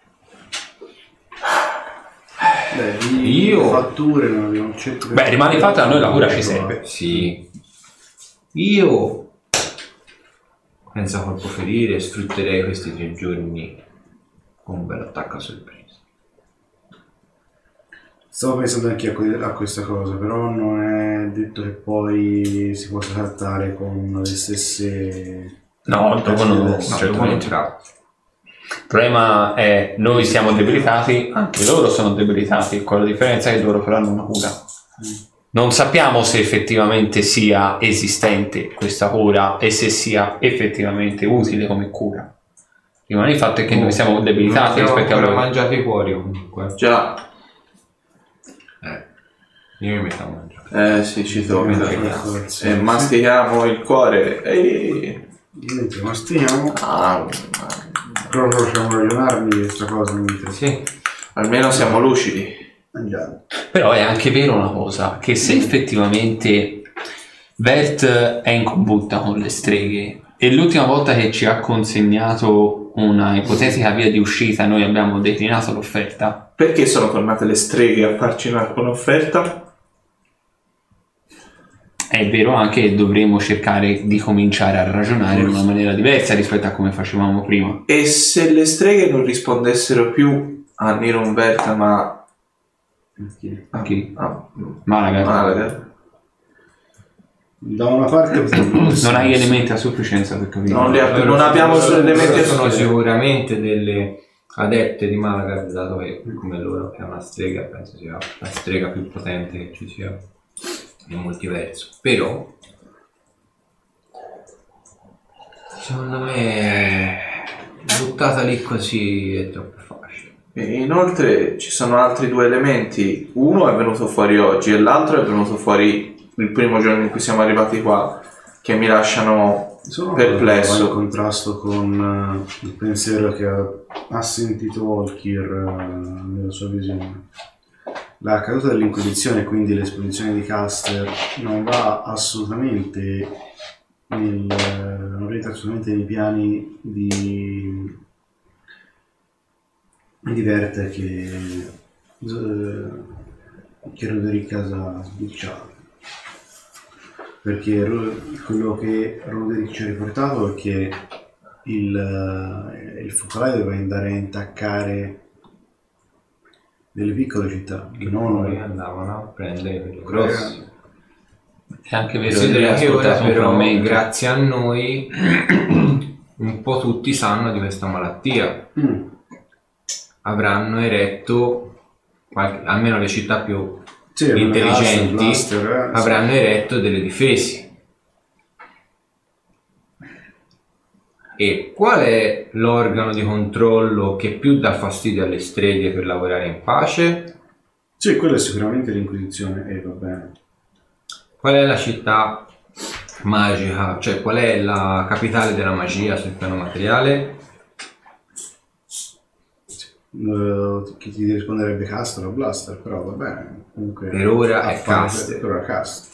Io- le fatture non abbiamo certo. Beh, rimane fatta, a noi la cura ci serve. sì. Io senza colpo ferire sfrutterei questi 3 giorni con un bel attacco a sorpresa. Stavo pensando anche a questa cosa, però non è detto che poi si possa trattare con le stesse... No, dopo non No, No, certamente. il Il problema è noi siamo debilitati, anche loro sono debilitati, con la differenza che loro però hanno una cura. Non sappiamo se effettivamente sia esistente questa cura e se sia effettivamente utile come cura. Rimane il fatto è che noi siamo debilitati rispetto a loro. loro. Mangiate i cuori comunque. Già, Io mi metto a mangiare. sì, ci tocca. Sì, E mastichiamo il cuore. E... mentre mastichiamo, Ah, però facciamo ragionarmi di questa cosa mentre Sì. almeno siamo lucidi. mangiamo. Però è anche vero una cosa, che se effettivamente Vert è in combutta con le streghe e l'ultima volta che ci ha consegnato una ipotetica via di uscita noi abbiamo declinato l'offerta, Perché sono tornate le streghe a farci un'offerta? è è vero anche che dovremmo cercare di cominciare a ragionare in una maniera diversa rispetto a come facevamo prima. E se le streghe non rispondessero più a Nirumberta ma A chi? a Malaga. Malaga? Da una parte Non hai elementi a sufficienza per capire. Non abbiamo elementi sono a sicuramente delle adepte di Malaga, dato che come loro è una strega, penso sia la strega più potente che ci sia nel multiverso. Però secondo me buttata lì così è troppo facile. E inoltre ci sono altri due elementi. Uno è venuto fuori oggi e l'altro è venuto fuori il primo giorno in cui siamo arrivati qua, che mi lasciano perplesso. In contrasto con il pensiero che ha sentito Volkir nella sua visione. La caduta dell'Inquisizione, quindi l'esposizione di Caster, non va assolutamente non rientra assolutamente nei piani di Verte che Roderick ha sbicciato. Perché quello che Roderick ci ha riportato è che il focolaio doveva andare a intaccare delle piccole città che non andavano a prendere per le grosse. È anche vero Considera che ora ascoltato un però frammento. grazie a noi un po' tutti sanno di questa malattia. Avranno eretto almeno le città più intelligenti Blaster, avranno eretto delle difese. E qual è l'organo di controllo che più dà fastidio alle streghe per lavorare in pace? Sì, quello è sicuramente l'Inquisizione e va bene. Qual è la città magica, cioè qual è la capitale della magia sul piano materiale? Chi ti risponderebbe Caster o Blaster, però va bene. Comunque Per ora è Caster. Per ora Caster.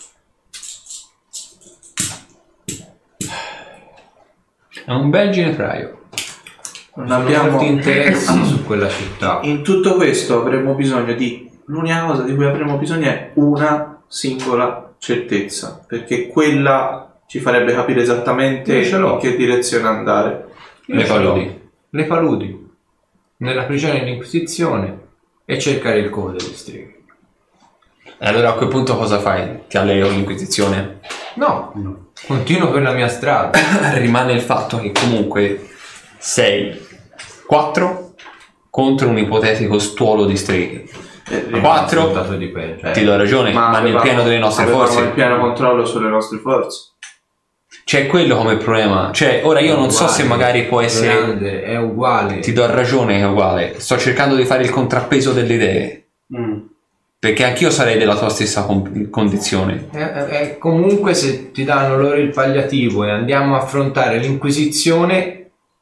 È un bel ginepraio. Non Sono abbiamo molti interessi su quella città. In tutto questo avremmo bisogno di... L'unica cosa di cui avremmo bisogno è una singola certezza, perché quella ci farebbe capire esattamente Io ce l'ho. in che direzione andare. Le paludi. Le paludi. Nella prigione dell'Inquisizione e cercare il covo delle streghe. E allora a quel punto cosa fai? Ti allei con l'Inquisizione? No, continuo per la mia strada. Rimane il fatto che comunque sei 4 contro un ipotetico stuolo di streghe. 4 Dato di peggio. ti do ragione, ma nel piano delle nostre avevamo forze il pieno controllo sulle nostre forze. c'è quello come problema. Cioè, ora io non so se magari può essere. Grande, è uguale. Ti do ragione, è uguale. Sto cercando di fare il contrappeso delle idee. Perché anch'io sarei della tua stessa condizione. Comunque se ti danno loro il palliativo e andiamo a affrontare l'Inquisizione,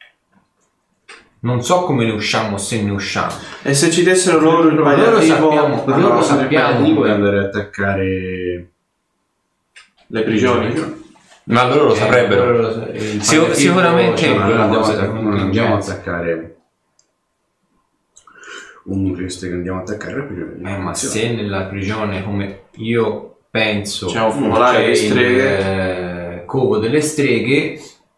non so come ne usciamo, se ne usciamo. E se ci dessero loro il palliativo, loro sappiamo Puoi andare a attaccare le prigioni. Ma loro lo saprebbero. Sicuramente non andiamo a attaccare un Cristo, che andiamo a attaccare la prigione. ma se nella prigione, come io penso, C'è un focolaio di il covo delle streghe,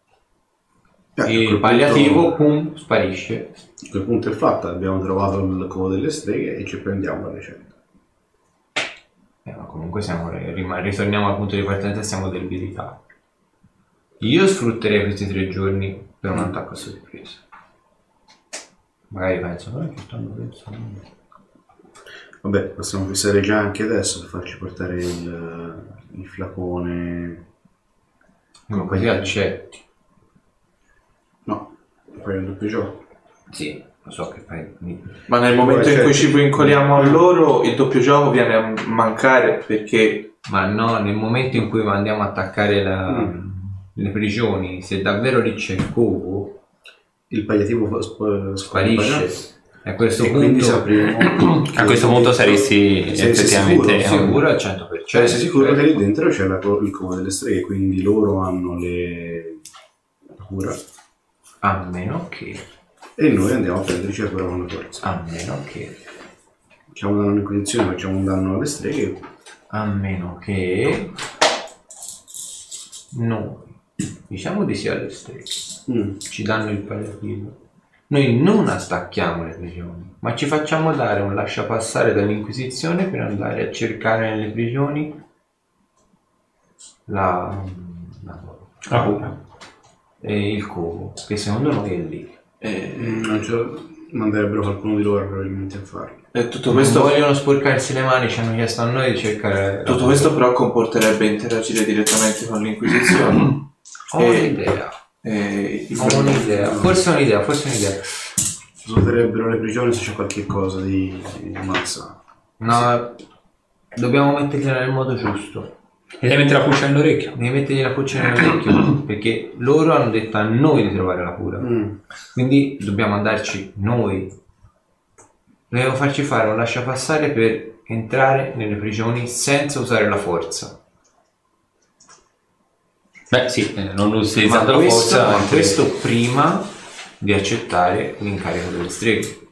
il palliativo pum, sparisce. A quel punto è fatta, abbiamo trovato il covo delle streghe e ci prendiamo la ricetta. Ma comunque ritorniamo al punto di partenza, siamo debilitati. Io sfrutterei questi 3 giorni per un attacco a sorpresa. Magari penso, che stanno pensando. Vabbè, possiamo pensare già anche adesso per farci portare il flacone. Ma così accetti. No, fai un doppio gioco. Sì, lo so che fai. Ma nel momento in cui ci vincoliamo a loro, il doppio gioco viene a mancare, perché Ma no, nel momento in cui andiamo a attaccare le prigioni, se davvero lì c'è il covo, Il palliativo sparisce. E a questo e punto quindi sapremo a questo punto saresti effettivamente sicuro al 100%. Cioè, sei sicuro che lì dentro c'è il covo delle streghe, quindi loro hanno la cura A meno che. e noi andiamo a prenderci la cura con la forza. A meno che. Facciamo un danno all'inquisizione, facciamo un danno alle streghe. A meno che. Noi diciamo di sì alle streghe. Ci danno il palliativo. Noi non attacchiamo le prigioni, ma ci facciamo dare un lasciapassare dall'Inquisizione per andare a cercare nelle prigioni la cura e il covo, che secondo noi è lì. Non ce lo manderebbero qualcuno di loro probabilmente a farlo. Tutto questo, vogliono sporcarsi le mani, ci hanno chiesto a noi di cercare. tutto questo però comporterebbe interagire direttamente con l'Inquisizione. Ho un'idea. Forse un'idea. Svuoterebbero le prigioni se c'è qualche cosa di mazza. No, dobbiamo mettergliela nel modo giusto. E devi mettere la cuccia nell'orecchio. Devi mettergli la cuccia nell'orecchio perché loro hanno detto a noi di trovare la cura. Quindi dobbiamo andarci noi. Dobbiamo farci fare un lasciapassare per entrare nelle prigioni senza usare la forza. Beh sì, non utilizzando la forza. Ma questo prima di accettare l'incarico delle streghe.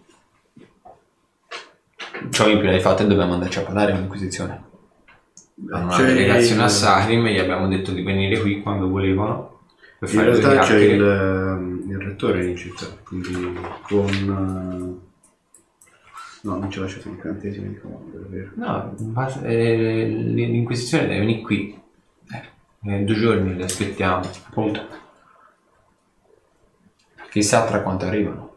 Ciò in più l'hai fatto e dobbiamo andarci a parlare con l'Inquisizione. Hanno una delegazione a Sacrim e gli abbiamo detto di venire qui quando volevano per In fare due realtà c'è chiacchiere. il rettore in città, quindi con... No, non ci ho lasciato un incantesimo di comando, è vero. No, l'Inquisizione deve venire qui. 2 giorni li aspettiamo. Appunto. Chissà tra quanto arrivano.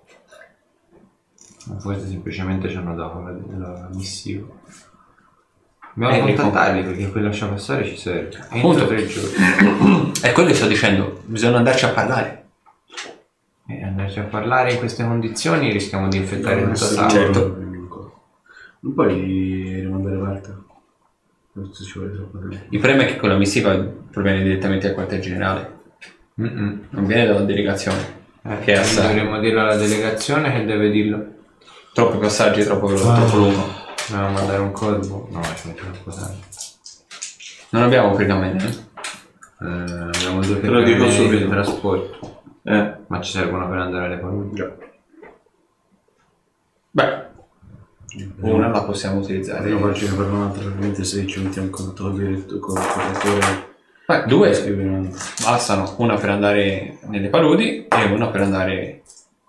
Forse semplicemente ci hanno dato la missiva. Dobbiamo contattarli perché quel lasciapassare ci serve. Appunto. 3 giorni. È quello che sto dicendo, bisogna andarci a parlare. E andarci a parlare in queste condizioni rischiamo di infettare tutta Sì, Sacrim. certo. Non puoi rimandare parte. Questo ci vuole troppo tempo. Il problema è che con la missiva proviene direttamente al quartier generale, non viene dalla delegazione. Che è assai. Dovremmo dirlo alla delegazione che deve dirlo. Troppi passaggi, troppo lungo. Dobbiamo mandare un corvo. No, ci mette troppo tempo. Non abbiamo pergamene, Abbiamo 2 Te lo dico pergamene subito. di trasporto. Ma ci servono per andare alle paludi. Beh, una la possiamo utilizzare. Io faccio per un'altra, probabilmente se ci mettiamo in contatto con il rettore. Beh, 2 scrivono. bastano, una per andare nelle paludi e una per andare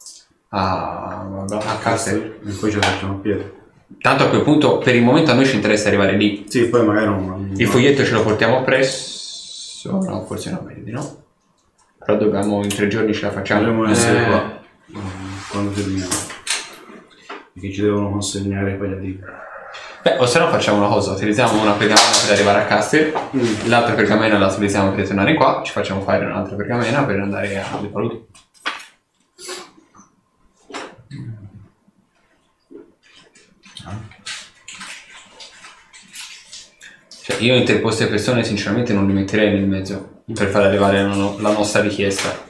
a Castel. E poi ce la facciamo a piedi. Tanto a quel punto per il momento a noi ci interessa arrivare lì. Sì, poi magari non... Il foglietto ce lo portiamo appresso. No, forse no, meglio di no. Però dobbiamo in 3 giorni ce la facciamo. Dovremmo essere qua quando terminiamo. Perché ci devono consegnare poi la dica. Beh, o se no facciamo una cosa, utilizziamo una pergamena per arrivare a Castel, l'altra pergamena la utilizziamo per ritornare qua, ci facciamo fare un'altra pergamena per andare alle paludi. Cioè, io interposte persone sinceramente non li metterei nel mezzo per far arrivare la nostra richiesta.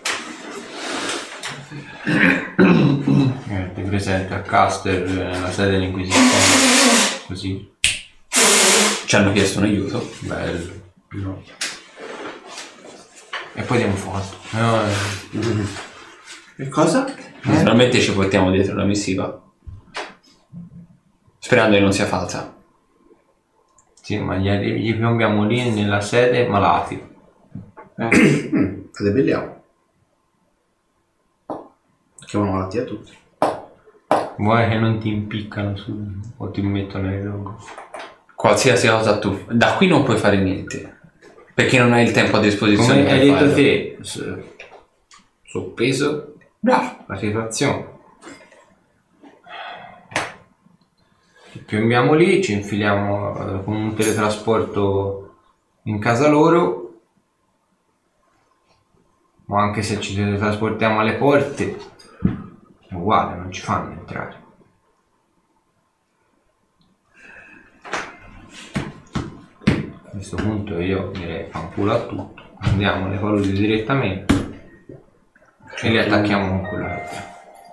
Ti presenti a Caster nella sede dell'Inquisizione. Così. Ci hanno chiesto un aiuto. Bello. No. E poi diamo foto. Che cosa? Naturalmente ci portiamo dietro la missiva. Sperando che non sia falsa. Sì, ma gli piombiamo lì nella sede malati. La debelliamo. Chiamano malattia a tutti. Vuoi che non ti impiccano su o ti mettono nel logo? Qualsiasi cosa tu. Da qui non puoi fare niente. Perché non hai il tempo a disposizione. Come hai per detto farlo. te, soppeso la situazione. Ci piombiamo lì, ci infiliamo con un teletrasporto in casa loro, o anche se ci teletrasportiamo alle porte, è uguale, non ci fanno entrare. A questo punto io direi fanculo a tutto, andiamo alle paludi direttamente e li attacchiamo con quella lettera.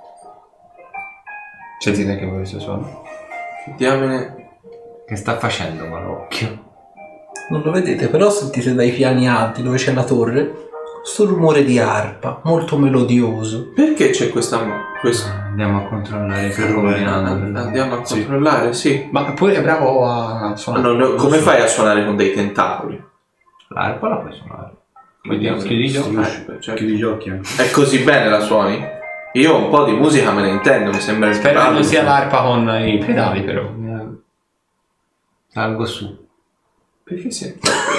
Sentite anche voi questo suono? Diamine. Che sta facendo Malocchio? Non lo vedete, però sentite dai piani alti dove c'è la torre questo rumore di arpa molto melodioso. Perché c'è questa... Andiamo a controllare che Andiamo a controllare, sì. Ma pure è bravo a suonare. Come fai a suonare con dei tentacoli? L'arpa la puoi suonare. Vediamo. Chiudi gli occhi. Chiudi gli occhi anche. È così bene la suoni? Io un po' di musica me ne intendo, mi sembra Spero che non sia l'arpa con i pedali, però. Salgo su. Perché sì?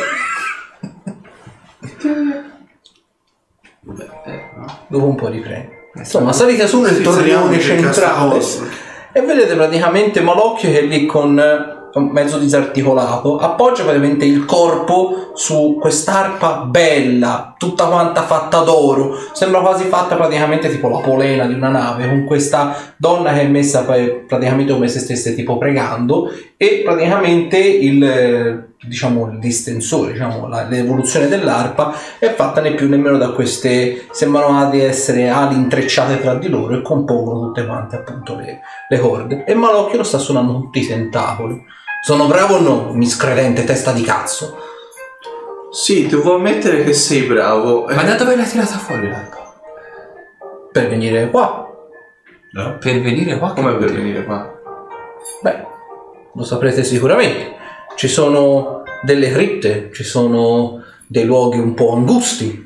Dopo un po' riprende. Insomma, salite su nel torrione centrale e vedete praticamente Malocchio che è lì con mezzo disarticolato appoggia praticamente il corpo su quest'arpa bella, tutta quanta fatta d'oro, sembra quasi fatta praticamente tipo la polena di una nave, con questa donna che è messa praticamente come se stesse tipo pregando, e praticamente il distensore, l'evoluzione dell'arpa è fatta né più né meno da queste, sembrano di essere ali intrecciate tra di loro e compongono tutte quante appunto le corde, e Malocchio lo sta suonando tutti i tentacoli. Sono bravo o no, miscredente testa di cazzo? Sì, devo ammettere che sei bravo. Ma da dove l'hai tirata fuori l'arpa? Per venire qua? No. Per venire qua? Come per venire qua? Beh, lo saprete sicuramente. Ci sono delle cripte, ci sono dei luoghi un po' angusti.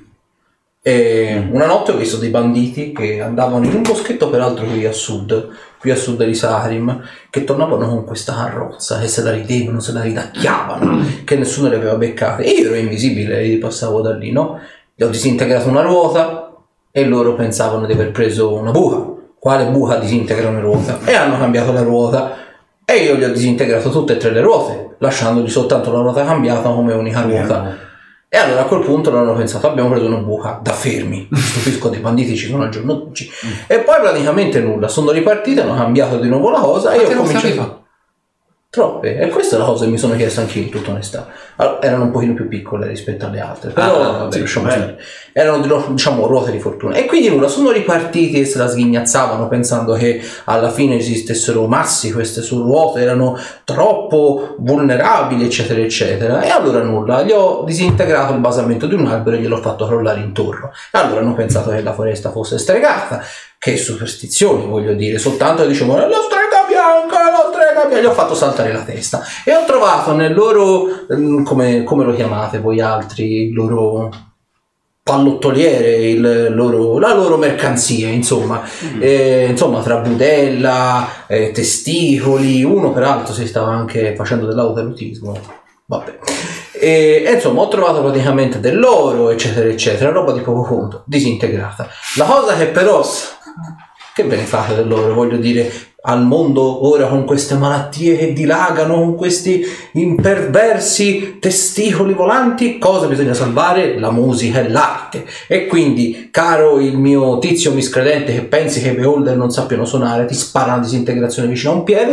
E una notte ho visto dei banditi che andavano in un boschetto, peraltro qui a sud di Saharim, che tornavano con questa carrozza e se la ridevano, se la ridacchiavano, che nessuno le aveva beccate. E io ero invisibile e passavo da lì, no? Gli ho disintegrato una ruota e loro pensavano di aver preso una buca. Quale buca disintegra una ruota? E hanno cambiato la ruota e io gli ho disintegrato tutte e tre le ruote, lasciandogli soltanto la ruota cambiata come unica ruota. E allora a quel punto loro hanno pensato: abbiamo preso una buca da fermi, mi stupisco dei banditi, ci sono al giorno d'oggi. E poi praticamente nulla, sono ripartiti, hanno cambiato di nuovo la cosa e io ho cominciato. Troppe, e questa è la cosa che mi sono chiesto anche io in tutta onestà. Allora, erano un pochino più piccole rispetto alle altre, però vabbè, lasciamo stare. Erano diciamo ruote di fortuna, e quindi nulla, sono ripartiti e se la sghignazzavano pensando che alla fine esistessero massi queste su ruote, erano troppo vulnerabili eccetera eccetera. E allora nulla, gli ho disintegrato il basamento di un albero e gliel'ho fatto crollare intorno, e allora hanno pensato che la foresta fosse stregata. Che superstizioni, voglio dire, soltanto dicevano la strega bianca, gli ho fatto saltare la testa e ho trovato nel loro, come lo chiamate voi altri, il loro pallottoliere, la loro mercanzia, insomma, insomma, tra budella, testicoli, uno peraltro si stava anche facendo dell'autoerotismo, vabbè. E insomma ho trovato praticamente dell'oro eccetera eccetera, roba di poco conto, disintegrata. La cosa che però, che ve ne fate dell'oro, voglio dire, al mondo ora con queste malattie che dilagano, con questi imperversi testicoli volanti, cosa bisogna salvare? La musica e l'arte. E quindi, caro il mio tizio miscredente che pensi che i beholder non sappiano suonare, ti spara una disintegrazione vicino a un piede,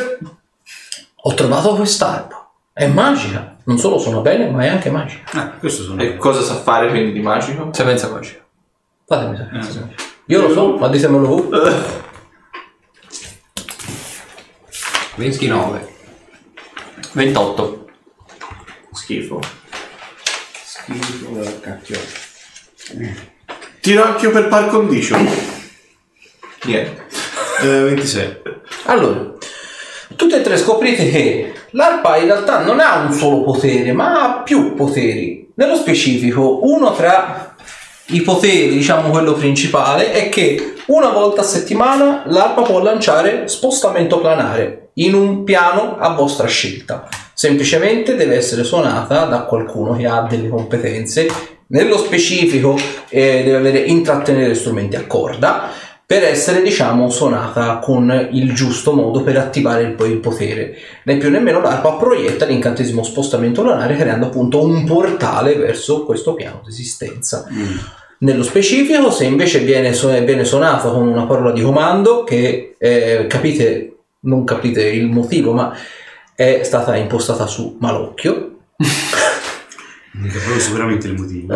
ho trovato quest'arpa, è magica, non solo suona bene ma è anche magica. Questo sono. E cosa sa fare quindi di magico? Sapienza magica. Fatemi sapere. Io lo so, ma ditemelo voi. 29. 28. Schifo. Cacchio. Tiro anche io per par condition. Niente. 26. Allora, tutte e tre scoprite che l'arpa in realtà non ha un solo potere, ma ha più poteri. Nello specifico, uno tra i poteri, diciamo quello principale, è che una volta a settimana l'arpa può lanciare spostamento planare in un piano a vostra scelta. Semplicemente deve essere suonata da qualcuno che ha delle competenze. Nello specifico deve avere intrattenere strumenti a corda per essere, diciamo, suonata con il giusto modo per attivare il potere. Né più né meno l'arpa proietta l'incantesimo spostamento lunare, creando appunto un portale verso questo piano di esistenza. Nello specifico, se invece viene suonato con una parola di comando che non capite il motivo, ma è stata impostata su Malocchio. Non capivo sicuramente il motivo.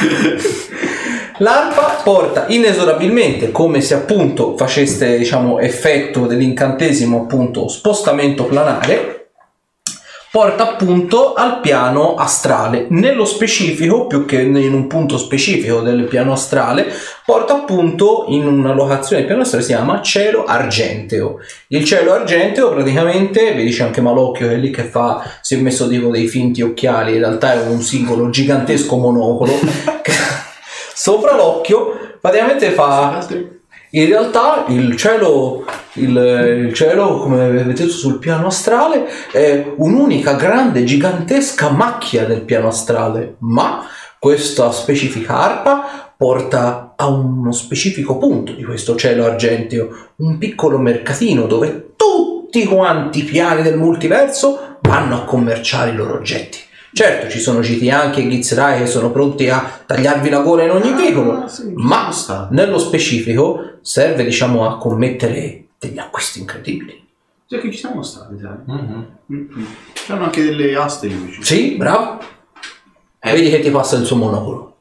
L'arpa porta inesorabilmente, come se appunto faceste, diciamo, effetto dell'incantesimo appunto spostamento planare, porta appunto al piano astrale. Nello specifico, più che in un punto specifico del piano astrale, porta appunto in una locazione del piano astrale, si chiama cielo argenteo. Il cielo argenteo praticamente, vedi c'è anche Malocchio che è lì che si è messo tipo dei finti occhiali, in realtà è un singolo gigantesco monocolo sopra l'occhio, praticamente fa... In realtà il cielo, come vedete sul piano astrale, è un'unica grande, gigantesca macchia del piano astrale, ma questa specifica arpa porta a uno specifico punto di questo cielo argenteo, un piccolo mercatino dove tutti quanti i piani del multiverso vanno a commerciare i loro oggetti. Certo, ci sono GT e Gizrai che sono pronti a tagliarvi la gola in ogni vicolo, ma nello specifico serve, diciamo, a commettere degli acquisti incredibili. Già che ci siamo stati, sai? C'hanno anche delle aste lì vicino. Sì, bravo. Vedi che ti passa il suo monocolo.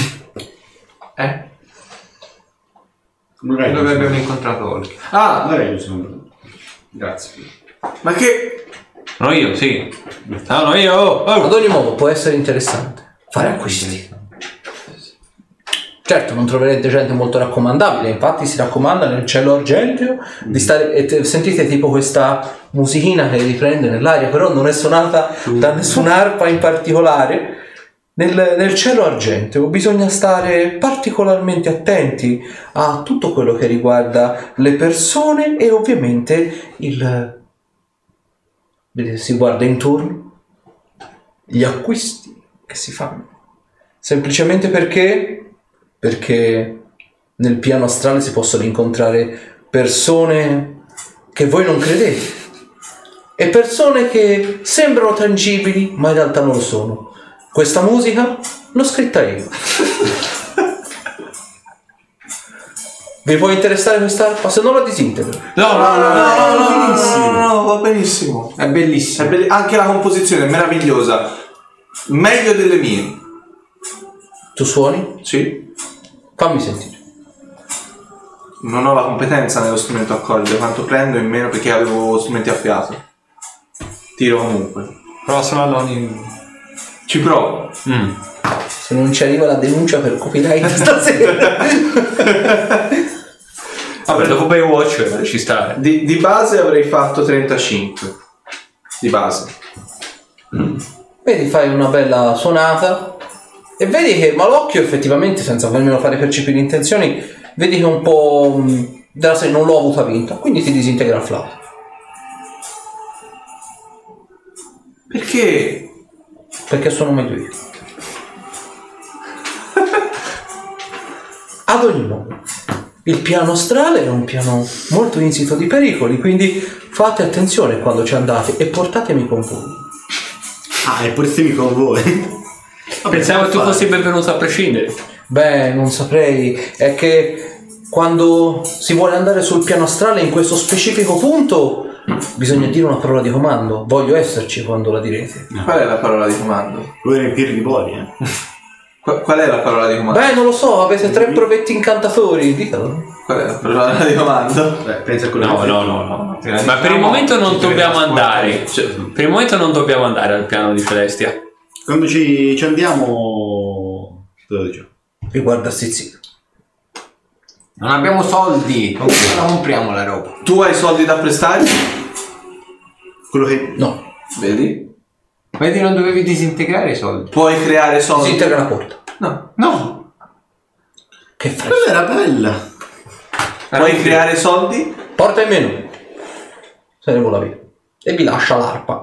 Dove abbiamo incontrato Olga? Ah, Magari grazie. ma che... Sono io, sì. Sono io. Oh. Ad ogni modo può essere interessante fare acquisti. Certo, non troverete gente molto raccomandabile, infatti si raccomanda nel cielo argenteo di stare, e sentite tipo questa musichina che riprende nell'aria, però non è suonata da nessun'arpa in particolare. Nel cielo argenteo bisogna stare particolarmente attenti a tutto quello che riguarda le persone e ovviamente vedete, si guarda intorno, gli acquisti che si fanno, semplicemente perché nel piano astrale si possono incontrare persone che voi non credete e persone che sembrano tangibili ma in realtà non lo sono. Questa musica l'ho scritta io. Vi può interessare quest'arpa? Se non la disintegro. No, va benissimo. È bellissimo. Anche la composizione è meravigliosa. Meglio delle mie. Tu suoni? Sì. Fammi sentire. Non ho la competenza nello strumento a corde, quanto prendo in meno perché avevo strumenti a fiato. Tiro comunque. Prova a suonarlo ogni... Ci provo. Se non ci arriva la denuncia per copyright stasera. Vabbè, dopo Baywatch ci sta. Di base avrei fatto 35. Di base. Vedi, fai una bella suonata e vedi che Malocchio effettivamente, senza farmelo fare percepire le intenzioni, vedi che un po' della serie non l'ho avuta vinta, quindi ti disintegra il flauto. Perché? Perché sono meglio io. Ad ogni modo, il piano astrale è un piano molto insito di pericoli, quindi fate attenzione quando ci andate e portatemi con voi. Ah, e portami con voi. Pensavo che tu fossi benvenuto a prescindere. Beh, non saprei, è che quando si vuole andare sul piano astrale in questo specifico punto bisogna dire una parola di comando. Voglio esserci quando la direte. Qual è la parola di comando? Vuoi riempire di pori, Qual è la parola di comando? Beh, non lo so, avete 3 provetti incantatori, ditelo. Qual è la parola di comando? Beh, pensa a quello No. Ma per il momento non dobbiamo andare. Per il momento non dobbiamo andare al piano di Celestia. Quando ci andiamo... Te lo diciamo. Riguarda Stizzino. Non abbiamo soldi. Non compriamo la roba. Tu hai soldi da prestare? Quello che... No, Vedi? Vedi, non dovevi disintegrare i soldi. Puoi creare soldi. disintegra la porta. No. Che fresco. Quella era bella. Puoi creare soldi? Porta in meno. Se ne vola via. E vi lascia l'arpa.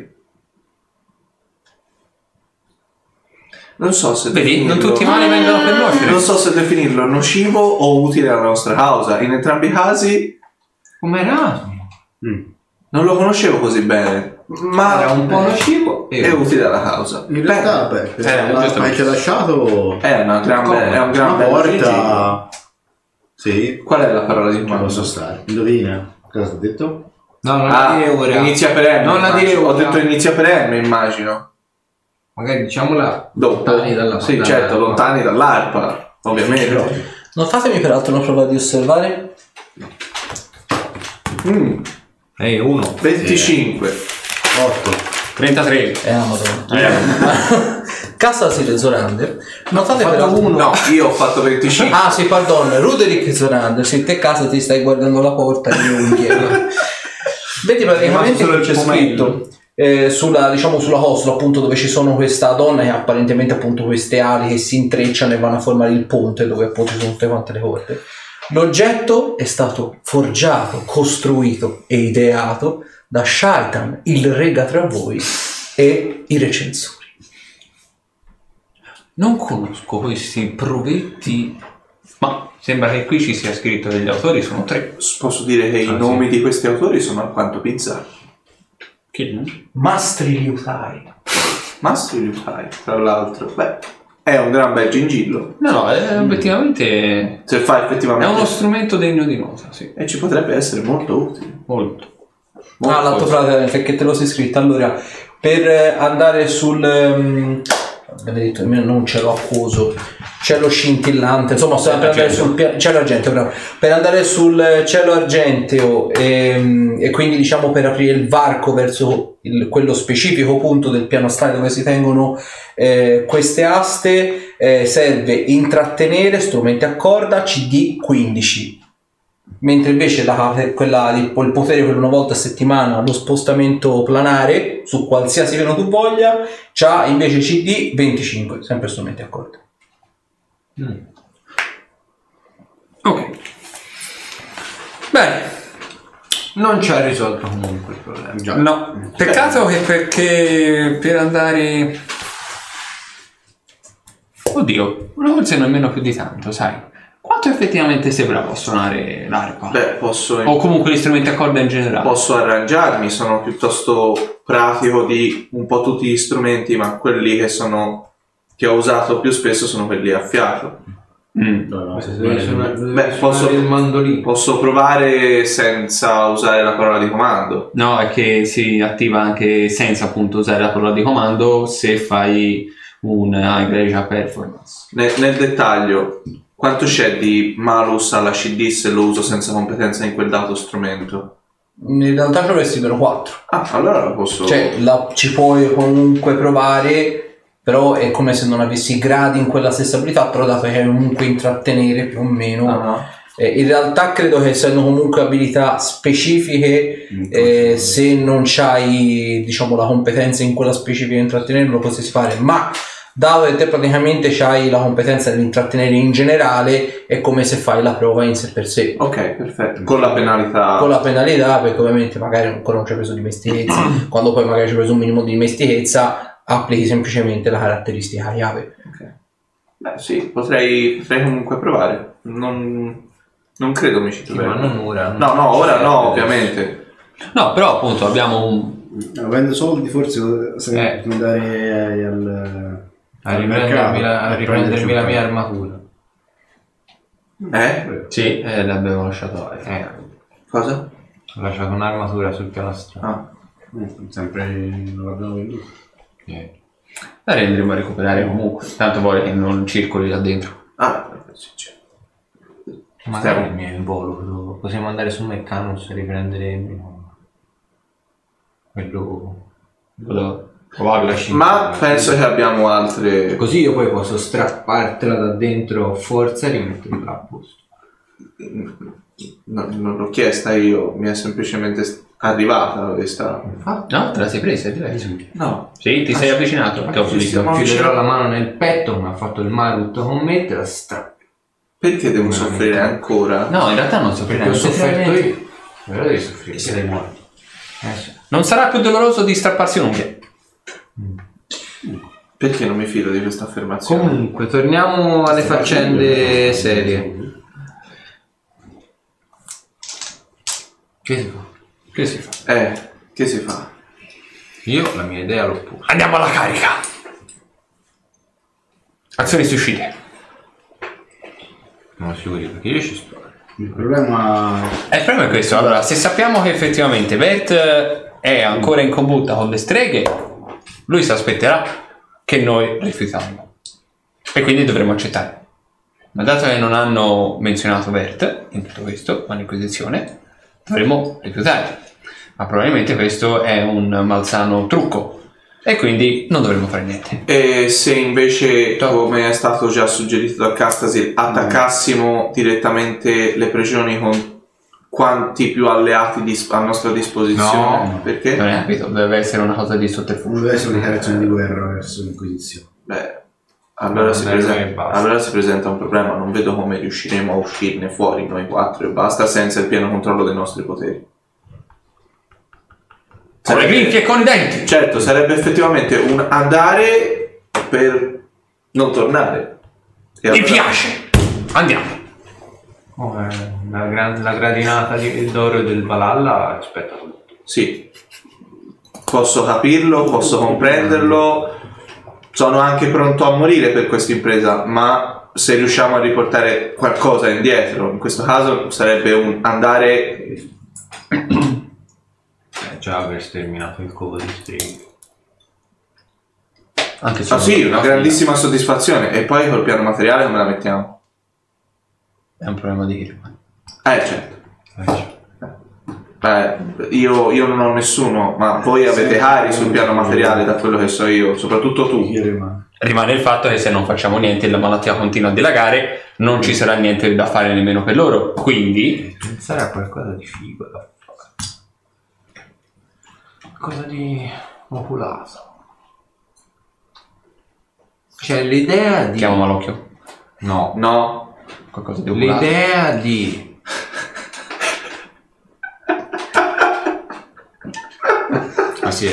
Non so se Vedi, non definirlo- tutti i mali vengono per nuocere. Non so se definirlo nocivo o utile alla nostra causa. In entrambi i casi Come era? non lo conoscevo così bene, ma Era un po' nocivo è utile alla causa. In realtà, beh, ma ci ha lasciato È un gran una bel porta... Sì, Qual è la parola di che comando? posso stare. Indovina. Cosa ti ho detto? No, non la dire ora. Inizia per M. Non la dire immagino. Ho ora. detto inizia per M, immagino. Magari diciamola Dopo. lontani dalla Sì, certo, lontani dall'arpa, ovviamente. Non fatemi peraltro una prova di osservare? 1. 25. 8. 33. Madonna. Cassa e Zorander. Notate però uno. No, io ho fatto 25. Ah sì, pardon, Ruderick e Zorander. Se te casa ti stai guardando la porta e io indietro. Vedi praticamente che c'è scritto sulla costola, appunto, dove ci sono questa donna e apparentemente appunto queste ali che si intrecciano e vanno a formare il ponte dove appunto ci sono tutte quante le corde. L'oggetto è stato forgiato, costruito e ideato da Shaitan, il rega tra voi e i recensori. Non conosco questi provetti, ma sembra che qui ci sia scritto che gli autori sono 3. Posso dire che i nomi di questi autori sono alquanto bizzarri. Chi? Mastri Liutai. Mastri Liutai, tra l'altro. Beh, è un gran bel gingillo. No, effettivamente Se fa effettivamente... è uno strumento degno di nota, sì. E ci potrebbe essere molto utile. Molto. L'atto frate, perché te lo sei scritto. Allora, per andare sul... benedetto, non ce l'ho accuso, c'è lo scintillante, insomma per andare sul cielo argenteo, però per andare sul cielo argenteo e quindi diciamo per aprire il varco verso quello specifico punto del piano astrale dove si tengono queste aste, serve intrattenere strumenti a corda CD 15, mentre invece il potere per una volta a settimana lo spostamento planare su qualsiasi piano tu voglia c'ha invece CD 25, sempre strumenti a corda. Ok, bene. Non ci ha risolto comunque il problema. No, peccato che perché per andare... Oddio, forse nemmeno più di tanto, sai. Quanto effettivamente sei bravo a suonare l'arpa? Beh, posso... O comunque gli strumenti a corda in generale? Posso arrangiarmi, sono piuttosto pratico di un po' tutti gli strumenti, ma quelli che ho usato più spesso sono quelli a fiato. Posso il mandolino. Posso provare senza usare la parola di comando. No, è che si attiva anche senza appunto usare la parola di comando se fai una egregia performance. Nel dettaglio, quanto c'è di malus alla CD se lo uso senza competenza in quel dato strumento? In realtà ci avresti meno 4. Ah, allora lo posso... Cioè, ci puoi comunque provare, però è come se non avessi gradi in quella stessa abilità, però dato che è comunque intrattenere più o meno. In realtà credo che essendo comunque abilità specifiche, se non c'hai diciamo la competenza in quella specifica intrattenere lo potresti fare, ma dato che te praticamente c'hai la competenza dell'intrattenere in generale, è come se fai la prova in sé per sé. Ok, perfetto. Con la penalità. Con la penalità, perché ovviamente magari ancora non c'è preso dimestichezza, quando poi magari c'è preso un minimo di dimestichezza, applichi semplicemente la caratteristica chiave. Ok. Beh sì, potrei comunque provare. Non credo mi ci troverò. Ma non ora. No, ora no, ovviamente. No, però appunto abbiamo un... Avendo soldi forse sarebbe andare a riprendermi la mia armatura. Sì, l'abbiamo lasciato. Cosa? Ho lasciato un'armatura sul piano strano. Ah. sempre non l'abbiamo venduto. La andremo a recuperare comunque, tanto vuole che non circoli là dentro. Ah, sì, c'è. Magari il mio involucro. Possiamo andare su Meccanus e riprendere quello probabile. Ma penso che abbiamo altre. Così io poi posso strappartela da dentro forza e rimetterla a posto. No, non l'ho chiesta io, mi è semplicemente arrivata questa. No, te la sei presa, è diverso. No. Sì, ti sei avvicinato. Ti ho visto. Chiuderò la mano nel petto come ha fatto il Marut con me, te la strappo. Perché devo soffrire ancora? No, in realtà non soffrirai. Ho sofferto io. Però devi soffrire. Sei morto. Sì. Non sarà più doloroso di strapparsi un'unghia. Perché non mi fido di questa affermazione? Comunque, torniamo alle faccende serie. Che si fa? Che si fa? Che si fa? Io la mia idea l'ho posta. Andiamo alla carica. Azioni suicide. Non sicuri perché io ci sto. Il problema Il problema è questo. Allora, se sappiamo che effettivamente Bert è ancora in combutta con le streghe, lui si aspetterà che noi rifiutiamo. E quindi dovremo accettare. Ma dato che non hanno menzionato Bert in tutto questo, all'inquisizione, dovremo rifiutare. Ma probabilmente questo è un malsano trucco E quindi non dovremmo fare niente. E se invece, come è stato già suggerito da Castasil, attaccassimo direttamente le prigioni con quanti più alleati a nostra disposizione? No. Perché? Non è capito, deve essere una cosa di sotterfugio. Non deve essere una dichiarazione di guerra verso l'Inquisizione. Beh, allora si presenta un problema. Non vedo come riusciremo a uscirne fuori noi 4 e basta senza il pieno controllo dei nostri poteri. Con le grinfie e con i denti. Certo, sarebbe effettivamente un andare per non tornare. E Mi allora- piace. Andiamo. La gradinata d'oro del Valhalla aspetta tutto. Sì, posso capirlo, posso comprenderlo, sono anche pronto a morire per questa impresa, ma se riusciamo a riportare qualcosa indietro, in questo caso sarebbe un andare... Già aver sterminato il covo di streghe. Anche se Ah sì, una grandissima soddisfazione. E poi col piano materiale come la mettiamo? è un problema di Kirman. Certo. Io non ho nessuno, ma voi avete cari sul piano materiale da quello che so io, soprattutto tu. Rimane il fatto che se non facciamo niente e la malattia continua a dilagare, non ci sarà niente da fare nemmeno per loro. Quindi Pensare a qualcosa di figo da fare. Qualcosa di oculato. C'è l'idea di... chiamo Malocchio. No. No, Qualcosa di oculato. L'idea di... Ah sì,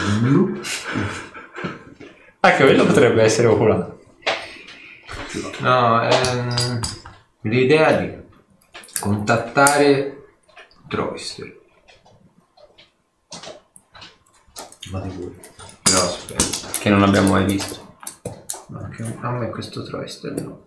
Anche quello potrebbe essere oculato. No, l'idea di contattare Troister. Però aspetta. Che non abbiamo mai visto. No, che a me questo Troister no.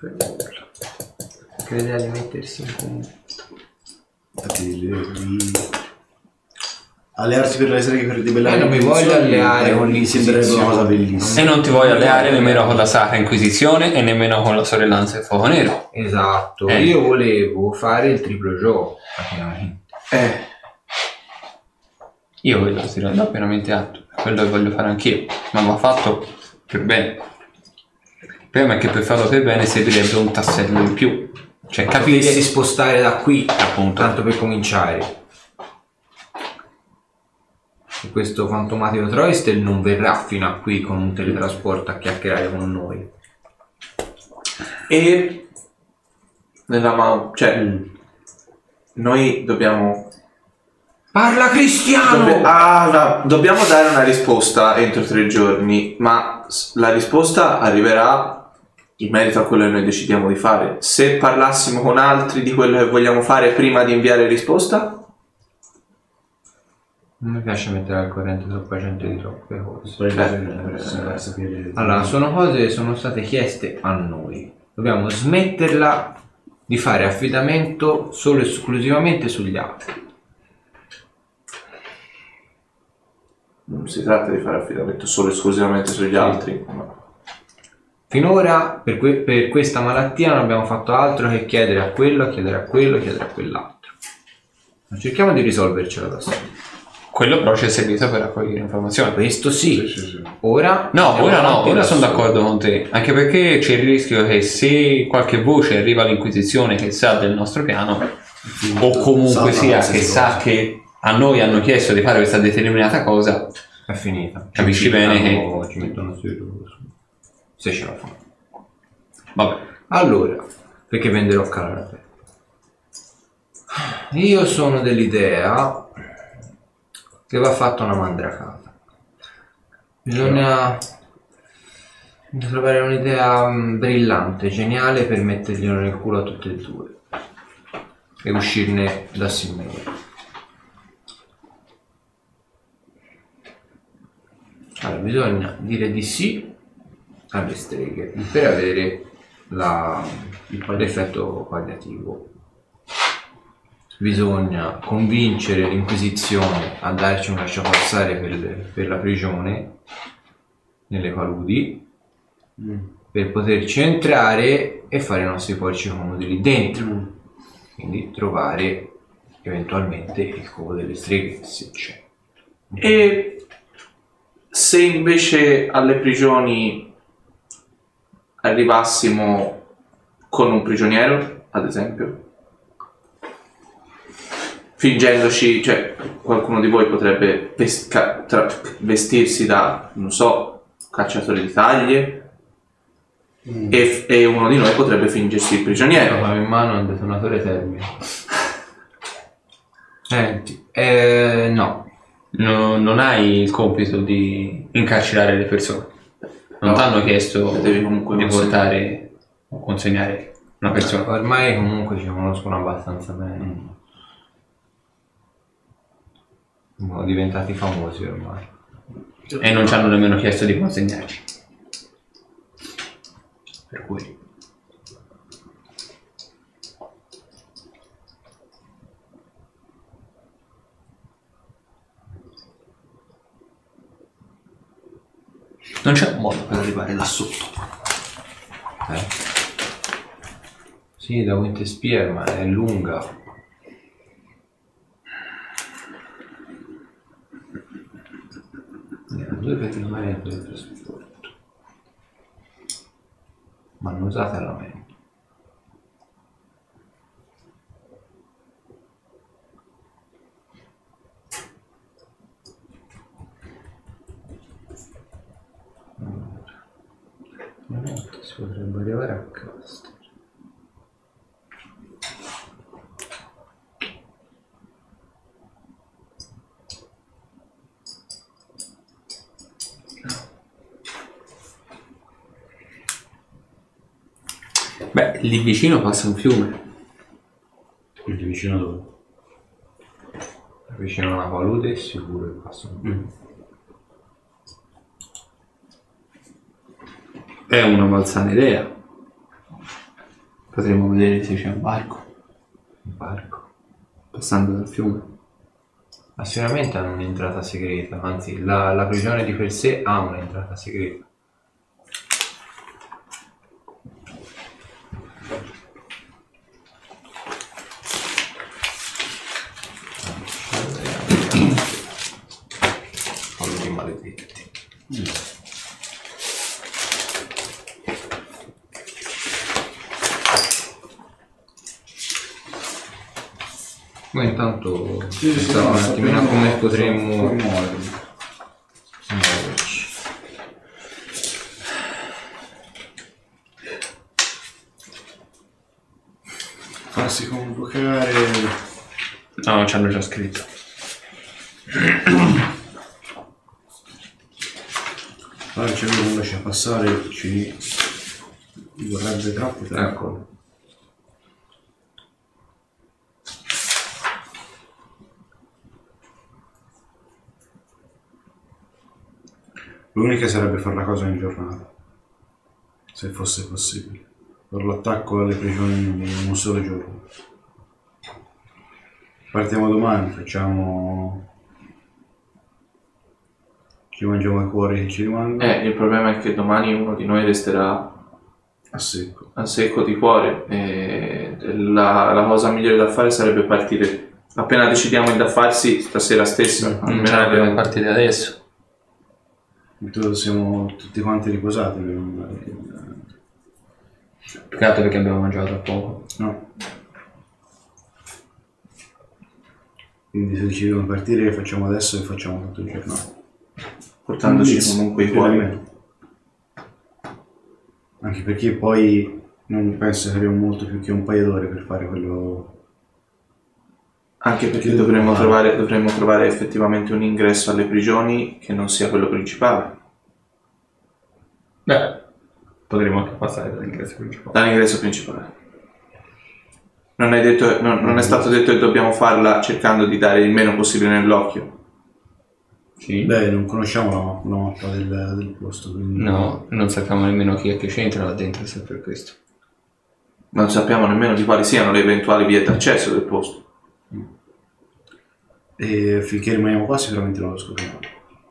Che l'idea di mettersi in comune. Infatti l'idea di allearsi per le streghe per ribellare Non mi voglio alleare con sembrerebbe una cosa bellissima. E non ti voglio alleare nemmeno con la Sacra Inquisizione e nemmeno con la sorellanza del Fuoco Nero. Esatto, io volevo fare il triplo gioco praticamente. Io quello si rende pienamente atto. Quello che voglio fare anch'io. Ma va fatto per bene. Il problema è che per farlo per bene servirebbe un tassello in più. Cioè capire... Potessi spostare da qui, Appunto. tanto per cominciare. E questo fantomatico Troister non verrà fino a qui con un teletrasporto a chiacchierare con noi. e noi dobbiamo Parla Cristiano! dobbiamo dare una risposta entro 3 giorni, ma la risposta arriverà in merito a quello che noi decidiamo di fare. Se parlassimo con altri di quello che vogliamo fare prima di inviare risposta? Non mi piace mettere al corrente troppa gente di troppe cose. Poi per sapere. Allora, sono cose che sono state chieste a noi. Dobbiamo smetterla di fare affidamento solo e esclusivamente sugli altri. Non si tratta di fare affidamento solo e esclusivamente sugli altri. Ma... Finora per questa malattia non abbiamo fatto altro che chiedere a quello, chiedere a quello, chiedere a quell'altro. Ma cerchiamo di risolvercela da soli. Quello però ci è servito per raccogliere informazioni. Questo sì. Ora No, ora no, ora sono d'accordo. d'accordo con te. Anche perché c'è il rischio che se qualche voce arriva all'Inquisizione che sa del nostro piano, o comunque sia che sa che a noi hanno chiesto di fare questa determinata cosa, È finita. Capisci Ci bene mettono- Ci mettono su. Se ce la fanno. vabbè. Allora, perché venderò Calarate? Io sono dell'idea che va fatta una mandracata. Bisogna trovare un'idea brillante, geniale per metterglielo nel culo a tutte e due e uscirne da Silmeria. Allora, bisogna dire di sì alle streghe per avere l'effetto palliativo. Bisogna convincere l'Inquisizione a darci un lasciapassare per la prigione nelle paludi per poterci entrare e fare i nostri porci comodi lì dentro. Quindi trovare eventualmente il covo delle streghe se c'è. E Se invece alle prigioni arrivassimo con un prigioniero, ad esempio, fingendoci, cioè qualcuno di voi potrebbe vestirsi da, non so, cacciatore di taglie e uno di noi potrebbe fingersi il prigioniero. Avevo in mano un detonatore termico. No. Non hai il compito di incarcerare le persone. Non No. ti hanno chiesto Devi comunque di consegnare. portare o consegnare una persona. Ormai comunque ci conoscono abbastanza bene. Siamo diventati famosi ormai. E non ci hanno nemmeno chiesto di consegnarci. Per cui non c'è un modo per arrivare là sotto. Sì, da Winter Spear, ma è lunga. Due praticamente del trasporto. Ma non usate la mente. Una notte si potrebbe arrivare a Caster. Beh, lì vicino passa un fiume. Quindi vicino dove? Vicino a una palude è sicuro che passa un fiume. È una malsana idea. Potremmo vedere se c'è un barco Un barco. passando dal fiume. Ma sicuramente hanno un'entrata segreta, anzi la prigione di per sé ha un'entrata segreta. Poveri maledetti. Ma intanto pensavo un attimino a come potremmo muoverci. Farsi convocare. No, ci hanno già scritto. Allora c'è uno che lascia passare, ci vorrebbe troppo tempo. Ecco. L'unica sarebbe fare la cosa in giornata, se fosse possibile. Per l'attacco alle prigioni in un solo giorno. Partiamo domani, facciamo... ci mangiamo i cuori che ci rimangono. Il problema è che domani uno di noi resterà A secco. a secco di cuore e la cosa migliore da fare sarebbe partire appena decidiamo il da farsi stasera stessa. Non Almeno ce l'abbiamo abbiamo- partite adesso. Intanto siamo tutti quanti riposati. Peccato perché abbiamo mangiato a poco. No. Quindi se decidiamo di partire facciamo adesso e facciamo tutto il giorno. portandoci comunque i cuori. Anche perché poi non penso che avremo molto più che un paio d'ore per fare quello. Anche perché dovremmo trovare effettivamente un ingresso alle prigioni che non sia quello principale. Beh, potremmo anche passare dall'ingresso principale. Dall'ingresso principale. Non è stato detto che dobbiamo farla cercando di dare il meno possibile nell'occhio. Sì. Beh, non conosciamo la mappa del posto, quindi. No, non sappiamo nemmeno chi è che c'entra là dentro, se per questo. Non sappiamo nemmeno di quali siano le eventuali vie d'accesso del posto. E finché rimaniamo qua sicuramente non lo scopriamo.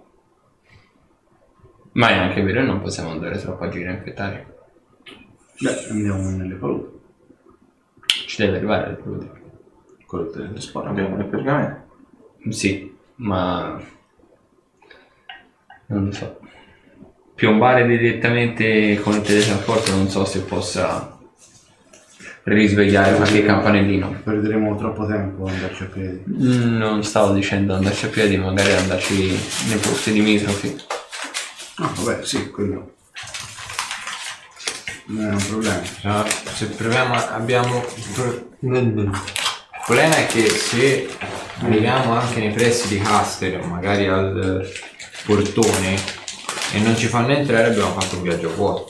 Ma è anche vero, non possiamo andare troppo a giro e infettare. Beh, andiamo nelle paludi. Ci deve arrivare il problema. Quello delle spore. Abbiamo le pergamene. Sì, ma Non lo so. Piombare direttamente con il teletrasporto non so se possa risvegliare qualche campanellino. Perderemo troppo tempo ad andarci a piedi. Non stavo dicendo andarci a piedi, magari andarci nei posti limitrofi. Ah, vabbè, sì, quello non è un problema. Se proviamo, abbiamo. Il problema è che se arriviamo anche nei pressi di Caster, magari al portone, e non ci fanno entrare, abbiamo fatto un viaggio vuoto.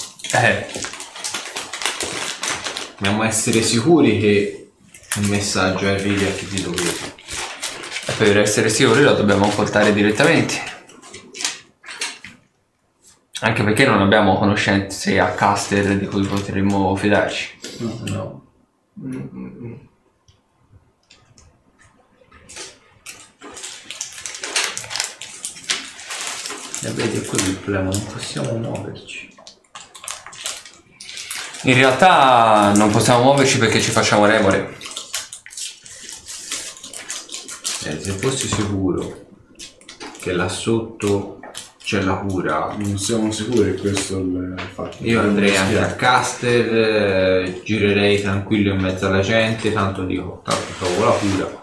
Dobbiamo essere sicuri che il messaggio arrivi a chi ti dovete. Per essere sicuri lo dobbiamo portare direttamente. Anche perché non abbiamo conoscenze a Caster di cui potremmo fidarci. No. E vedi, è quello il problema, non possiamo muoverci. In realtà non possiamo muoverci perché ci facciamo remore. Se fossi sicuro che là sotto c'è la cura, Non siamo sicuri che questo è il fatto. io andrei anche a Caster, girerei tranquillo in mezzo alla gente, tanto dico, tanto trovo la cura.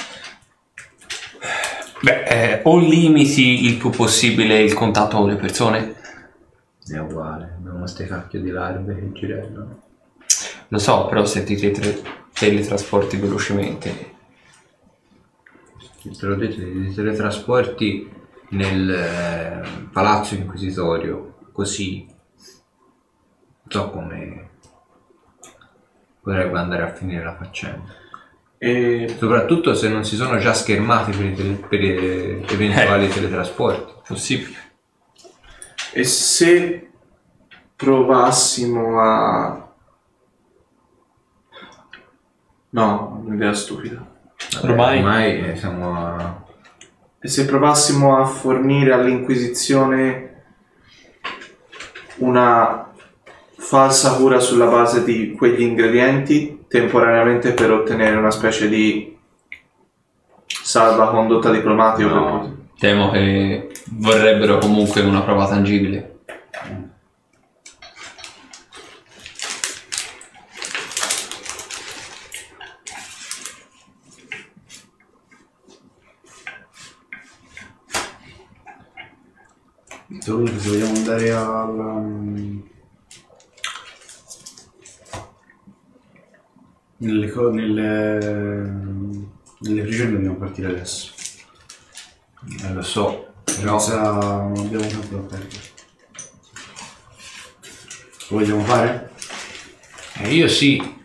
Beh, o limiti il più possibile il contatto con le persone. È uguale, abbiamo queste cacchio di larve che girellano. Lo so, però se ti teletrasporti velocemente. Te l'ho detto, ti teletrasporti nel palazzo inquisitorio, così non so come potrebbe andare a finire la faccenda. E Soprattutto se non si sono già schermati per eventuali teletrasporti. Possibile. E se provassimo a... No, un'idea stupida. Ormai siamo a... E se provassimo a fornire all'Inquisizione una falsa cura sulla base di quegli ingredienti, temporaneamente per ottenere una specie di salvacondotta diplomatica? No. Temo che vorrebbero comunque una prova tangibile. Comunque, se vogliamo andare nelle prigioni dobbiamo partire adesso. Lo so, No, non abbiamo tempo da perdere. Lo vogliamo fare? io sì,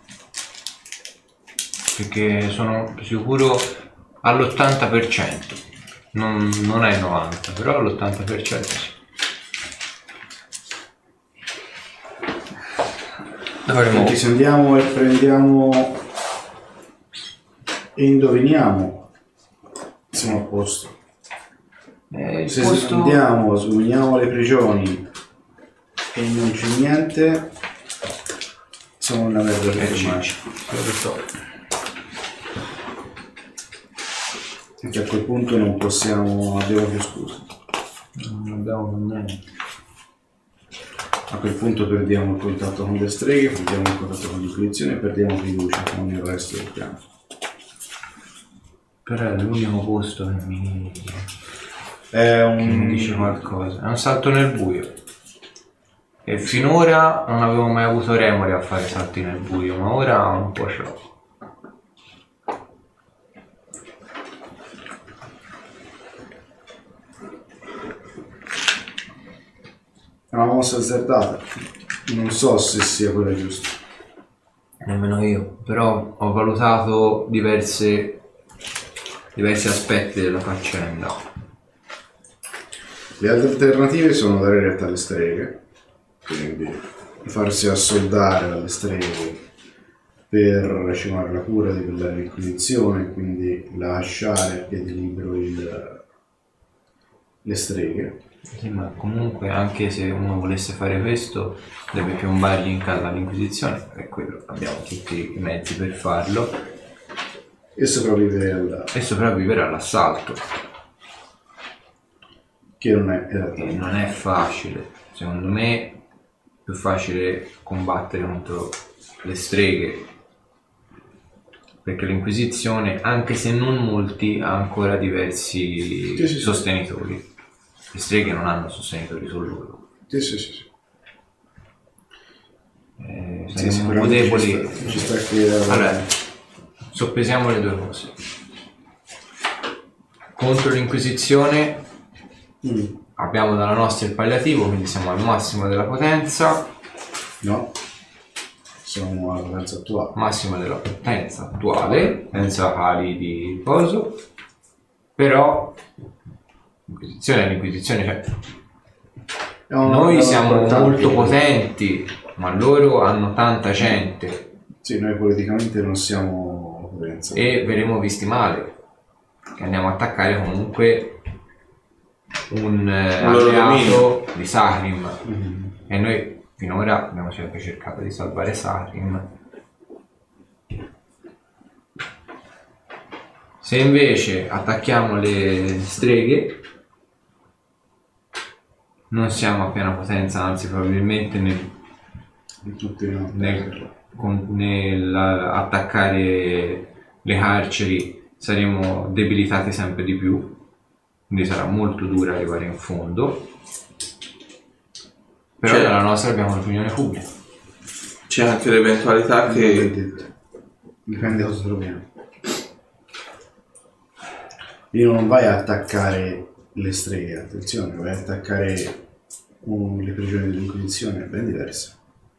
perché sono sicuro all'80%, non è 90%, però all'80% sì. Dovremmo... Perché se andiamo e prendiamo e indoviniamo, siamo a posto. Il Se posto... andiamo, uniamo le prigioni e non c'è niente, siamo una merda per ormai. Perché a quel punto non possiamo, abbiamo più scuse. Non abbiamo niente. A quel punto perdiamo il contatto con le streghe, perdiamo il contatto con l'inquisizione e perdiamo fiducia con il resto del piano. Però è l'unico posto che mi È dice qualcosa. È un salto nel buio. E finora non avevo mai avuto remore a fare salti nel buio, ma ora un po' ce l'ho. È una mossa azzardata. Non so se sia quella giusta. Nemmeno io, però ho valutato diversi aspetti della faccenda. Le altre alternative sono dare retta alle streghe, quindi farsi assoldare dalle streghe per ricevere la cura dell'inquisizione, quindi lasciare a piede libero le streghe. Sì, ma comunque anche se uno volesse fare questo deve piombargli in casa all'inquisizione, per quello abbiamo tutti i mezzi per farlo, E sopravvivere e sopravvivere all'assalto. Che non è E non è facile. Secondo me è più facile combattere contro le streghe. Perché l'Inquisizione, anche se non molti, ha ancora diversi Sì. sostenitori. Le streghe non hanno sostenitori, solo loro. Sì. Saremo sicuramente deboli. ci sta qui Allora, soppesiamo le due cose. Contro l'Inquisizione abbiamo dalla nostra il palliativo, quindi siamo al massimo della potenza. No, siamo alla potenza attuale. Massima della potenza attuale, senza pali di coso. Però l'Inquisizione c'è. Noi siamo molto potenti, ma loro hanno tanta gente Sì, noi politicamente non siamo potenza. e verremo visti male. Che andiamo a attaccare comunque un loro alleato di Sahrim. Mhm. E noi finora abbiamo sempre cercato di salvare Sahrim. Se invece attacchiamo le streghe, non siamo a piena potenza, anzi probabilmente Tutti no. nell'attaccare le carceri saremo debilitati sempre di più, quindi sarà molto dura arrivare in fondo. Però Cioè- dalla nostra abbiamo l'opinione pubblica. C'è anche l'eventualità che Dipende cosa troviamo. Io non vai a attaccare le streghe, attenzione, vai a attaccare le prigioni dell'Inquisizione, è ben diverso.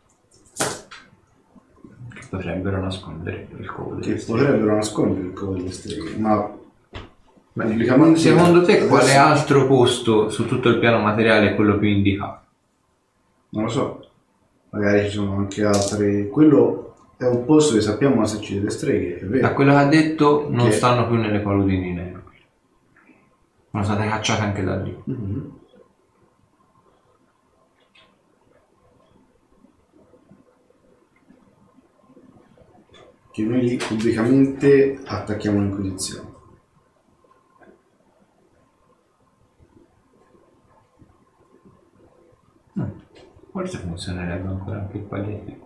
Che potrebbero nascondere il covo Che delle streghe. potrebbero nascondere il covo delle streghe, ma pubblicamente... Secondo te quale adesso- altro posto su tutto il piano materiale è quello più indicato? Non lo so, magari ci sono anche altre... Quello è un posto dove sappiamo esserci delle streghe, è Da vero. quello che ha detto non Che- stanno più nelle paludi di nero. Sono state cacciate anche da lì. Mhm. Che noi lì pubblicamente attacchiamo l'Inquisizione. Forse funzionerebbe ancora anche il palliativo.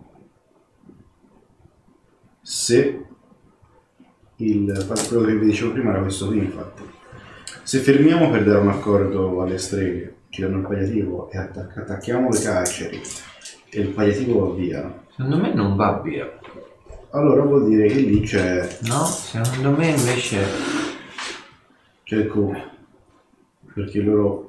Se quello che vi dicevo prima era questo qui, infatti. Se fermiamo per dare un accordo alle streghe, ci danno il palliativo e attacchiamo le carceri e il palliativo va via, Secondo me non va via. allora vuol dire che lì c'è No, secondo me invece il covo, perché loro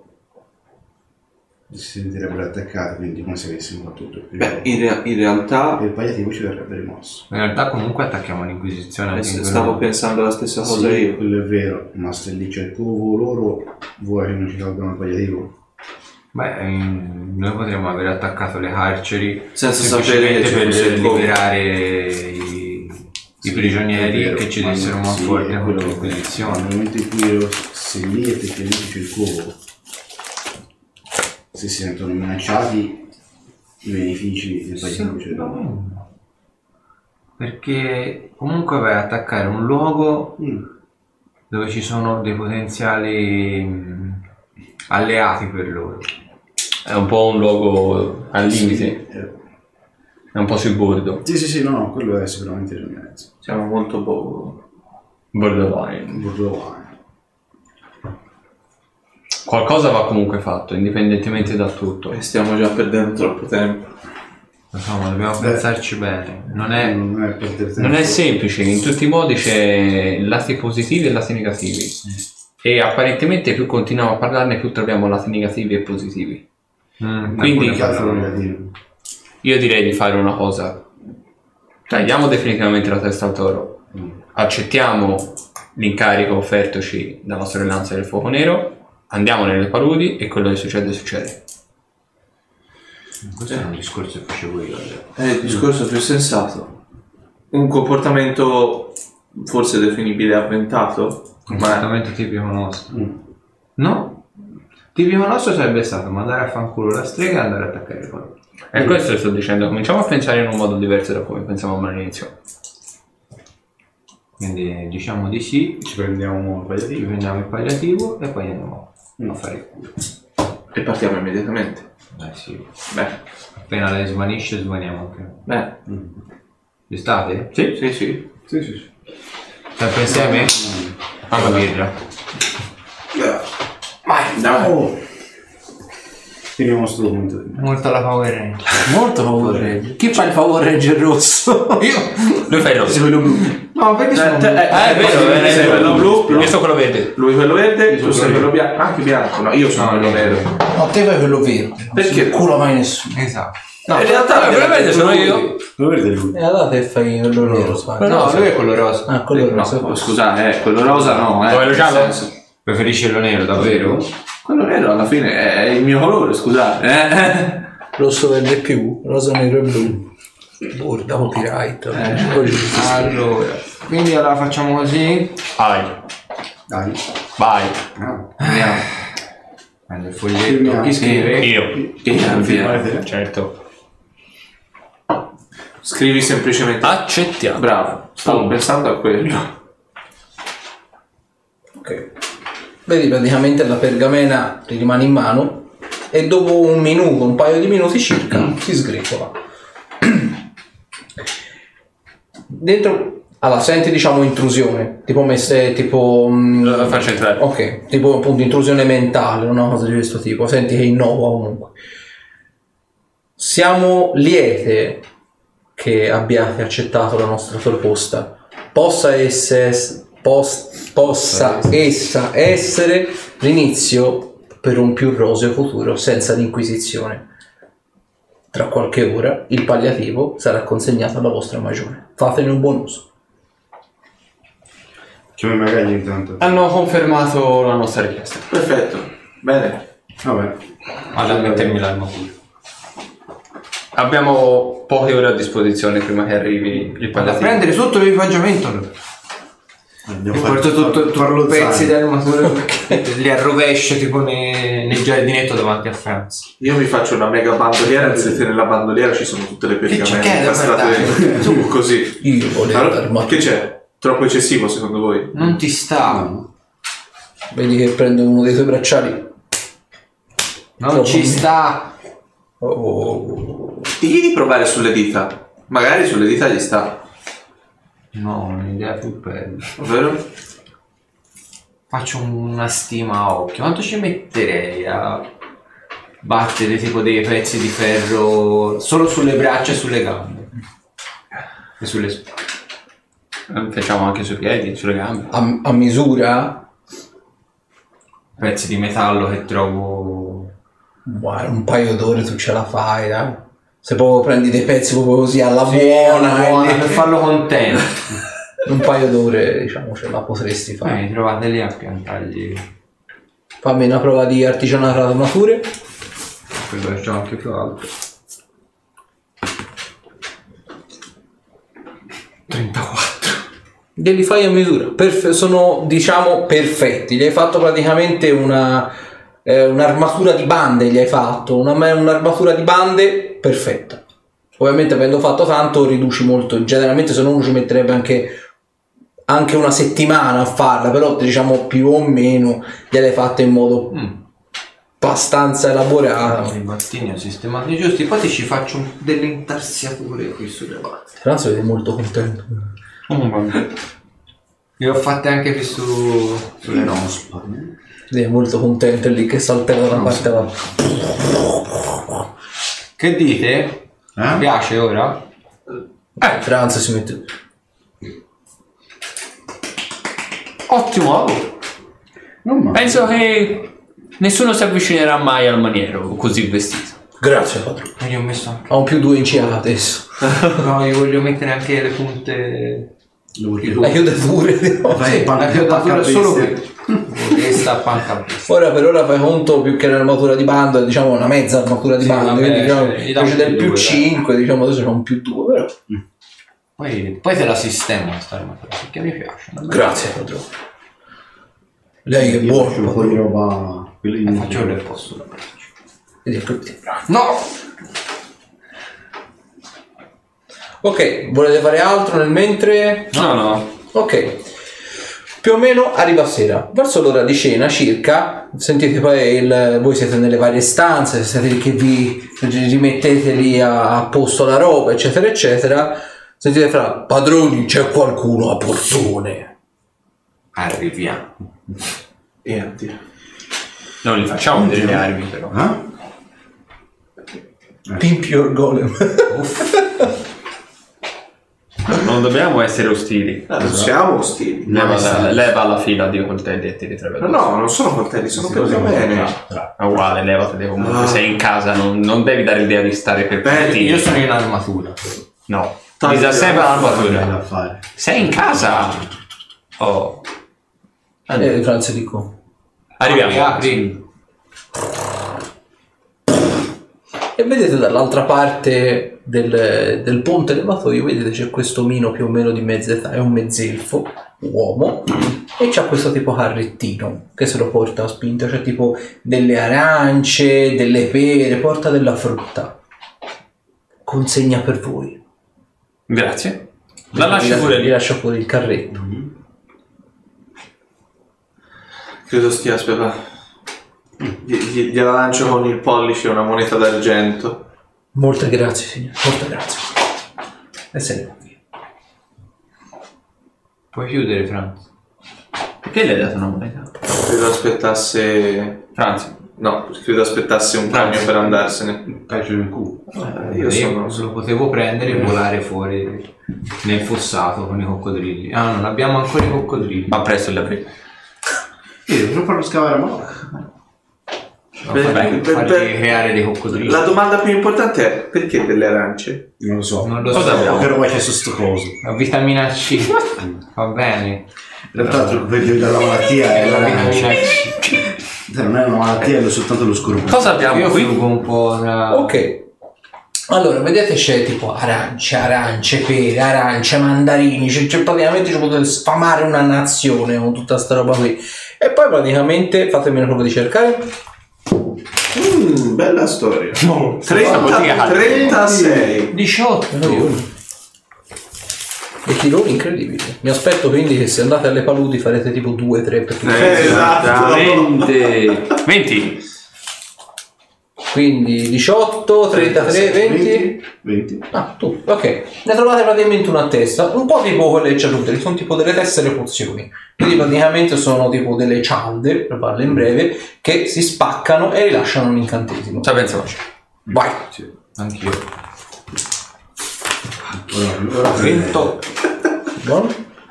si sentirebbero attaccati, quindi come se avessimo fatto tutto il primo. beh, in realtà E il palliativo ci verrebbe rimosso. in realtà comunque attacchiamo l'Inquisizione anche in stavo quello. pensando la stessa cosa Sì, io. quello è vero, ma se lì c'è il covo loro, vuoi che non ci tolgano il palliativo? Beh, noi potremmo aver attaccato le carceri Senza sapere che semplicemente ci fosse per il covo. liberare i prigionieri È vero, che ci ma dessero non- una sì, forte è contro quello- l'Inquisizione. Nel momento in cui se lì effettivamente c'è il covo, se si sentono minacciati, i benefici del palliativo ce li danno. No. Perché comunque vai a attaccare un luogo dove ci sono dei potenziali alleati per loro. È un po' un luogo al limite, è un po' sul bordo. Sì, no, quello è sicuramente il mezzo. Siamo molto Borderline. Borderline. Qualcosa va comunque fatto, indipendentemente da tutto. e stiamo già perdendo troppo tempo. Insomma, dobbiamo pensarci bene. Non è Non è perdere tempo. Non è semplice, in tutti i modi c'è lati positivi e lati negativi. E apparentemente più continuiamo a parlarne, più troviamo lati negativi e positivi. Quindi Che altro voglio dire? io direi di fare una cosa. Tagliamo definitivamente la testa al toro. Accettiamo l'incarico offertoci dalla sorellanza del fuoco nero. Andiamo nelle paludi e quello che succede succede. questo è un discorso che facevo io. È il discorso più sensato. Un comportamento forse definibile avventato, ma Comportamento tipico nostro. No? Tipico nostro sarebbe stato mandare a fanculo la strega e andare a attaccare il colpo. E questo che sto dicendo, cominciamo a pensare in un modo diverso da come pensavamo all'inizio. Quindi diciamo di sì, Ci prendiamo il ci palliativo. prendiamo il palliativo e poi andiamo. Non fare culo. E partiamo immediatamente. Sì. Beh, Appena lei svanisce, svaniamo anche. beh. Ci state? Sì, sì, sì. Sì. Sempre insieme? Una birra. Vai, dai. Finiamo sto punto. Molto alla Power Ranger. Molto Power Ranger. Chi fa il Power Ranger rosso? Io? Lui fa il rosso. quello blu. No, perché sono... È vero, sei quello blu. Io sono quello verde. Lui quello verde, tu sei quello bianco. Anche bianco, no, io sono quello nero. No, te fai quello verde. Perché? Non culo mai nessuno. Esatto. No, in realtà quello verde sono io. Lo vedi lui? E allora te fai quello nero, sbaglio. No, lui è quello rosa. Ah, quello rosa. No, scusa, quello rosa no, Quello giallo? nel senso. Preferisci quello nero, davvero? Quello nero alla fine è il mio colore, scusate. Rosso, verde più, rosa, nero e blu. Borda, copyright. Allora, quindi allora facciamo così. Dai. Vai. Andiamo. Prendo il foglietto. Chi scrive? Io. Via. Certo. Scrivi semplicemente. Accettiamo. Bravo, stavo pensando a quello. Ok. Vedi, praticamente la pergamena ti rimane in mano e dopo un minuto, un paio di minuti circa, si sgretola. Dentro, allora, senti diciamo intrusione, tipo messe, tipo... Lo faccio entrare. ok, tipo appunto intrusione mentale, una cosa di questo tipo, senti che innova comunque. Siamo liete che abbiate accettato la nostra proposta. Possa essa essere l'inizio per un più roseo futuro senza l'inquisizione. Tra qualche ora il palliativo sarà consegnato alla vostra magione. Fatene un buon uso. C'è magari intanto. Hanno confermato la nostra richiesta. Perfetto, bene. Vabbè. Vado a mettermi l'armatura. Abbiamo poche ore a disposizione prima che arrivi il Vado a palliativo. prendere sotto l'equipaggiamento. Andiamo E porto tutto farlo pezzi zaino. dell'armatura li arrovescio tipo nel giardinetto davanti a Franz. Io mi faccio una mega bandoliera, vedete nella bandoliera ci sono tutte le pergamene c'è? incastrate su così. Io volevo Allora, l'armatura. che c'è? Troppo eccessivo secondo voi? Non ti sta. Vedi che prende uno dei tuoi bracciali. Non ci sta. Oh. Digli di provare sulle dita. Magari sulle dita gli sta, No, un'idea più bella. ovvero? Faccio una stima a occhio. Quanto ci metterei a battere tipo dei pezzi di ferro solo sulle braccia e sulle gambe? E sulle spalle. Facciamo anche sui piedi, sulle gambe. A misura? Pezzi di metallo che trovo. Guarda, un paio d'ore tu ce la fai, dai. Se proprio prendi dei pezzi proprio così alla buona, per farlo contento. un paio d'ore diciamo ce la potresti fare. Mi trovate lì a piantargli. Fammi una prova di artigianato ad armature. Quello c'ho anche più alto. 34. Glieli fai a misura. Sono diciamo perfetti. Gli hai fatto praticamente un'armatura di bande. Gli hai fatto un'armatura di bande perfetta. Ovviamente avendo fatto tanto riduci molto. Generalmente se no uno ci metterebbe anche una settimana a farla, però diciamo più o meno gliele hai fatte in modo abbastanza elaborato. I mattini ho sistemati giusti, poi ci faccio delle intarsiature qui sulle patte. Franz vede molto contento. Le ho fatte anche qui sulle nostre. Vede molto contento lì che saltella da una parte all'altra. Che dite? Mi piace ora? Franz si mette. Ottimo lavoro. Non male. Penso che nessuno si avvicinerà mai al maniero così vestito. Grazie padrone. E gli ho messo anche. Ho un +2 in CA adesso. No, gli voglio mettere anche le punte. La chiudatura. La chiodatura solo qui. E sta panca. Ora per ora fai conto più che un'armatura di banda, diciamo una mezza armatura di Sì, banda, vabbè, quindi diciamo cioè, gli dà invece un del +2, +5, diciamo adesso c'è un +2, però. Poi te la sistemo sta armatura perché mi piace. Grazie padrone. Lei è Faccio buono. un po' di roba. Faccio il posto da braccio. Vedi, colpiti. No! Ok, volete fare altro nel mentre? No. Ok. Più o meno arriva sera, verso l'ora di cena circa, sentite poi voi siete nelle varie stanze, siete lì che vi rimettete lì a posto la roba, eccetera, eccetera. Sentite fra padroni, c'è qualcuno a portone. Arriviamo. E addio. Non li facciamo delle armi però. Pimp your golem. Non dobbiamo essere ostili. Non siamo ostili. Leva la fila di coltelli e ti ritrovi. No, non sono coltelli, sono presi bene. È uguale, levate comunque. Sei in casa, non devi dare l'idea di stare per tutti. Io sono in armatura. No. Disassemba l'armatura. da fare. Sei in casa. Oh. Franz dico. Arriviamo. Apri. E vedete dall'altra parte del ponte levatoio, vedete c'è questo mino più o meno di mezza età, è un mezzelfo, uomo, e c'ha questo tipo carrettino che se lo porta a spinta, c'è tipo delle arance, delle pere, porta della frutta. Consegna per voi. Grazie. La lasci pure Gli lì. lascia fuori il carretto. Credo stia aspettando. Gliela lancio con il pollice una moneta d'argento. Molte grazie, signore, molte grazie. E se ne va via. Puoi chiudere, Franz. Perché le hai dato una moneta? Credo aspettasse... Franz. No, credo aspettasse un camion per andarsene. Calcio nel culo. Io sono... Lo potevo prendere e volare fuori nel fossato con i coccodrilli. Ah, non abbiamo ancora i coccodrilli. Ma presto li avremo. Io devo farlo scavare a mano. Farli creare dei coccodrilli. La domanda più importante è: perché delle arance? Non lo so. Non lo Cosa so. abbiamo? Che roba c'è su sto coso? La vitamina C. Va bene. In realtà quello della malattia è La la vitamina C. non è una malattia, è soltanto lo scorpione. Cosa abbiamo Io qui? frugo un po' tra... Ok. Allora, vedete c'è tipo arance, pere, arance, mandarini, c'è praticamente ci potete sfamare una nazione con tutta sta roba qui. E poi praticamente fatemi una prova di cercare. Bella storia. No, 36. 18. E tironi incredibili. Mi aspetto quindi che se andate alle paludi farete tipo 2-3 per tutti. Esatto. 20. Quindi 18, 33, 20. 20. Ah, tu, ok. Ne trovate praticamente una a testa, un po' tipo quelle che c'è tutte, sono tipo delle tessere pozioni. Quindi praticamente sono tipo delle cialde, per parlarle in breve, che si spaccano e rilasciano un incantesimo. Ci penso faccio. Vai. Sì. Anch'io. Ora 28. Buono?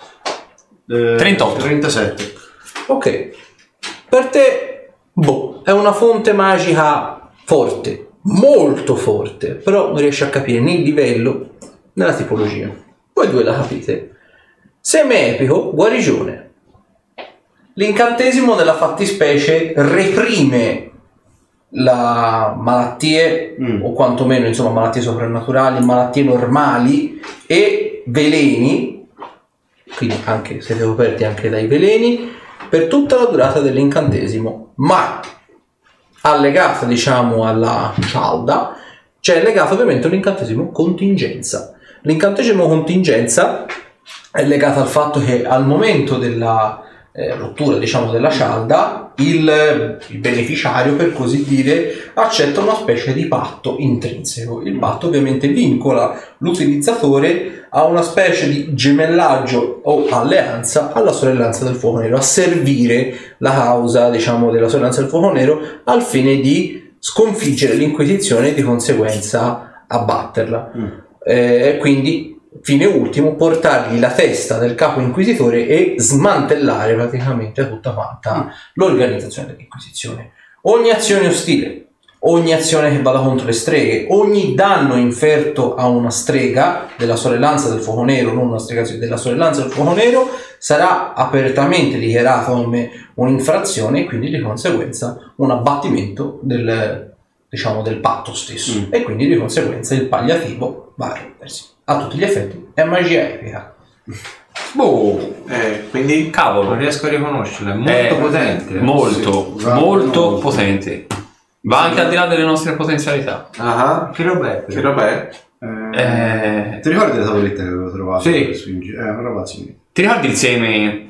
38. 37. Ok. Per te, boh, è una fonte magica forte, molto forte, però non riesci a capire né il livello né la tipologia. Voi due la capite. Seme epico, guarigione. L'incantesimo nella fattispecie reprime la malattie o quantomeno insomma malattie soprannaturali, malattie normali e veleni, quindi anche siete coperti anche dai veleni per tutta la durata dell'incantesimo, ma allegato diciamo alla cialda c'è legato ovviamente l'incantesimo contingenza. L'incantesimo contingenza è legato al fatto che al momento della rottura diciamo della cialda il beneficiario per così dire accetta una specie di patto intrinseco. Il patto ovviamente vincola l'utilizzatore a una specie di gemellaggio o alleanza alla sorellanza del fuoco nero, a servire la causa diciamo della sorellanza del fuoco nero al fine di sconfiggere l'inquisizione e di conseguenza abbatterla. Quindi fine ultimo portargli la testa del capo inquisitore e smantellare praticamente tutta quanta l'organizzazione dell'inquisizione. Ogni azione ostile, ogni azione che vada contro le streghe, ogni danno inferto a una strega della sorellanza del fuoco nero, non una strega della sorellanza del fuoco nero, sarà apertamente dichiarato come un'infrazione e quindi di conseguenza un abbattimento del patto stesso e quindi di conseguenza il palliativo va a rendersi. A tutti gli effetti è magia epica. Boh. Quindi Non Cavolo. riesco a riconoscerla, è molto potente. Molto, Sì, molto potente. Va anche al di là delle nostre potenzialità. Che roba è? che roba è? Ti ricordi le tavolette che avevo trovato? Sì. Una roba simile. Ti ricordi il seme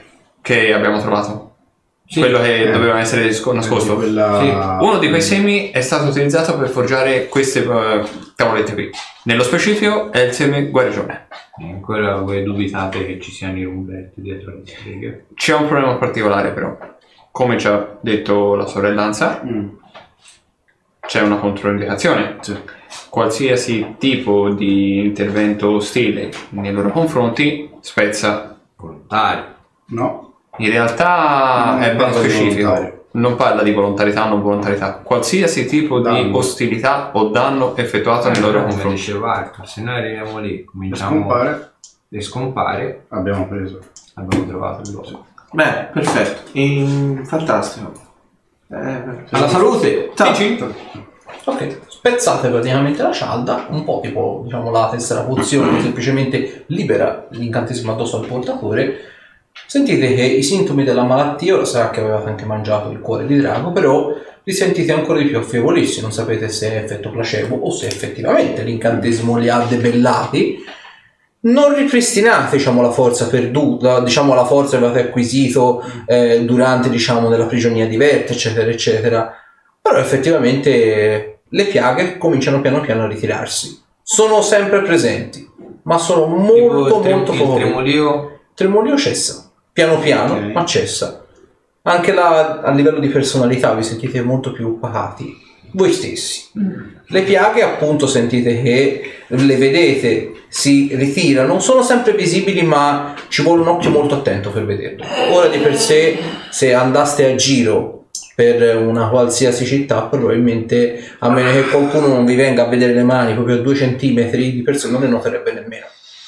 che abbiamo trovato. Sì. Quello che doveva essere nascosto. Quella... Uno di quei semi è stato utilizzato per forgiare queste tavolette qui. Nello specifico è il seme guarigione. Ancora voi dubitate che ci siano i rumbetti dietro le streghe? C'è un problema particolare però. Come ci ha detto la sorellanza, c'è una controindicazione. Sì. Qualsiasi tipo di intervento ostile nei loro confronti spezza. Volontari. No. In realtà Non è ben parla di specifico. volontario. Non parla di volontarietà o non volontarietà. Qualsiasi tipo di Danno. ostilità o danno effettuato nei loro Come confronti. diceva Arthur, se noi arriviamo lì, Per cominciamo scompare e scompare, abbiamo preso. abbiamo trovato il luogo. Bene, perfetto. Fantastico. Alla salute! Ciao. Ok, spezzate praticamente la cialda, un po' tipo, diciamo, la tessera pozione, semplicemente libera l'incantesimo addosso al portatore. Sentite che i sintomi della malattia, ora sarà che avevate anche mangiato il cuore di drago, però li sentite ancora di più affievolirsi, non sapete se è effetto placebo o se effettivamente l'incantesimo li ha debellati. Non ripristinate, diciamo, la forza perduta, diciamo la forza che avete acquisito durante, diciamo, della prigionia di Vert, eccetera, eccetera. Però effettivamente le piaghe cominciano piano piano a ritirarsi. Sono sempre presenti, ma sono molto molto il poco. Tremolio cessa, piano piano, Ok. ma cessa. Anche là, a livello di personalità vi sentite molto più pacati, voi stessi. Le piaghe, appunto, sentite che le vedete, si ritirano, sono sempre visibili, ma ci vuole un occhio molto attento per vederle. Ora di per sé, se andaste a giro per una qualsiasi città, probabilmente, a meno che qualcuno non vi venga a vedere le mani proprio a 2 centimetri di persona, non le noterebbe nemmeno.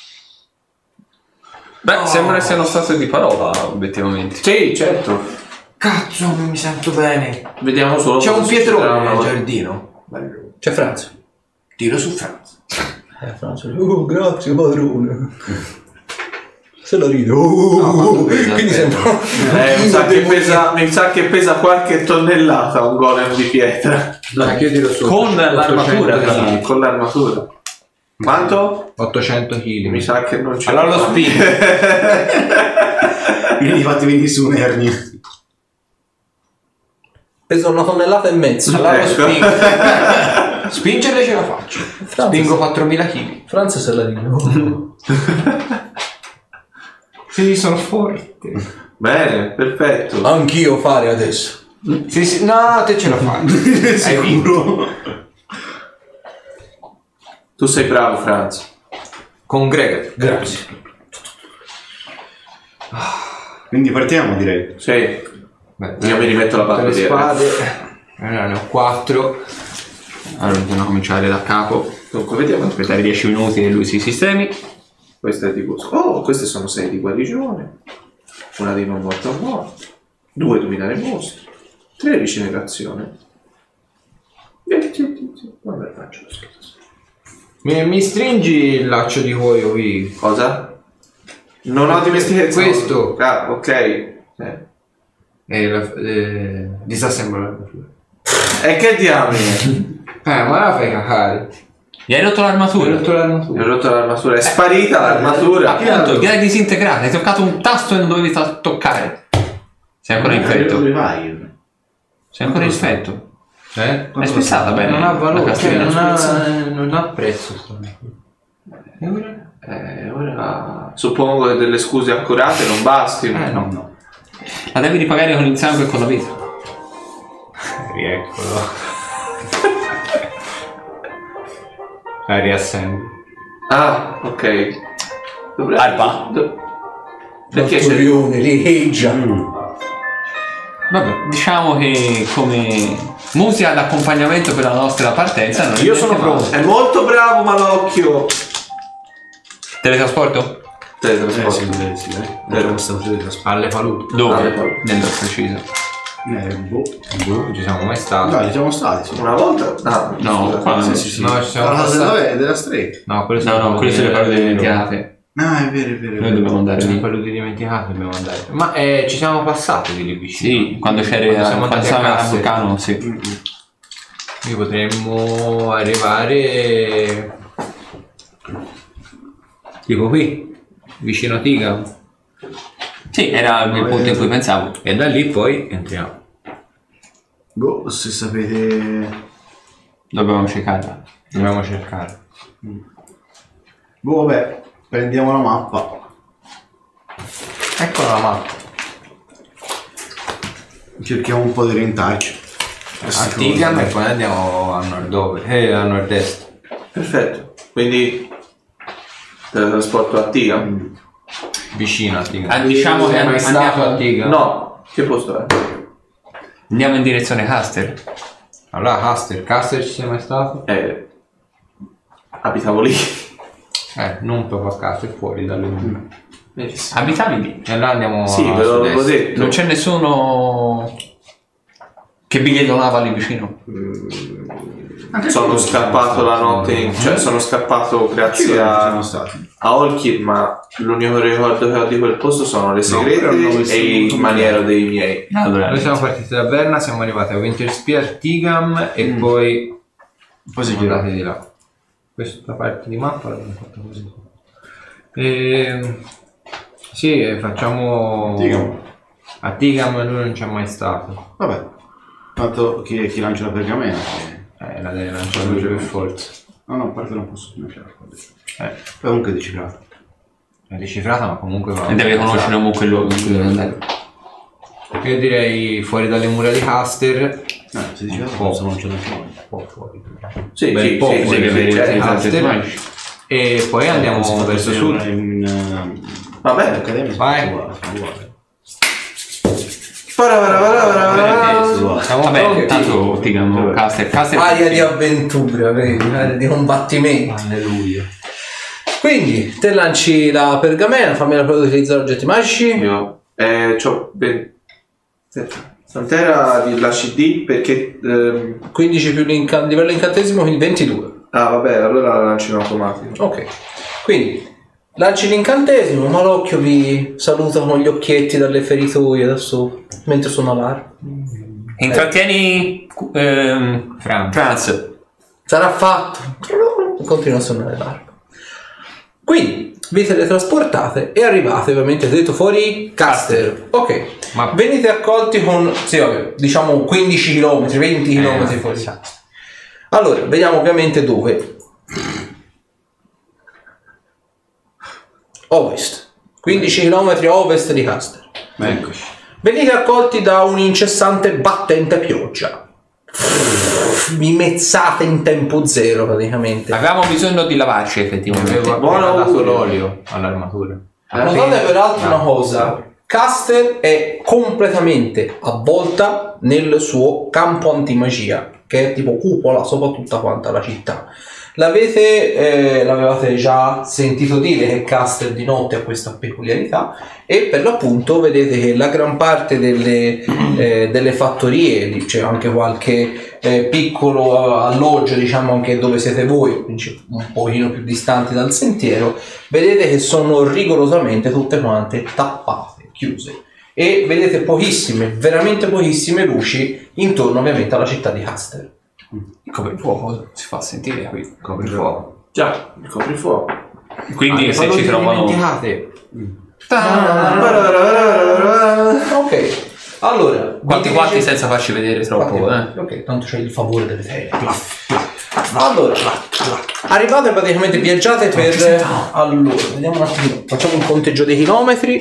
Beh, sembra siano state di parola, obiettivamente. Sì, certo. Cazzo, non mi sento bene. Vediamo solo. C'è un cosa succederà pietrone una nel volta. giardino. Bello. C'è Franz. Tiro su Franz. Franz, grazie padrone. Se la rido. Quindi sembra mi sa che pesa qualche tonnellata un golem di pietra. Dai, io tiro su. Con l'armatura, tra 800 l'altro. kg. Con l'armatura. Quanto? 800 kg. Mi sa che non c'è. Allora lo spingo. Quindi fatti venire su un'ernia. pesa 1,5 tonnellate. Allora lo Ecco. spingo. Spingere ce la faccio. Spingo 4000 kg. Franz se la rido. Sì, sono forte. Bene, perfetto. Anch'io fare adesso. Sì, sì. No, te ce la fai. Hai vinto. Tu sei bravo, Franz. Congregati. Grazie. Quindi partiamo, direi. Sì. Beh, Io mi rimetto la tutte le batteria. spade. Allora ne ho 4. Allora dobbiamo cominciare da capo. Dunque, vediamo. Aspettare 10 minuti e lui si sistemi. Questa è di gusto. Oh, queste sono 6 di guarigione. Una di non morto a morto. 2 dominare mostri. 3 rigenerazione. Vabbè, faccio lo stesso. Mi stringi il laccio di cuoio qui? Cosa? Non ho dimestichezza. Questo. Ah, ok. Disassemblo l'armatura. E che diamine? Ma la fai cacare. Gli hai rotto Ho l'armatura. rotto l'armatura. Ho rotto l'armatura. È sparita l'armatura. Appunto, gli hai disintegrata. Hai toccato un tasto e non dovevi toccare. Sei ancora infetto. Dove vai? Sei ancora infetto. Eh? È spezzata bene. Non ha la valore, castrina. non ha prezzo. E ora? Ora suppongo che delle scuse accurate non bastino. No. La devi ripagare con il sangue e con la vita. Rieccolo. La riassemblo. Ah, ok. Arpa? Perché c'è... Torrione, rieggia. Vabbè, diciamo che come musica d'accompagnamento per la nostra partenza non è Io niente sono male. pronto. È molto bravo Malocchio. Teletrasporto? Teletrasporto. Sì, dai. Abbiamo stato teletrasportati. Alle paludi. Dove? Ah, poi. Nello preciso. Boh. Non ci siamo mai stati. Dai, siamo stati. Sì. Una volta? Ah, No, scusa. qua- Sì. No, ci siamo Alla casa passati. della strega. No, quelle No, quelle sono le parole dimenticate. Ah, è vero, è vero. Noi dobbiamo andare Sono lì. paludi dimenticati, dobbiamo andare. Ma ci siamo passati di lì vicino. Sì, quando c'eri Quando siamo quando andati a stavamo al Casse. vulcano, sì. Quindi potremmo arrivare tipo qui, vicino a Tiga. Sì, era il punto in cui pensavo. E da lì poi entriamo. Boh, se sapete... Dobbiamo cercarla. Dobbiamo cercare. Boh, vabbè, prendiamo la mappa. Ecco la mappa. Cerchiamo un po' di orientarci. A Tigam e poi andiamo a nord-ovest, a nord-est. Perfetto. Quindi teletrasporto a Tigam? Vicino a Tigam. Diciamo che Sei mai stato andiamo, a Tigam? No. Che posto è? andiamo in direzione Caster. Allora Caster ci sei mai stato? Abitavo lì. Non proprio a Caster, fuori dalle mura. Benissimo. Abitavi lì? E allora andiamo Sì, a ve l'ho sud-est. detto. Non c'è nessuno che bigliettonava lì vicino? Sono scappato la notte, cioè sono scappato grazie Siamo a stati. Olkir, ma l'unico ricordo che ho di quel posto sono le però segrete non ho e il visto maniero dei miei. Allora, Noi siamo partiti da Berna, siamo arrivati a Winterspear, Tigam e poi siamo andati di là. Questa parte di mappa l'abbiamo fatta così. Sì, facciamo Tigam. a Tigam, lui non c'è mai stato. Vabbè, tanto chi lancia la pergamena. La deve lanciare lui per forza. No, a parte non posso lanciare. Poi comunque è decifrato. È decifrata, ma comunque va. e deve conoscere comunque il luogo in cui deve andare. Io direi fuori dalle mura di Caster. Se decifrato non ce la facciamo. Un po' fuori. Sì, Beh, sì, po' sì, fuori, deve avere c'è i Caster. tanti magici. E poi andiamo verso sud. Va bene. Accademia. Vai. Uguale. Siamo Vabbè, pronti. tanto Tigam, Caster. Aria di avventura, vedi? Aria di combattimento. Alleluia. Quindi, te lanci la pergamena, fammi la prova di utilizzare oggetti magici. Io c'ho quant'era la CD perché 15 più livello incantesimo, quindi 22. vabbè, allora la lancio in automatico. Ok, quindi lanci l'incantesimo, Malocchio vi saluta con gli occhietti dalle feritoie da sopra, mentre suona l'arpa. Intrattieni Franz. Sarà fatto. Continua a suonare l'arpa. Quindi vi teletrasportate e arrivate, ovviamente, detto fuori Caster. Ok, Ma- venite accolti con, sì, vabbè, diciamo 15 km, 20 km fuori. Allora, vediamo ovviamente dove. Ovest, 15 km a ovest di Caster. Eccoci. Venite accolti da un'incessante battente pioggia. Vi mezzate in tempo zero praticamente. Avevamo bisogno di lavarci effettivamente. Avevo Buono appena dato augurio. l'olio all'armatura. Notate peraltro una cosa: Caster è completamente avvolta nel suo campo antimagia, che è tipo cupola sopra tutta quanta la città. L'avevate già sentito dire che Caster di notte ha questa peculiarità, e per l'appunto vedete che la gran parte delle fattorie, c'è anche qualche piccolo alloggio, diciamo, anche dove siete voi, quindi un pochino più distanti dal sentiero, vedete che sono rigorosamente tutte quante tappate, chiuse, e vedete pochissime, veramente pochissime luci intorno ovviamente alla città di Caster. Il coprifuoco si fa sentire qui. Coprifuoco. Già, il coprifuoco. Quindi se ci trovano... dimenticate. Ok, allora Quanti senza farci vedere troppo, Ok, tanto c'è il favore delle teie. Allora, arrivate praticamente, viaggiate per... Allora, vediamo un attimo, facciamo un conteggio dei chilometri.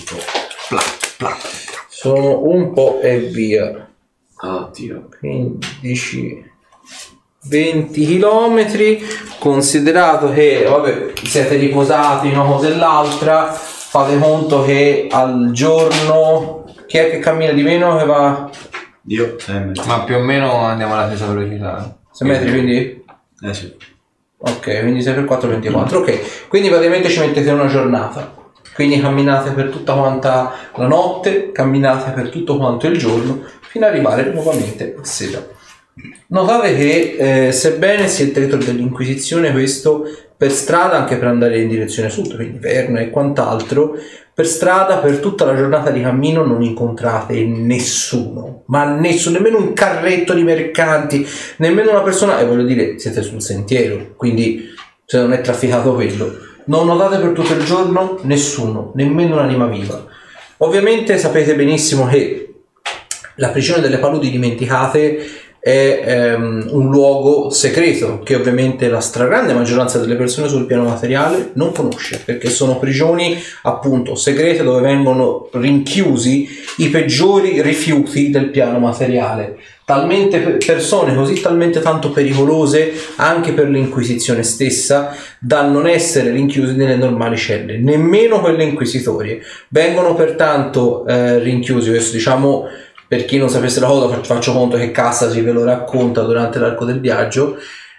Sono un po' e via. Oddio. 15... 20 km, considerato che vabbè, siete riposati una cosa e l'altra, fate conto che al giorno chi è che cammina di meno, che va Io 6 metri. Ma più o meno andiamo alla stessa velocità. 6 metri, quindi Sì. ok, quindi 6 per 4 24. Ok, quindi praticamente ci mettete una giornata, quindi camminate per tutta quanta la notte, camminate per tutto quanto il giorno fino ad arrivare nuovamente a sera. Notate che sebbene sia il territorio dell'Inquisizione, questo per strada, anche per andare in direzione sud, quindi Verna e quant'altro, per strada per tutta la giornata di cammino non incontrate nessuno, ma nessuno, nemmeno un carretto di mercanti, nemmeno una persona, e voglio dire, siete sul sentiero, quindi se non è trafficato quello, non notate per tutto il giorno nessuno, nemmeno un'anima viva. Ovviamente sapete benissimo che la prigione delle paludi dimenticate è un luogo segreto che ovviamente la stragrande maggioranza delle persone sul piano materiale non conosce, perché sono prigioni appunto segrete dove vengono rinchiusi i peggiori rifiuti del piano materiale. Talmente persone così talmente tanto pericolose anche per l'Inquisizione stessa da non essere rinchiusi nelle normali celle, nemmeno quelle inquisitorie. Vengono pertanto rinchiusi, questo diciamo per chi non sapesse la cosa, faccio conto che Cassasi ve lo racconta durante l'arco del viaggio.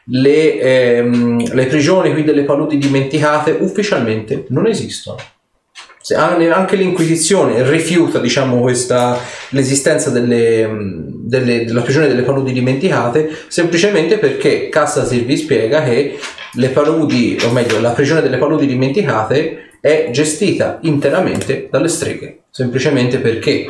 Le prigioni qui delle paludi dimenticate ufficialmente non esistono. Anche l'Inquisizione rifiuta, diciamo, l'esistenza della prigione delle paludi dimenticate, semplicemente perché Cassasi vi spiega che le paludi, o meglio la prigione delle paludi dimenticate è gestita interamente dalle streghe, semplicemente perché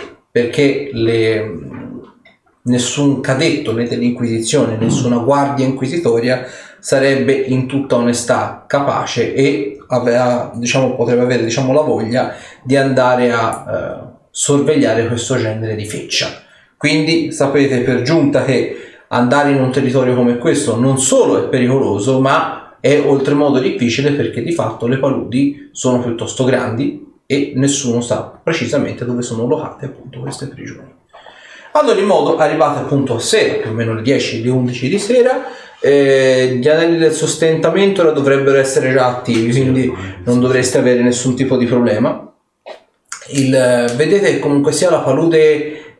nessun cadetto né dell'Inquisizione, nessuna guardia inquisitoria sarebbe in tutta onestà capace e potrebbe avere la voglia di andare a sorvegliare questo genere di feccia. Quindi sapete per giunta che andare in un territorio come questo non solo è pericoloso, ma è oltremodo difficile, perché di fatto le paludi sono piuttosto grandi e nessuno sa precisamente dove sono locate appunto queste prigioni. Ad ogni modo, arrivate appunto a sera, più o meno le 10, le 11 di sera, gli anelli del sostentamento ora dovrebbero essere già attivi, quindi non dovreste avere nessun tipo di problema. Vedete comunque sia la palude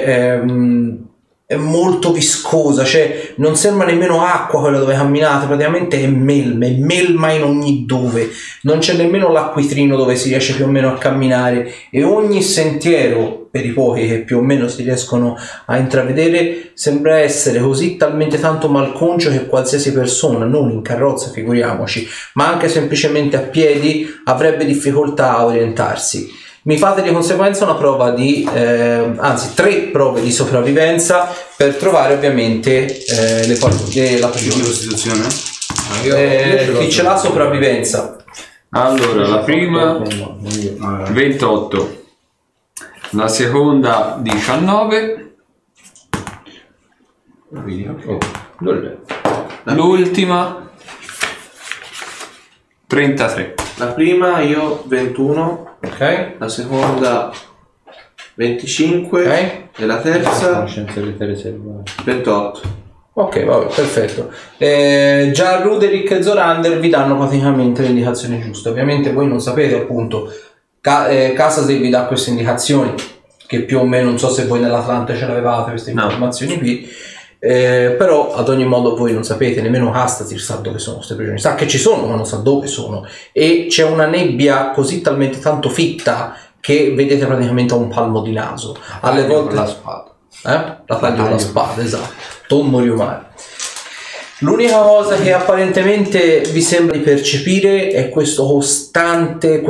è molto viscosa, cioè non sembra nemmeno acqua quella dove camminate, praticamente è melma in ogni dove, non c'è nemmeno l'acquitrino dove si riesce più o meno a camminare, e ogni sentiero, per i pochi che più o meno si riescono a intravedere, sembra essere così talmente tanto malconcio che qualsiasi persona, non in carrozza figuriamoci, ma anche semplicemente a piedi, avrebbe difficoltà a orientarsi. Mi fate di conseguenza una prova anzi 3 prove di sopravvivenza per trovare ovviamente la Costituzione? chi ce l'ha sopravvivenza. Allora, la prima 28, la seconda 19, l'ultima 33. La prima io 21, Ok, la seconda 25 ok, e la terza Conoscenza lettere selvagge. 28. ok, vabbè, perfetto. Già Ruderick e Zorander vi danno praticamente le indicazioni giuste. Ovviamente voi non sapete appunto, Casase vi dà queste indicazioni che più o meno, non so se voi nell'Atlante ce l'avevate queste informazioni qui, però ad ogni modo voi non sapete, nemmeno Castasir sa dove sono queste prigioni, sa che ci sono ma non sa dove sono, e c'è una nebbia così talmente tanto fitta che vedete praticamente a un palmo di naso. Alle volte la spada. la taglio con la spada, esatto, tonno riumano. L'unica cosa che apparentemente vi sembra di percepire è questa costante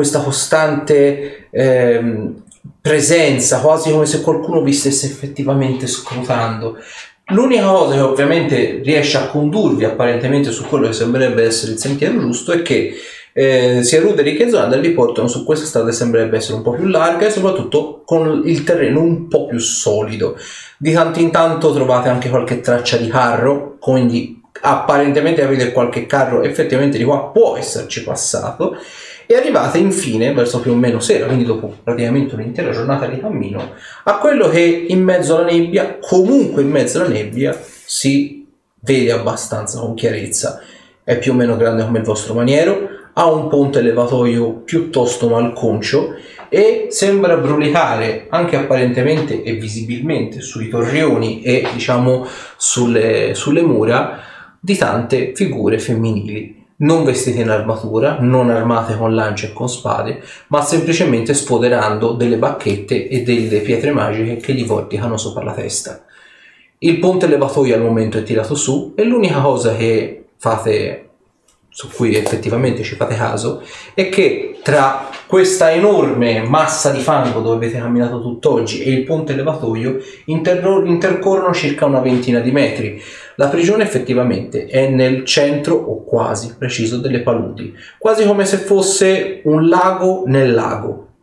presenza, quasi come se qualcuno vi stesse effettivamente scrutando. L'unica cosa che ovviamente riesce a condurvi apparentemente su quello che sembrerebbe essere il sentiero giusto è che sia Ruderick che Zorander vi portano su questa strada che sembrerebbe essere un po' più larga e soprattutto con il terreno un po' più solido. Di tanto in tanto trovate anche qualche traccia di carro, quindi apparentemente avete qualche carro effettivamente di qua può esserci passato, e arrivate infine verso più o meno sera, quindi dopo praticamente un'intera giornata di cammino, a quello che in mezzo alla nebbia, comunque in mezzo alla nebbia, si vede abbastanza con chiarezza. È più o meno grande come il vostro maniero, ha un ponte elevatoio piuttosto malconcio e sembra brulicare anche apparentemente e visibilmente sui torrioni e diciamo sulle mura di tante figure femminili, non vestite in armatura, non armate con lance e con spade, ma semplicemente sfoderando delle bacchette e delle pietre magiche che gli vorticano sopra la testa. Il ponte elevatoio al momento è tirato su e l'unica cosa che fate, su cui effettivamente ci fate caso, è che tra questa enorme massa di fango dove avete camminato tutt'oggi e il ponte elevatoio intercorrono circa una ventina di metri. La prigione effettivamente è nel centro, o quasi preciso, delle paludi, quasi come se fosse un lago nel lago.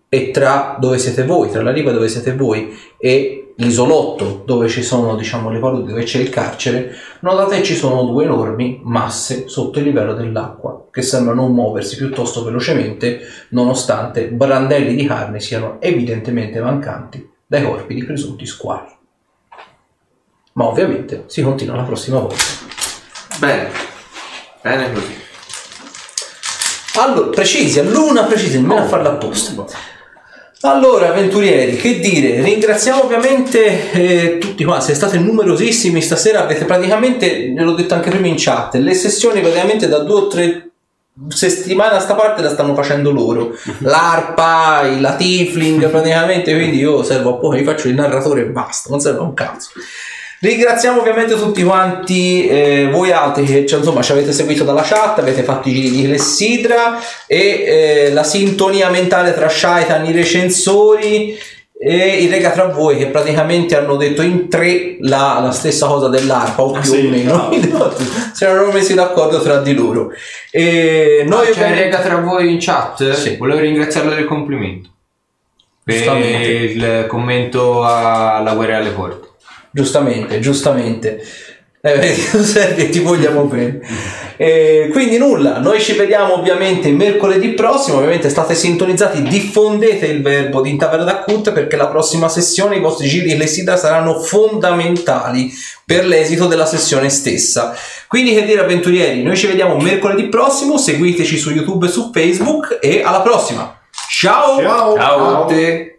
e tra dove siete voi, tra la riva dove siete voi e l'isolotto dove ci sono, diciamo, le paludi, dove c'è il carcere, notate che ci sono due enormi masse sotto il livello dell'acqua che sembrano non muoversi piuttosto velocemente, nonostante brandelli di carne siano evidentemente mancanti dai corpi di presunti squali. Ma ovviamente si continua la prossima volta. Bene così. Allora, precisi, all'una precisi, nemmeno a farla apposta. Allora, avventurieri, che dire, ringraziamo ovviamente tutti qua, siete stati numerosissimi stasera, avete praticamente, l'ho detto anche prima in chat, le sessioni praticamente da 2 o 3 settimane a sta parte la stanno facendo loro, l'arpa, la tiefling praticamente, quindi io servo a poco, vi faccio il narratore e basta, non serve un cazzo. Ringraziamo ovviamente tutti quanti voi altri che insomma ci avete seguito dalla chat, avete fatto i giri di Clessidra e la sintonia mentale tra Shaitan, i recensori e i rega tra voi che praticamente hanno detto in 3 la stessa cosa dell'arpa o più o meno, si erano messi d'accordo tra di loro. E noi c'è il rega tra voi in chat? Sì. Volevo ringraziarlo del complimento per il commento alla guerra alle porte. Giustamente. Ti vogliamo bene. Quindi nulla, noi ci vediamo ovviamente mercoledì prossimo, ovviamente state sintonizzati, diffondete il verbo di In Taverna d'Accult perché la prossima sessione, i vostri giri di Clessidra saranno fondamentali per l'esito della sessione stessa. Quindi che dire, avventurieri, noi ci vediamo mercoledì prossimo, seguiteci su YouTube e su Facebook e alla prossima. Ciao! Ciao.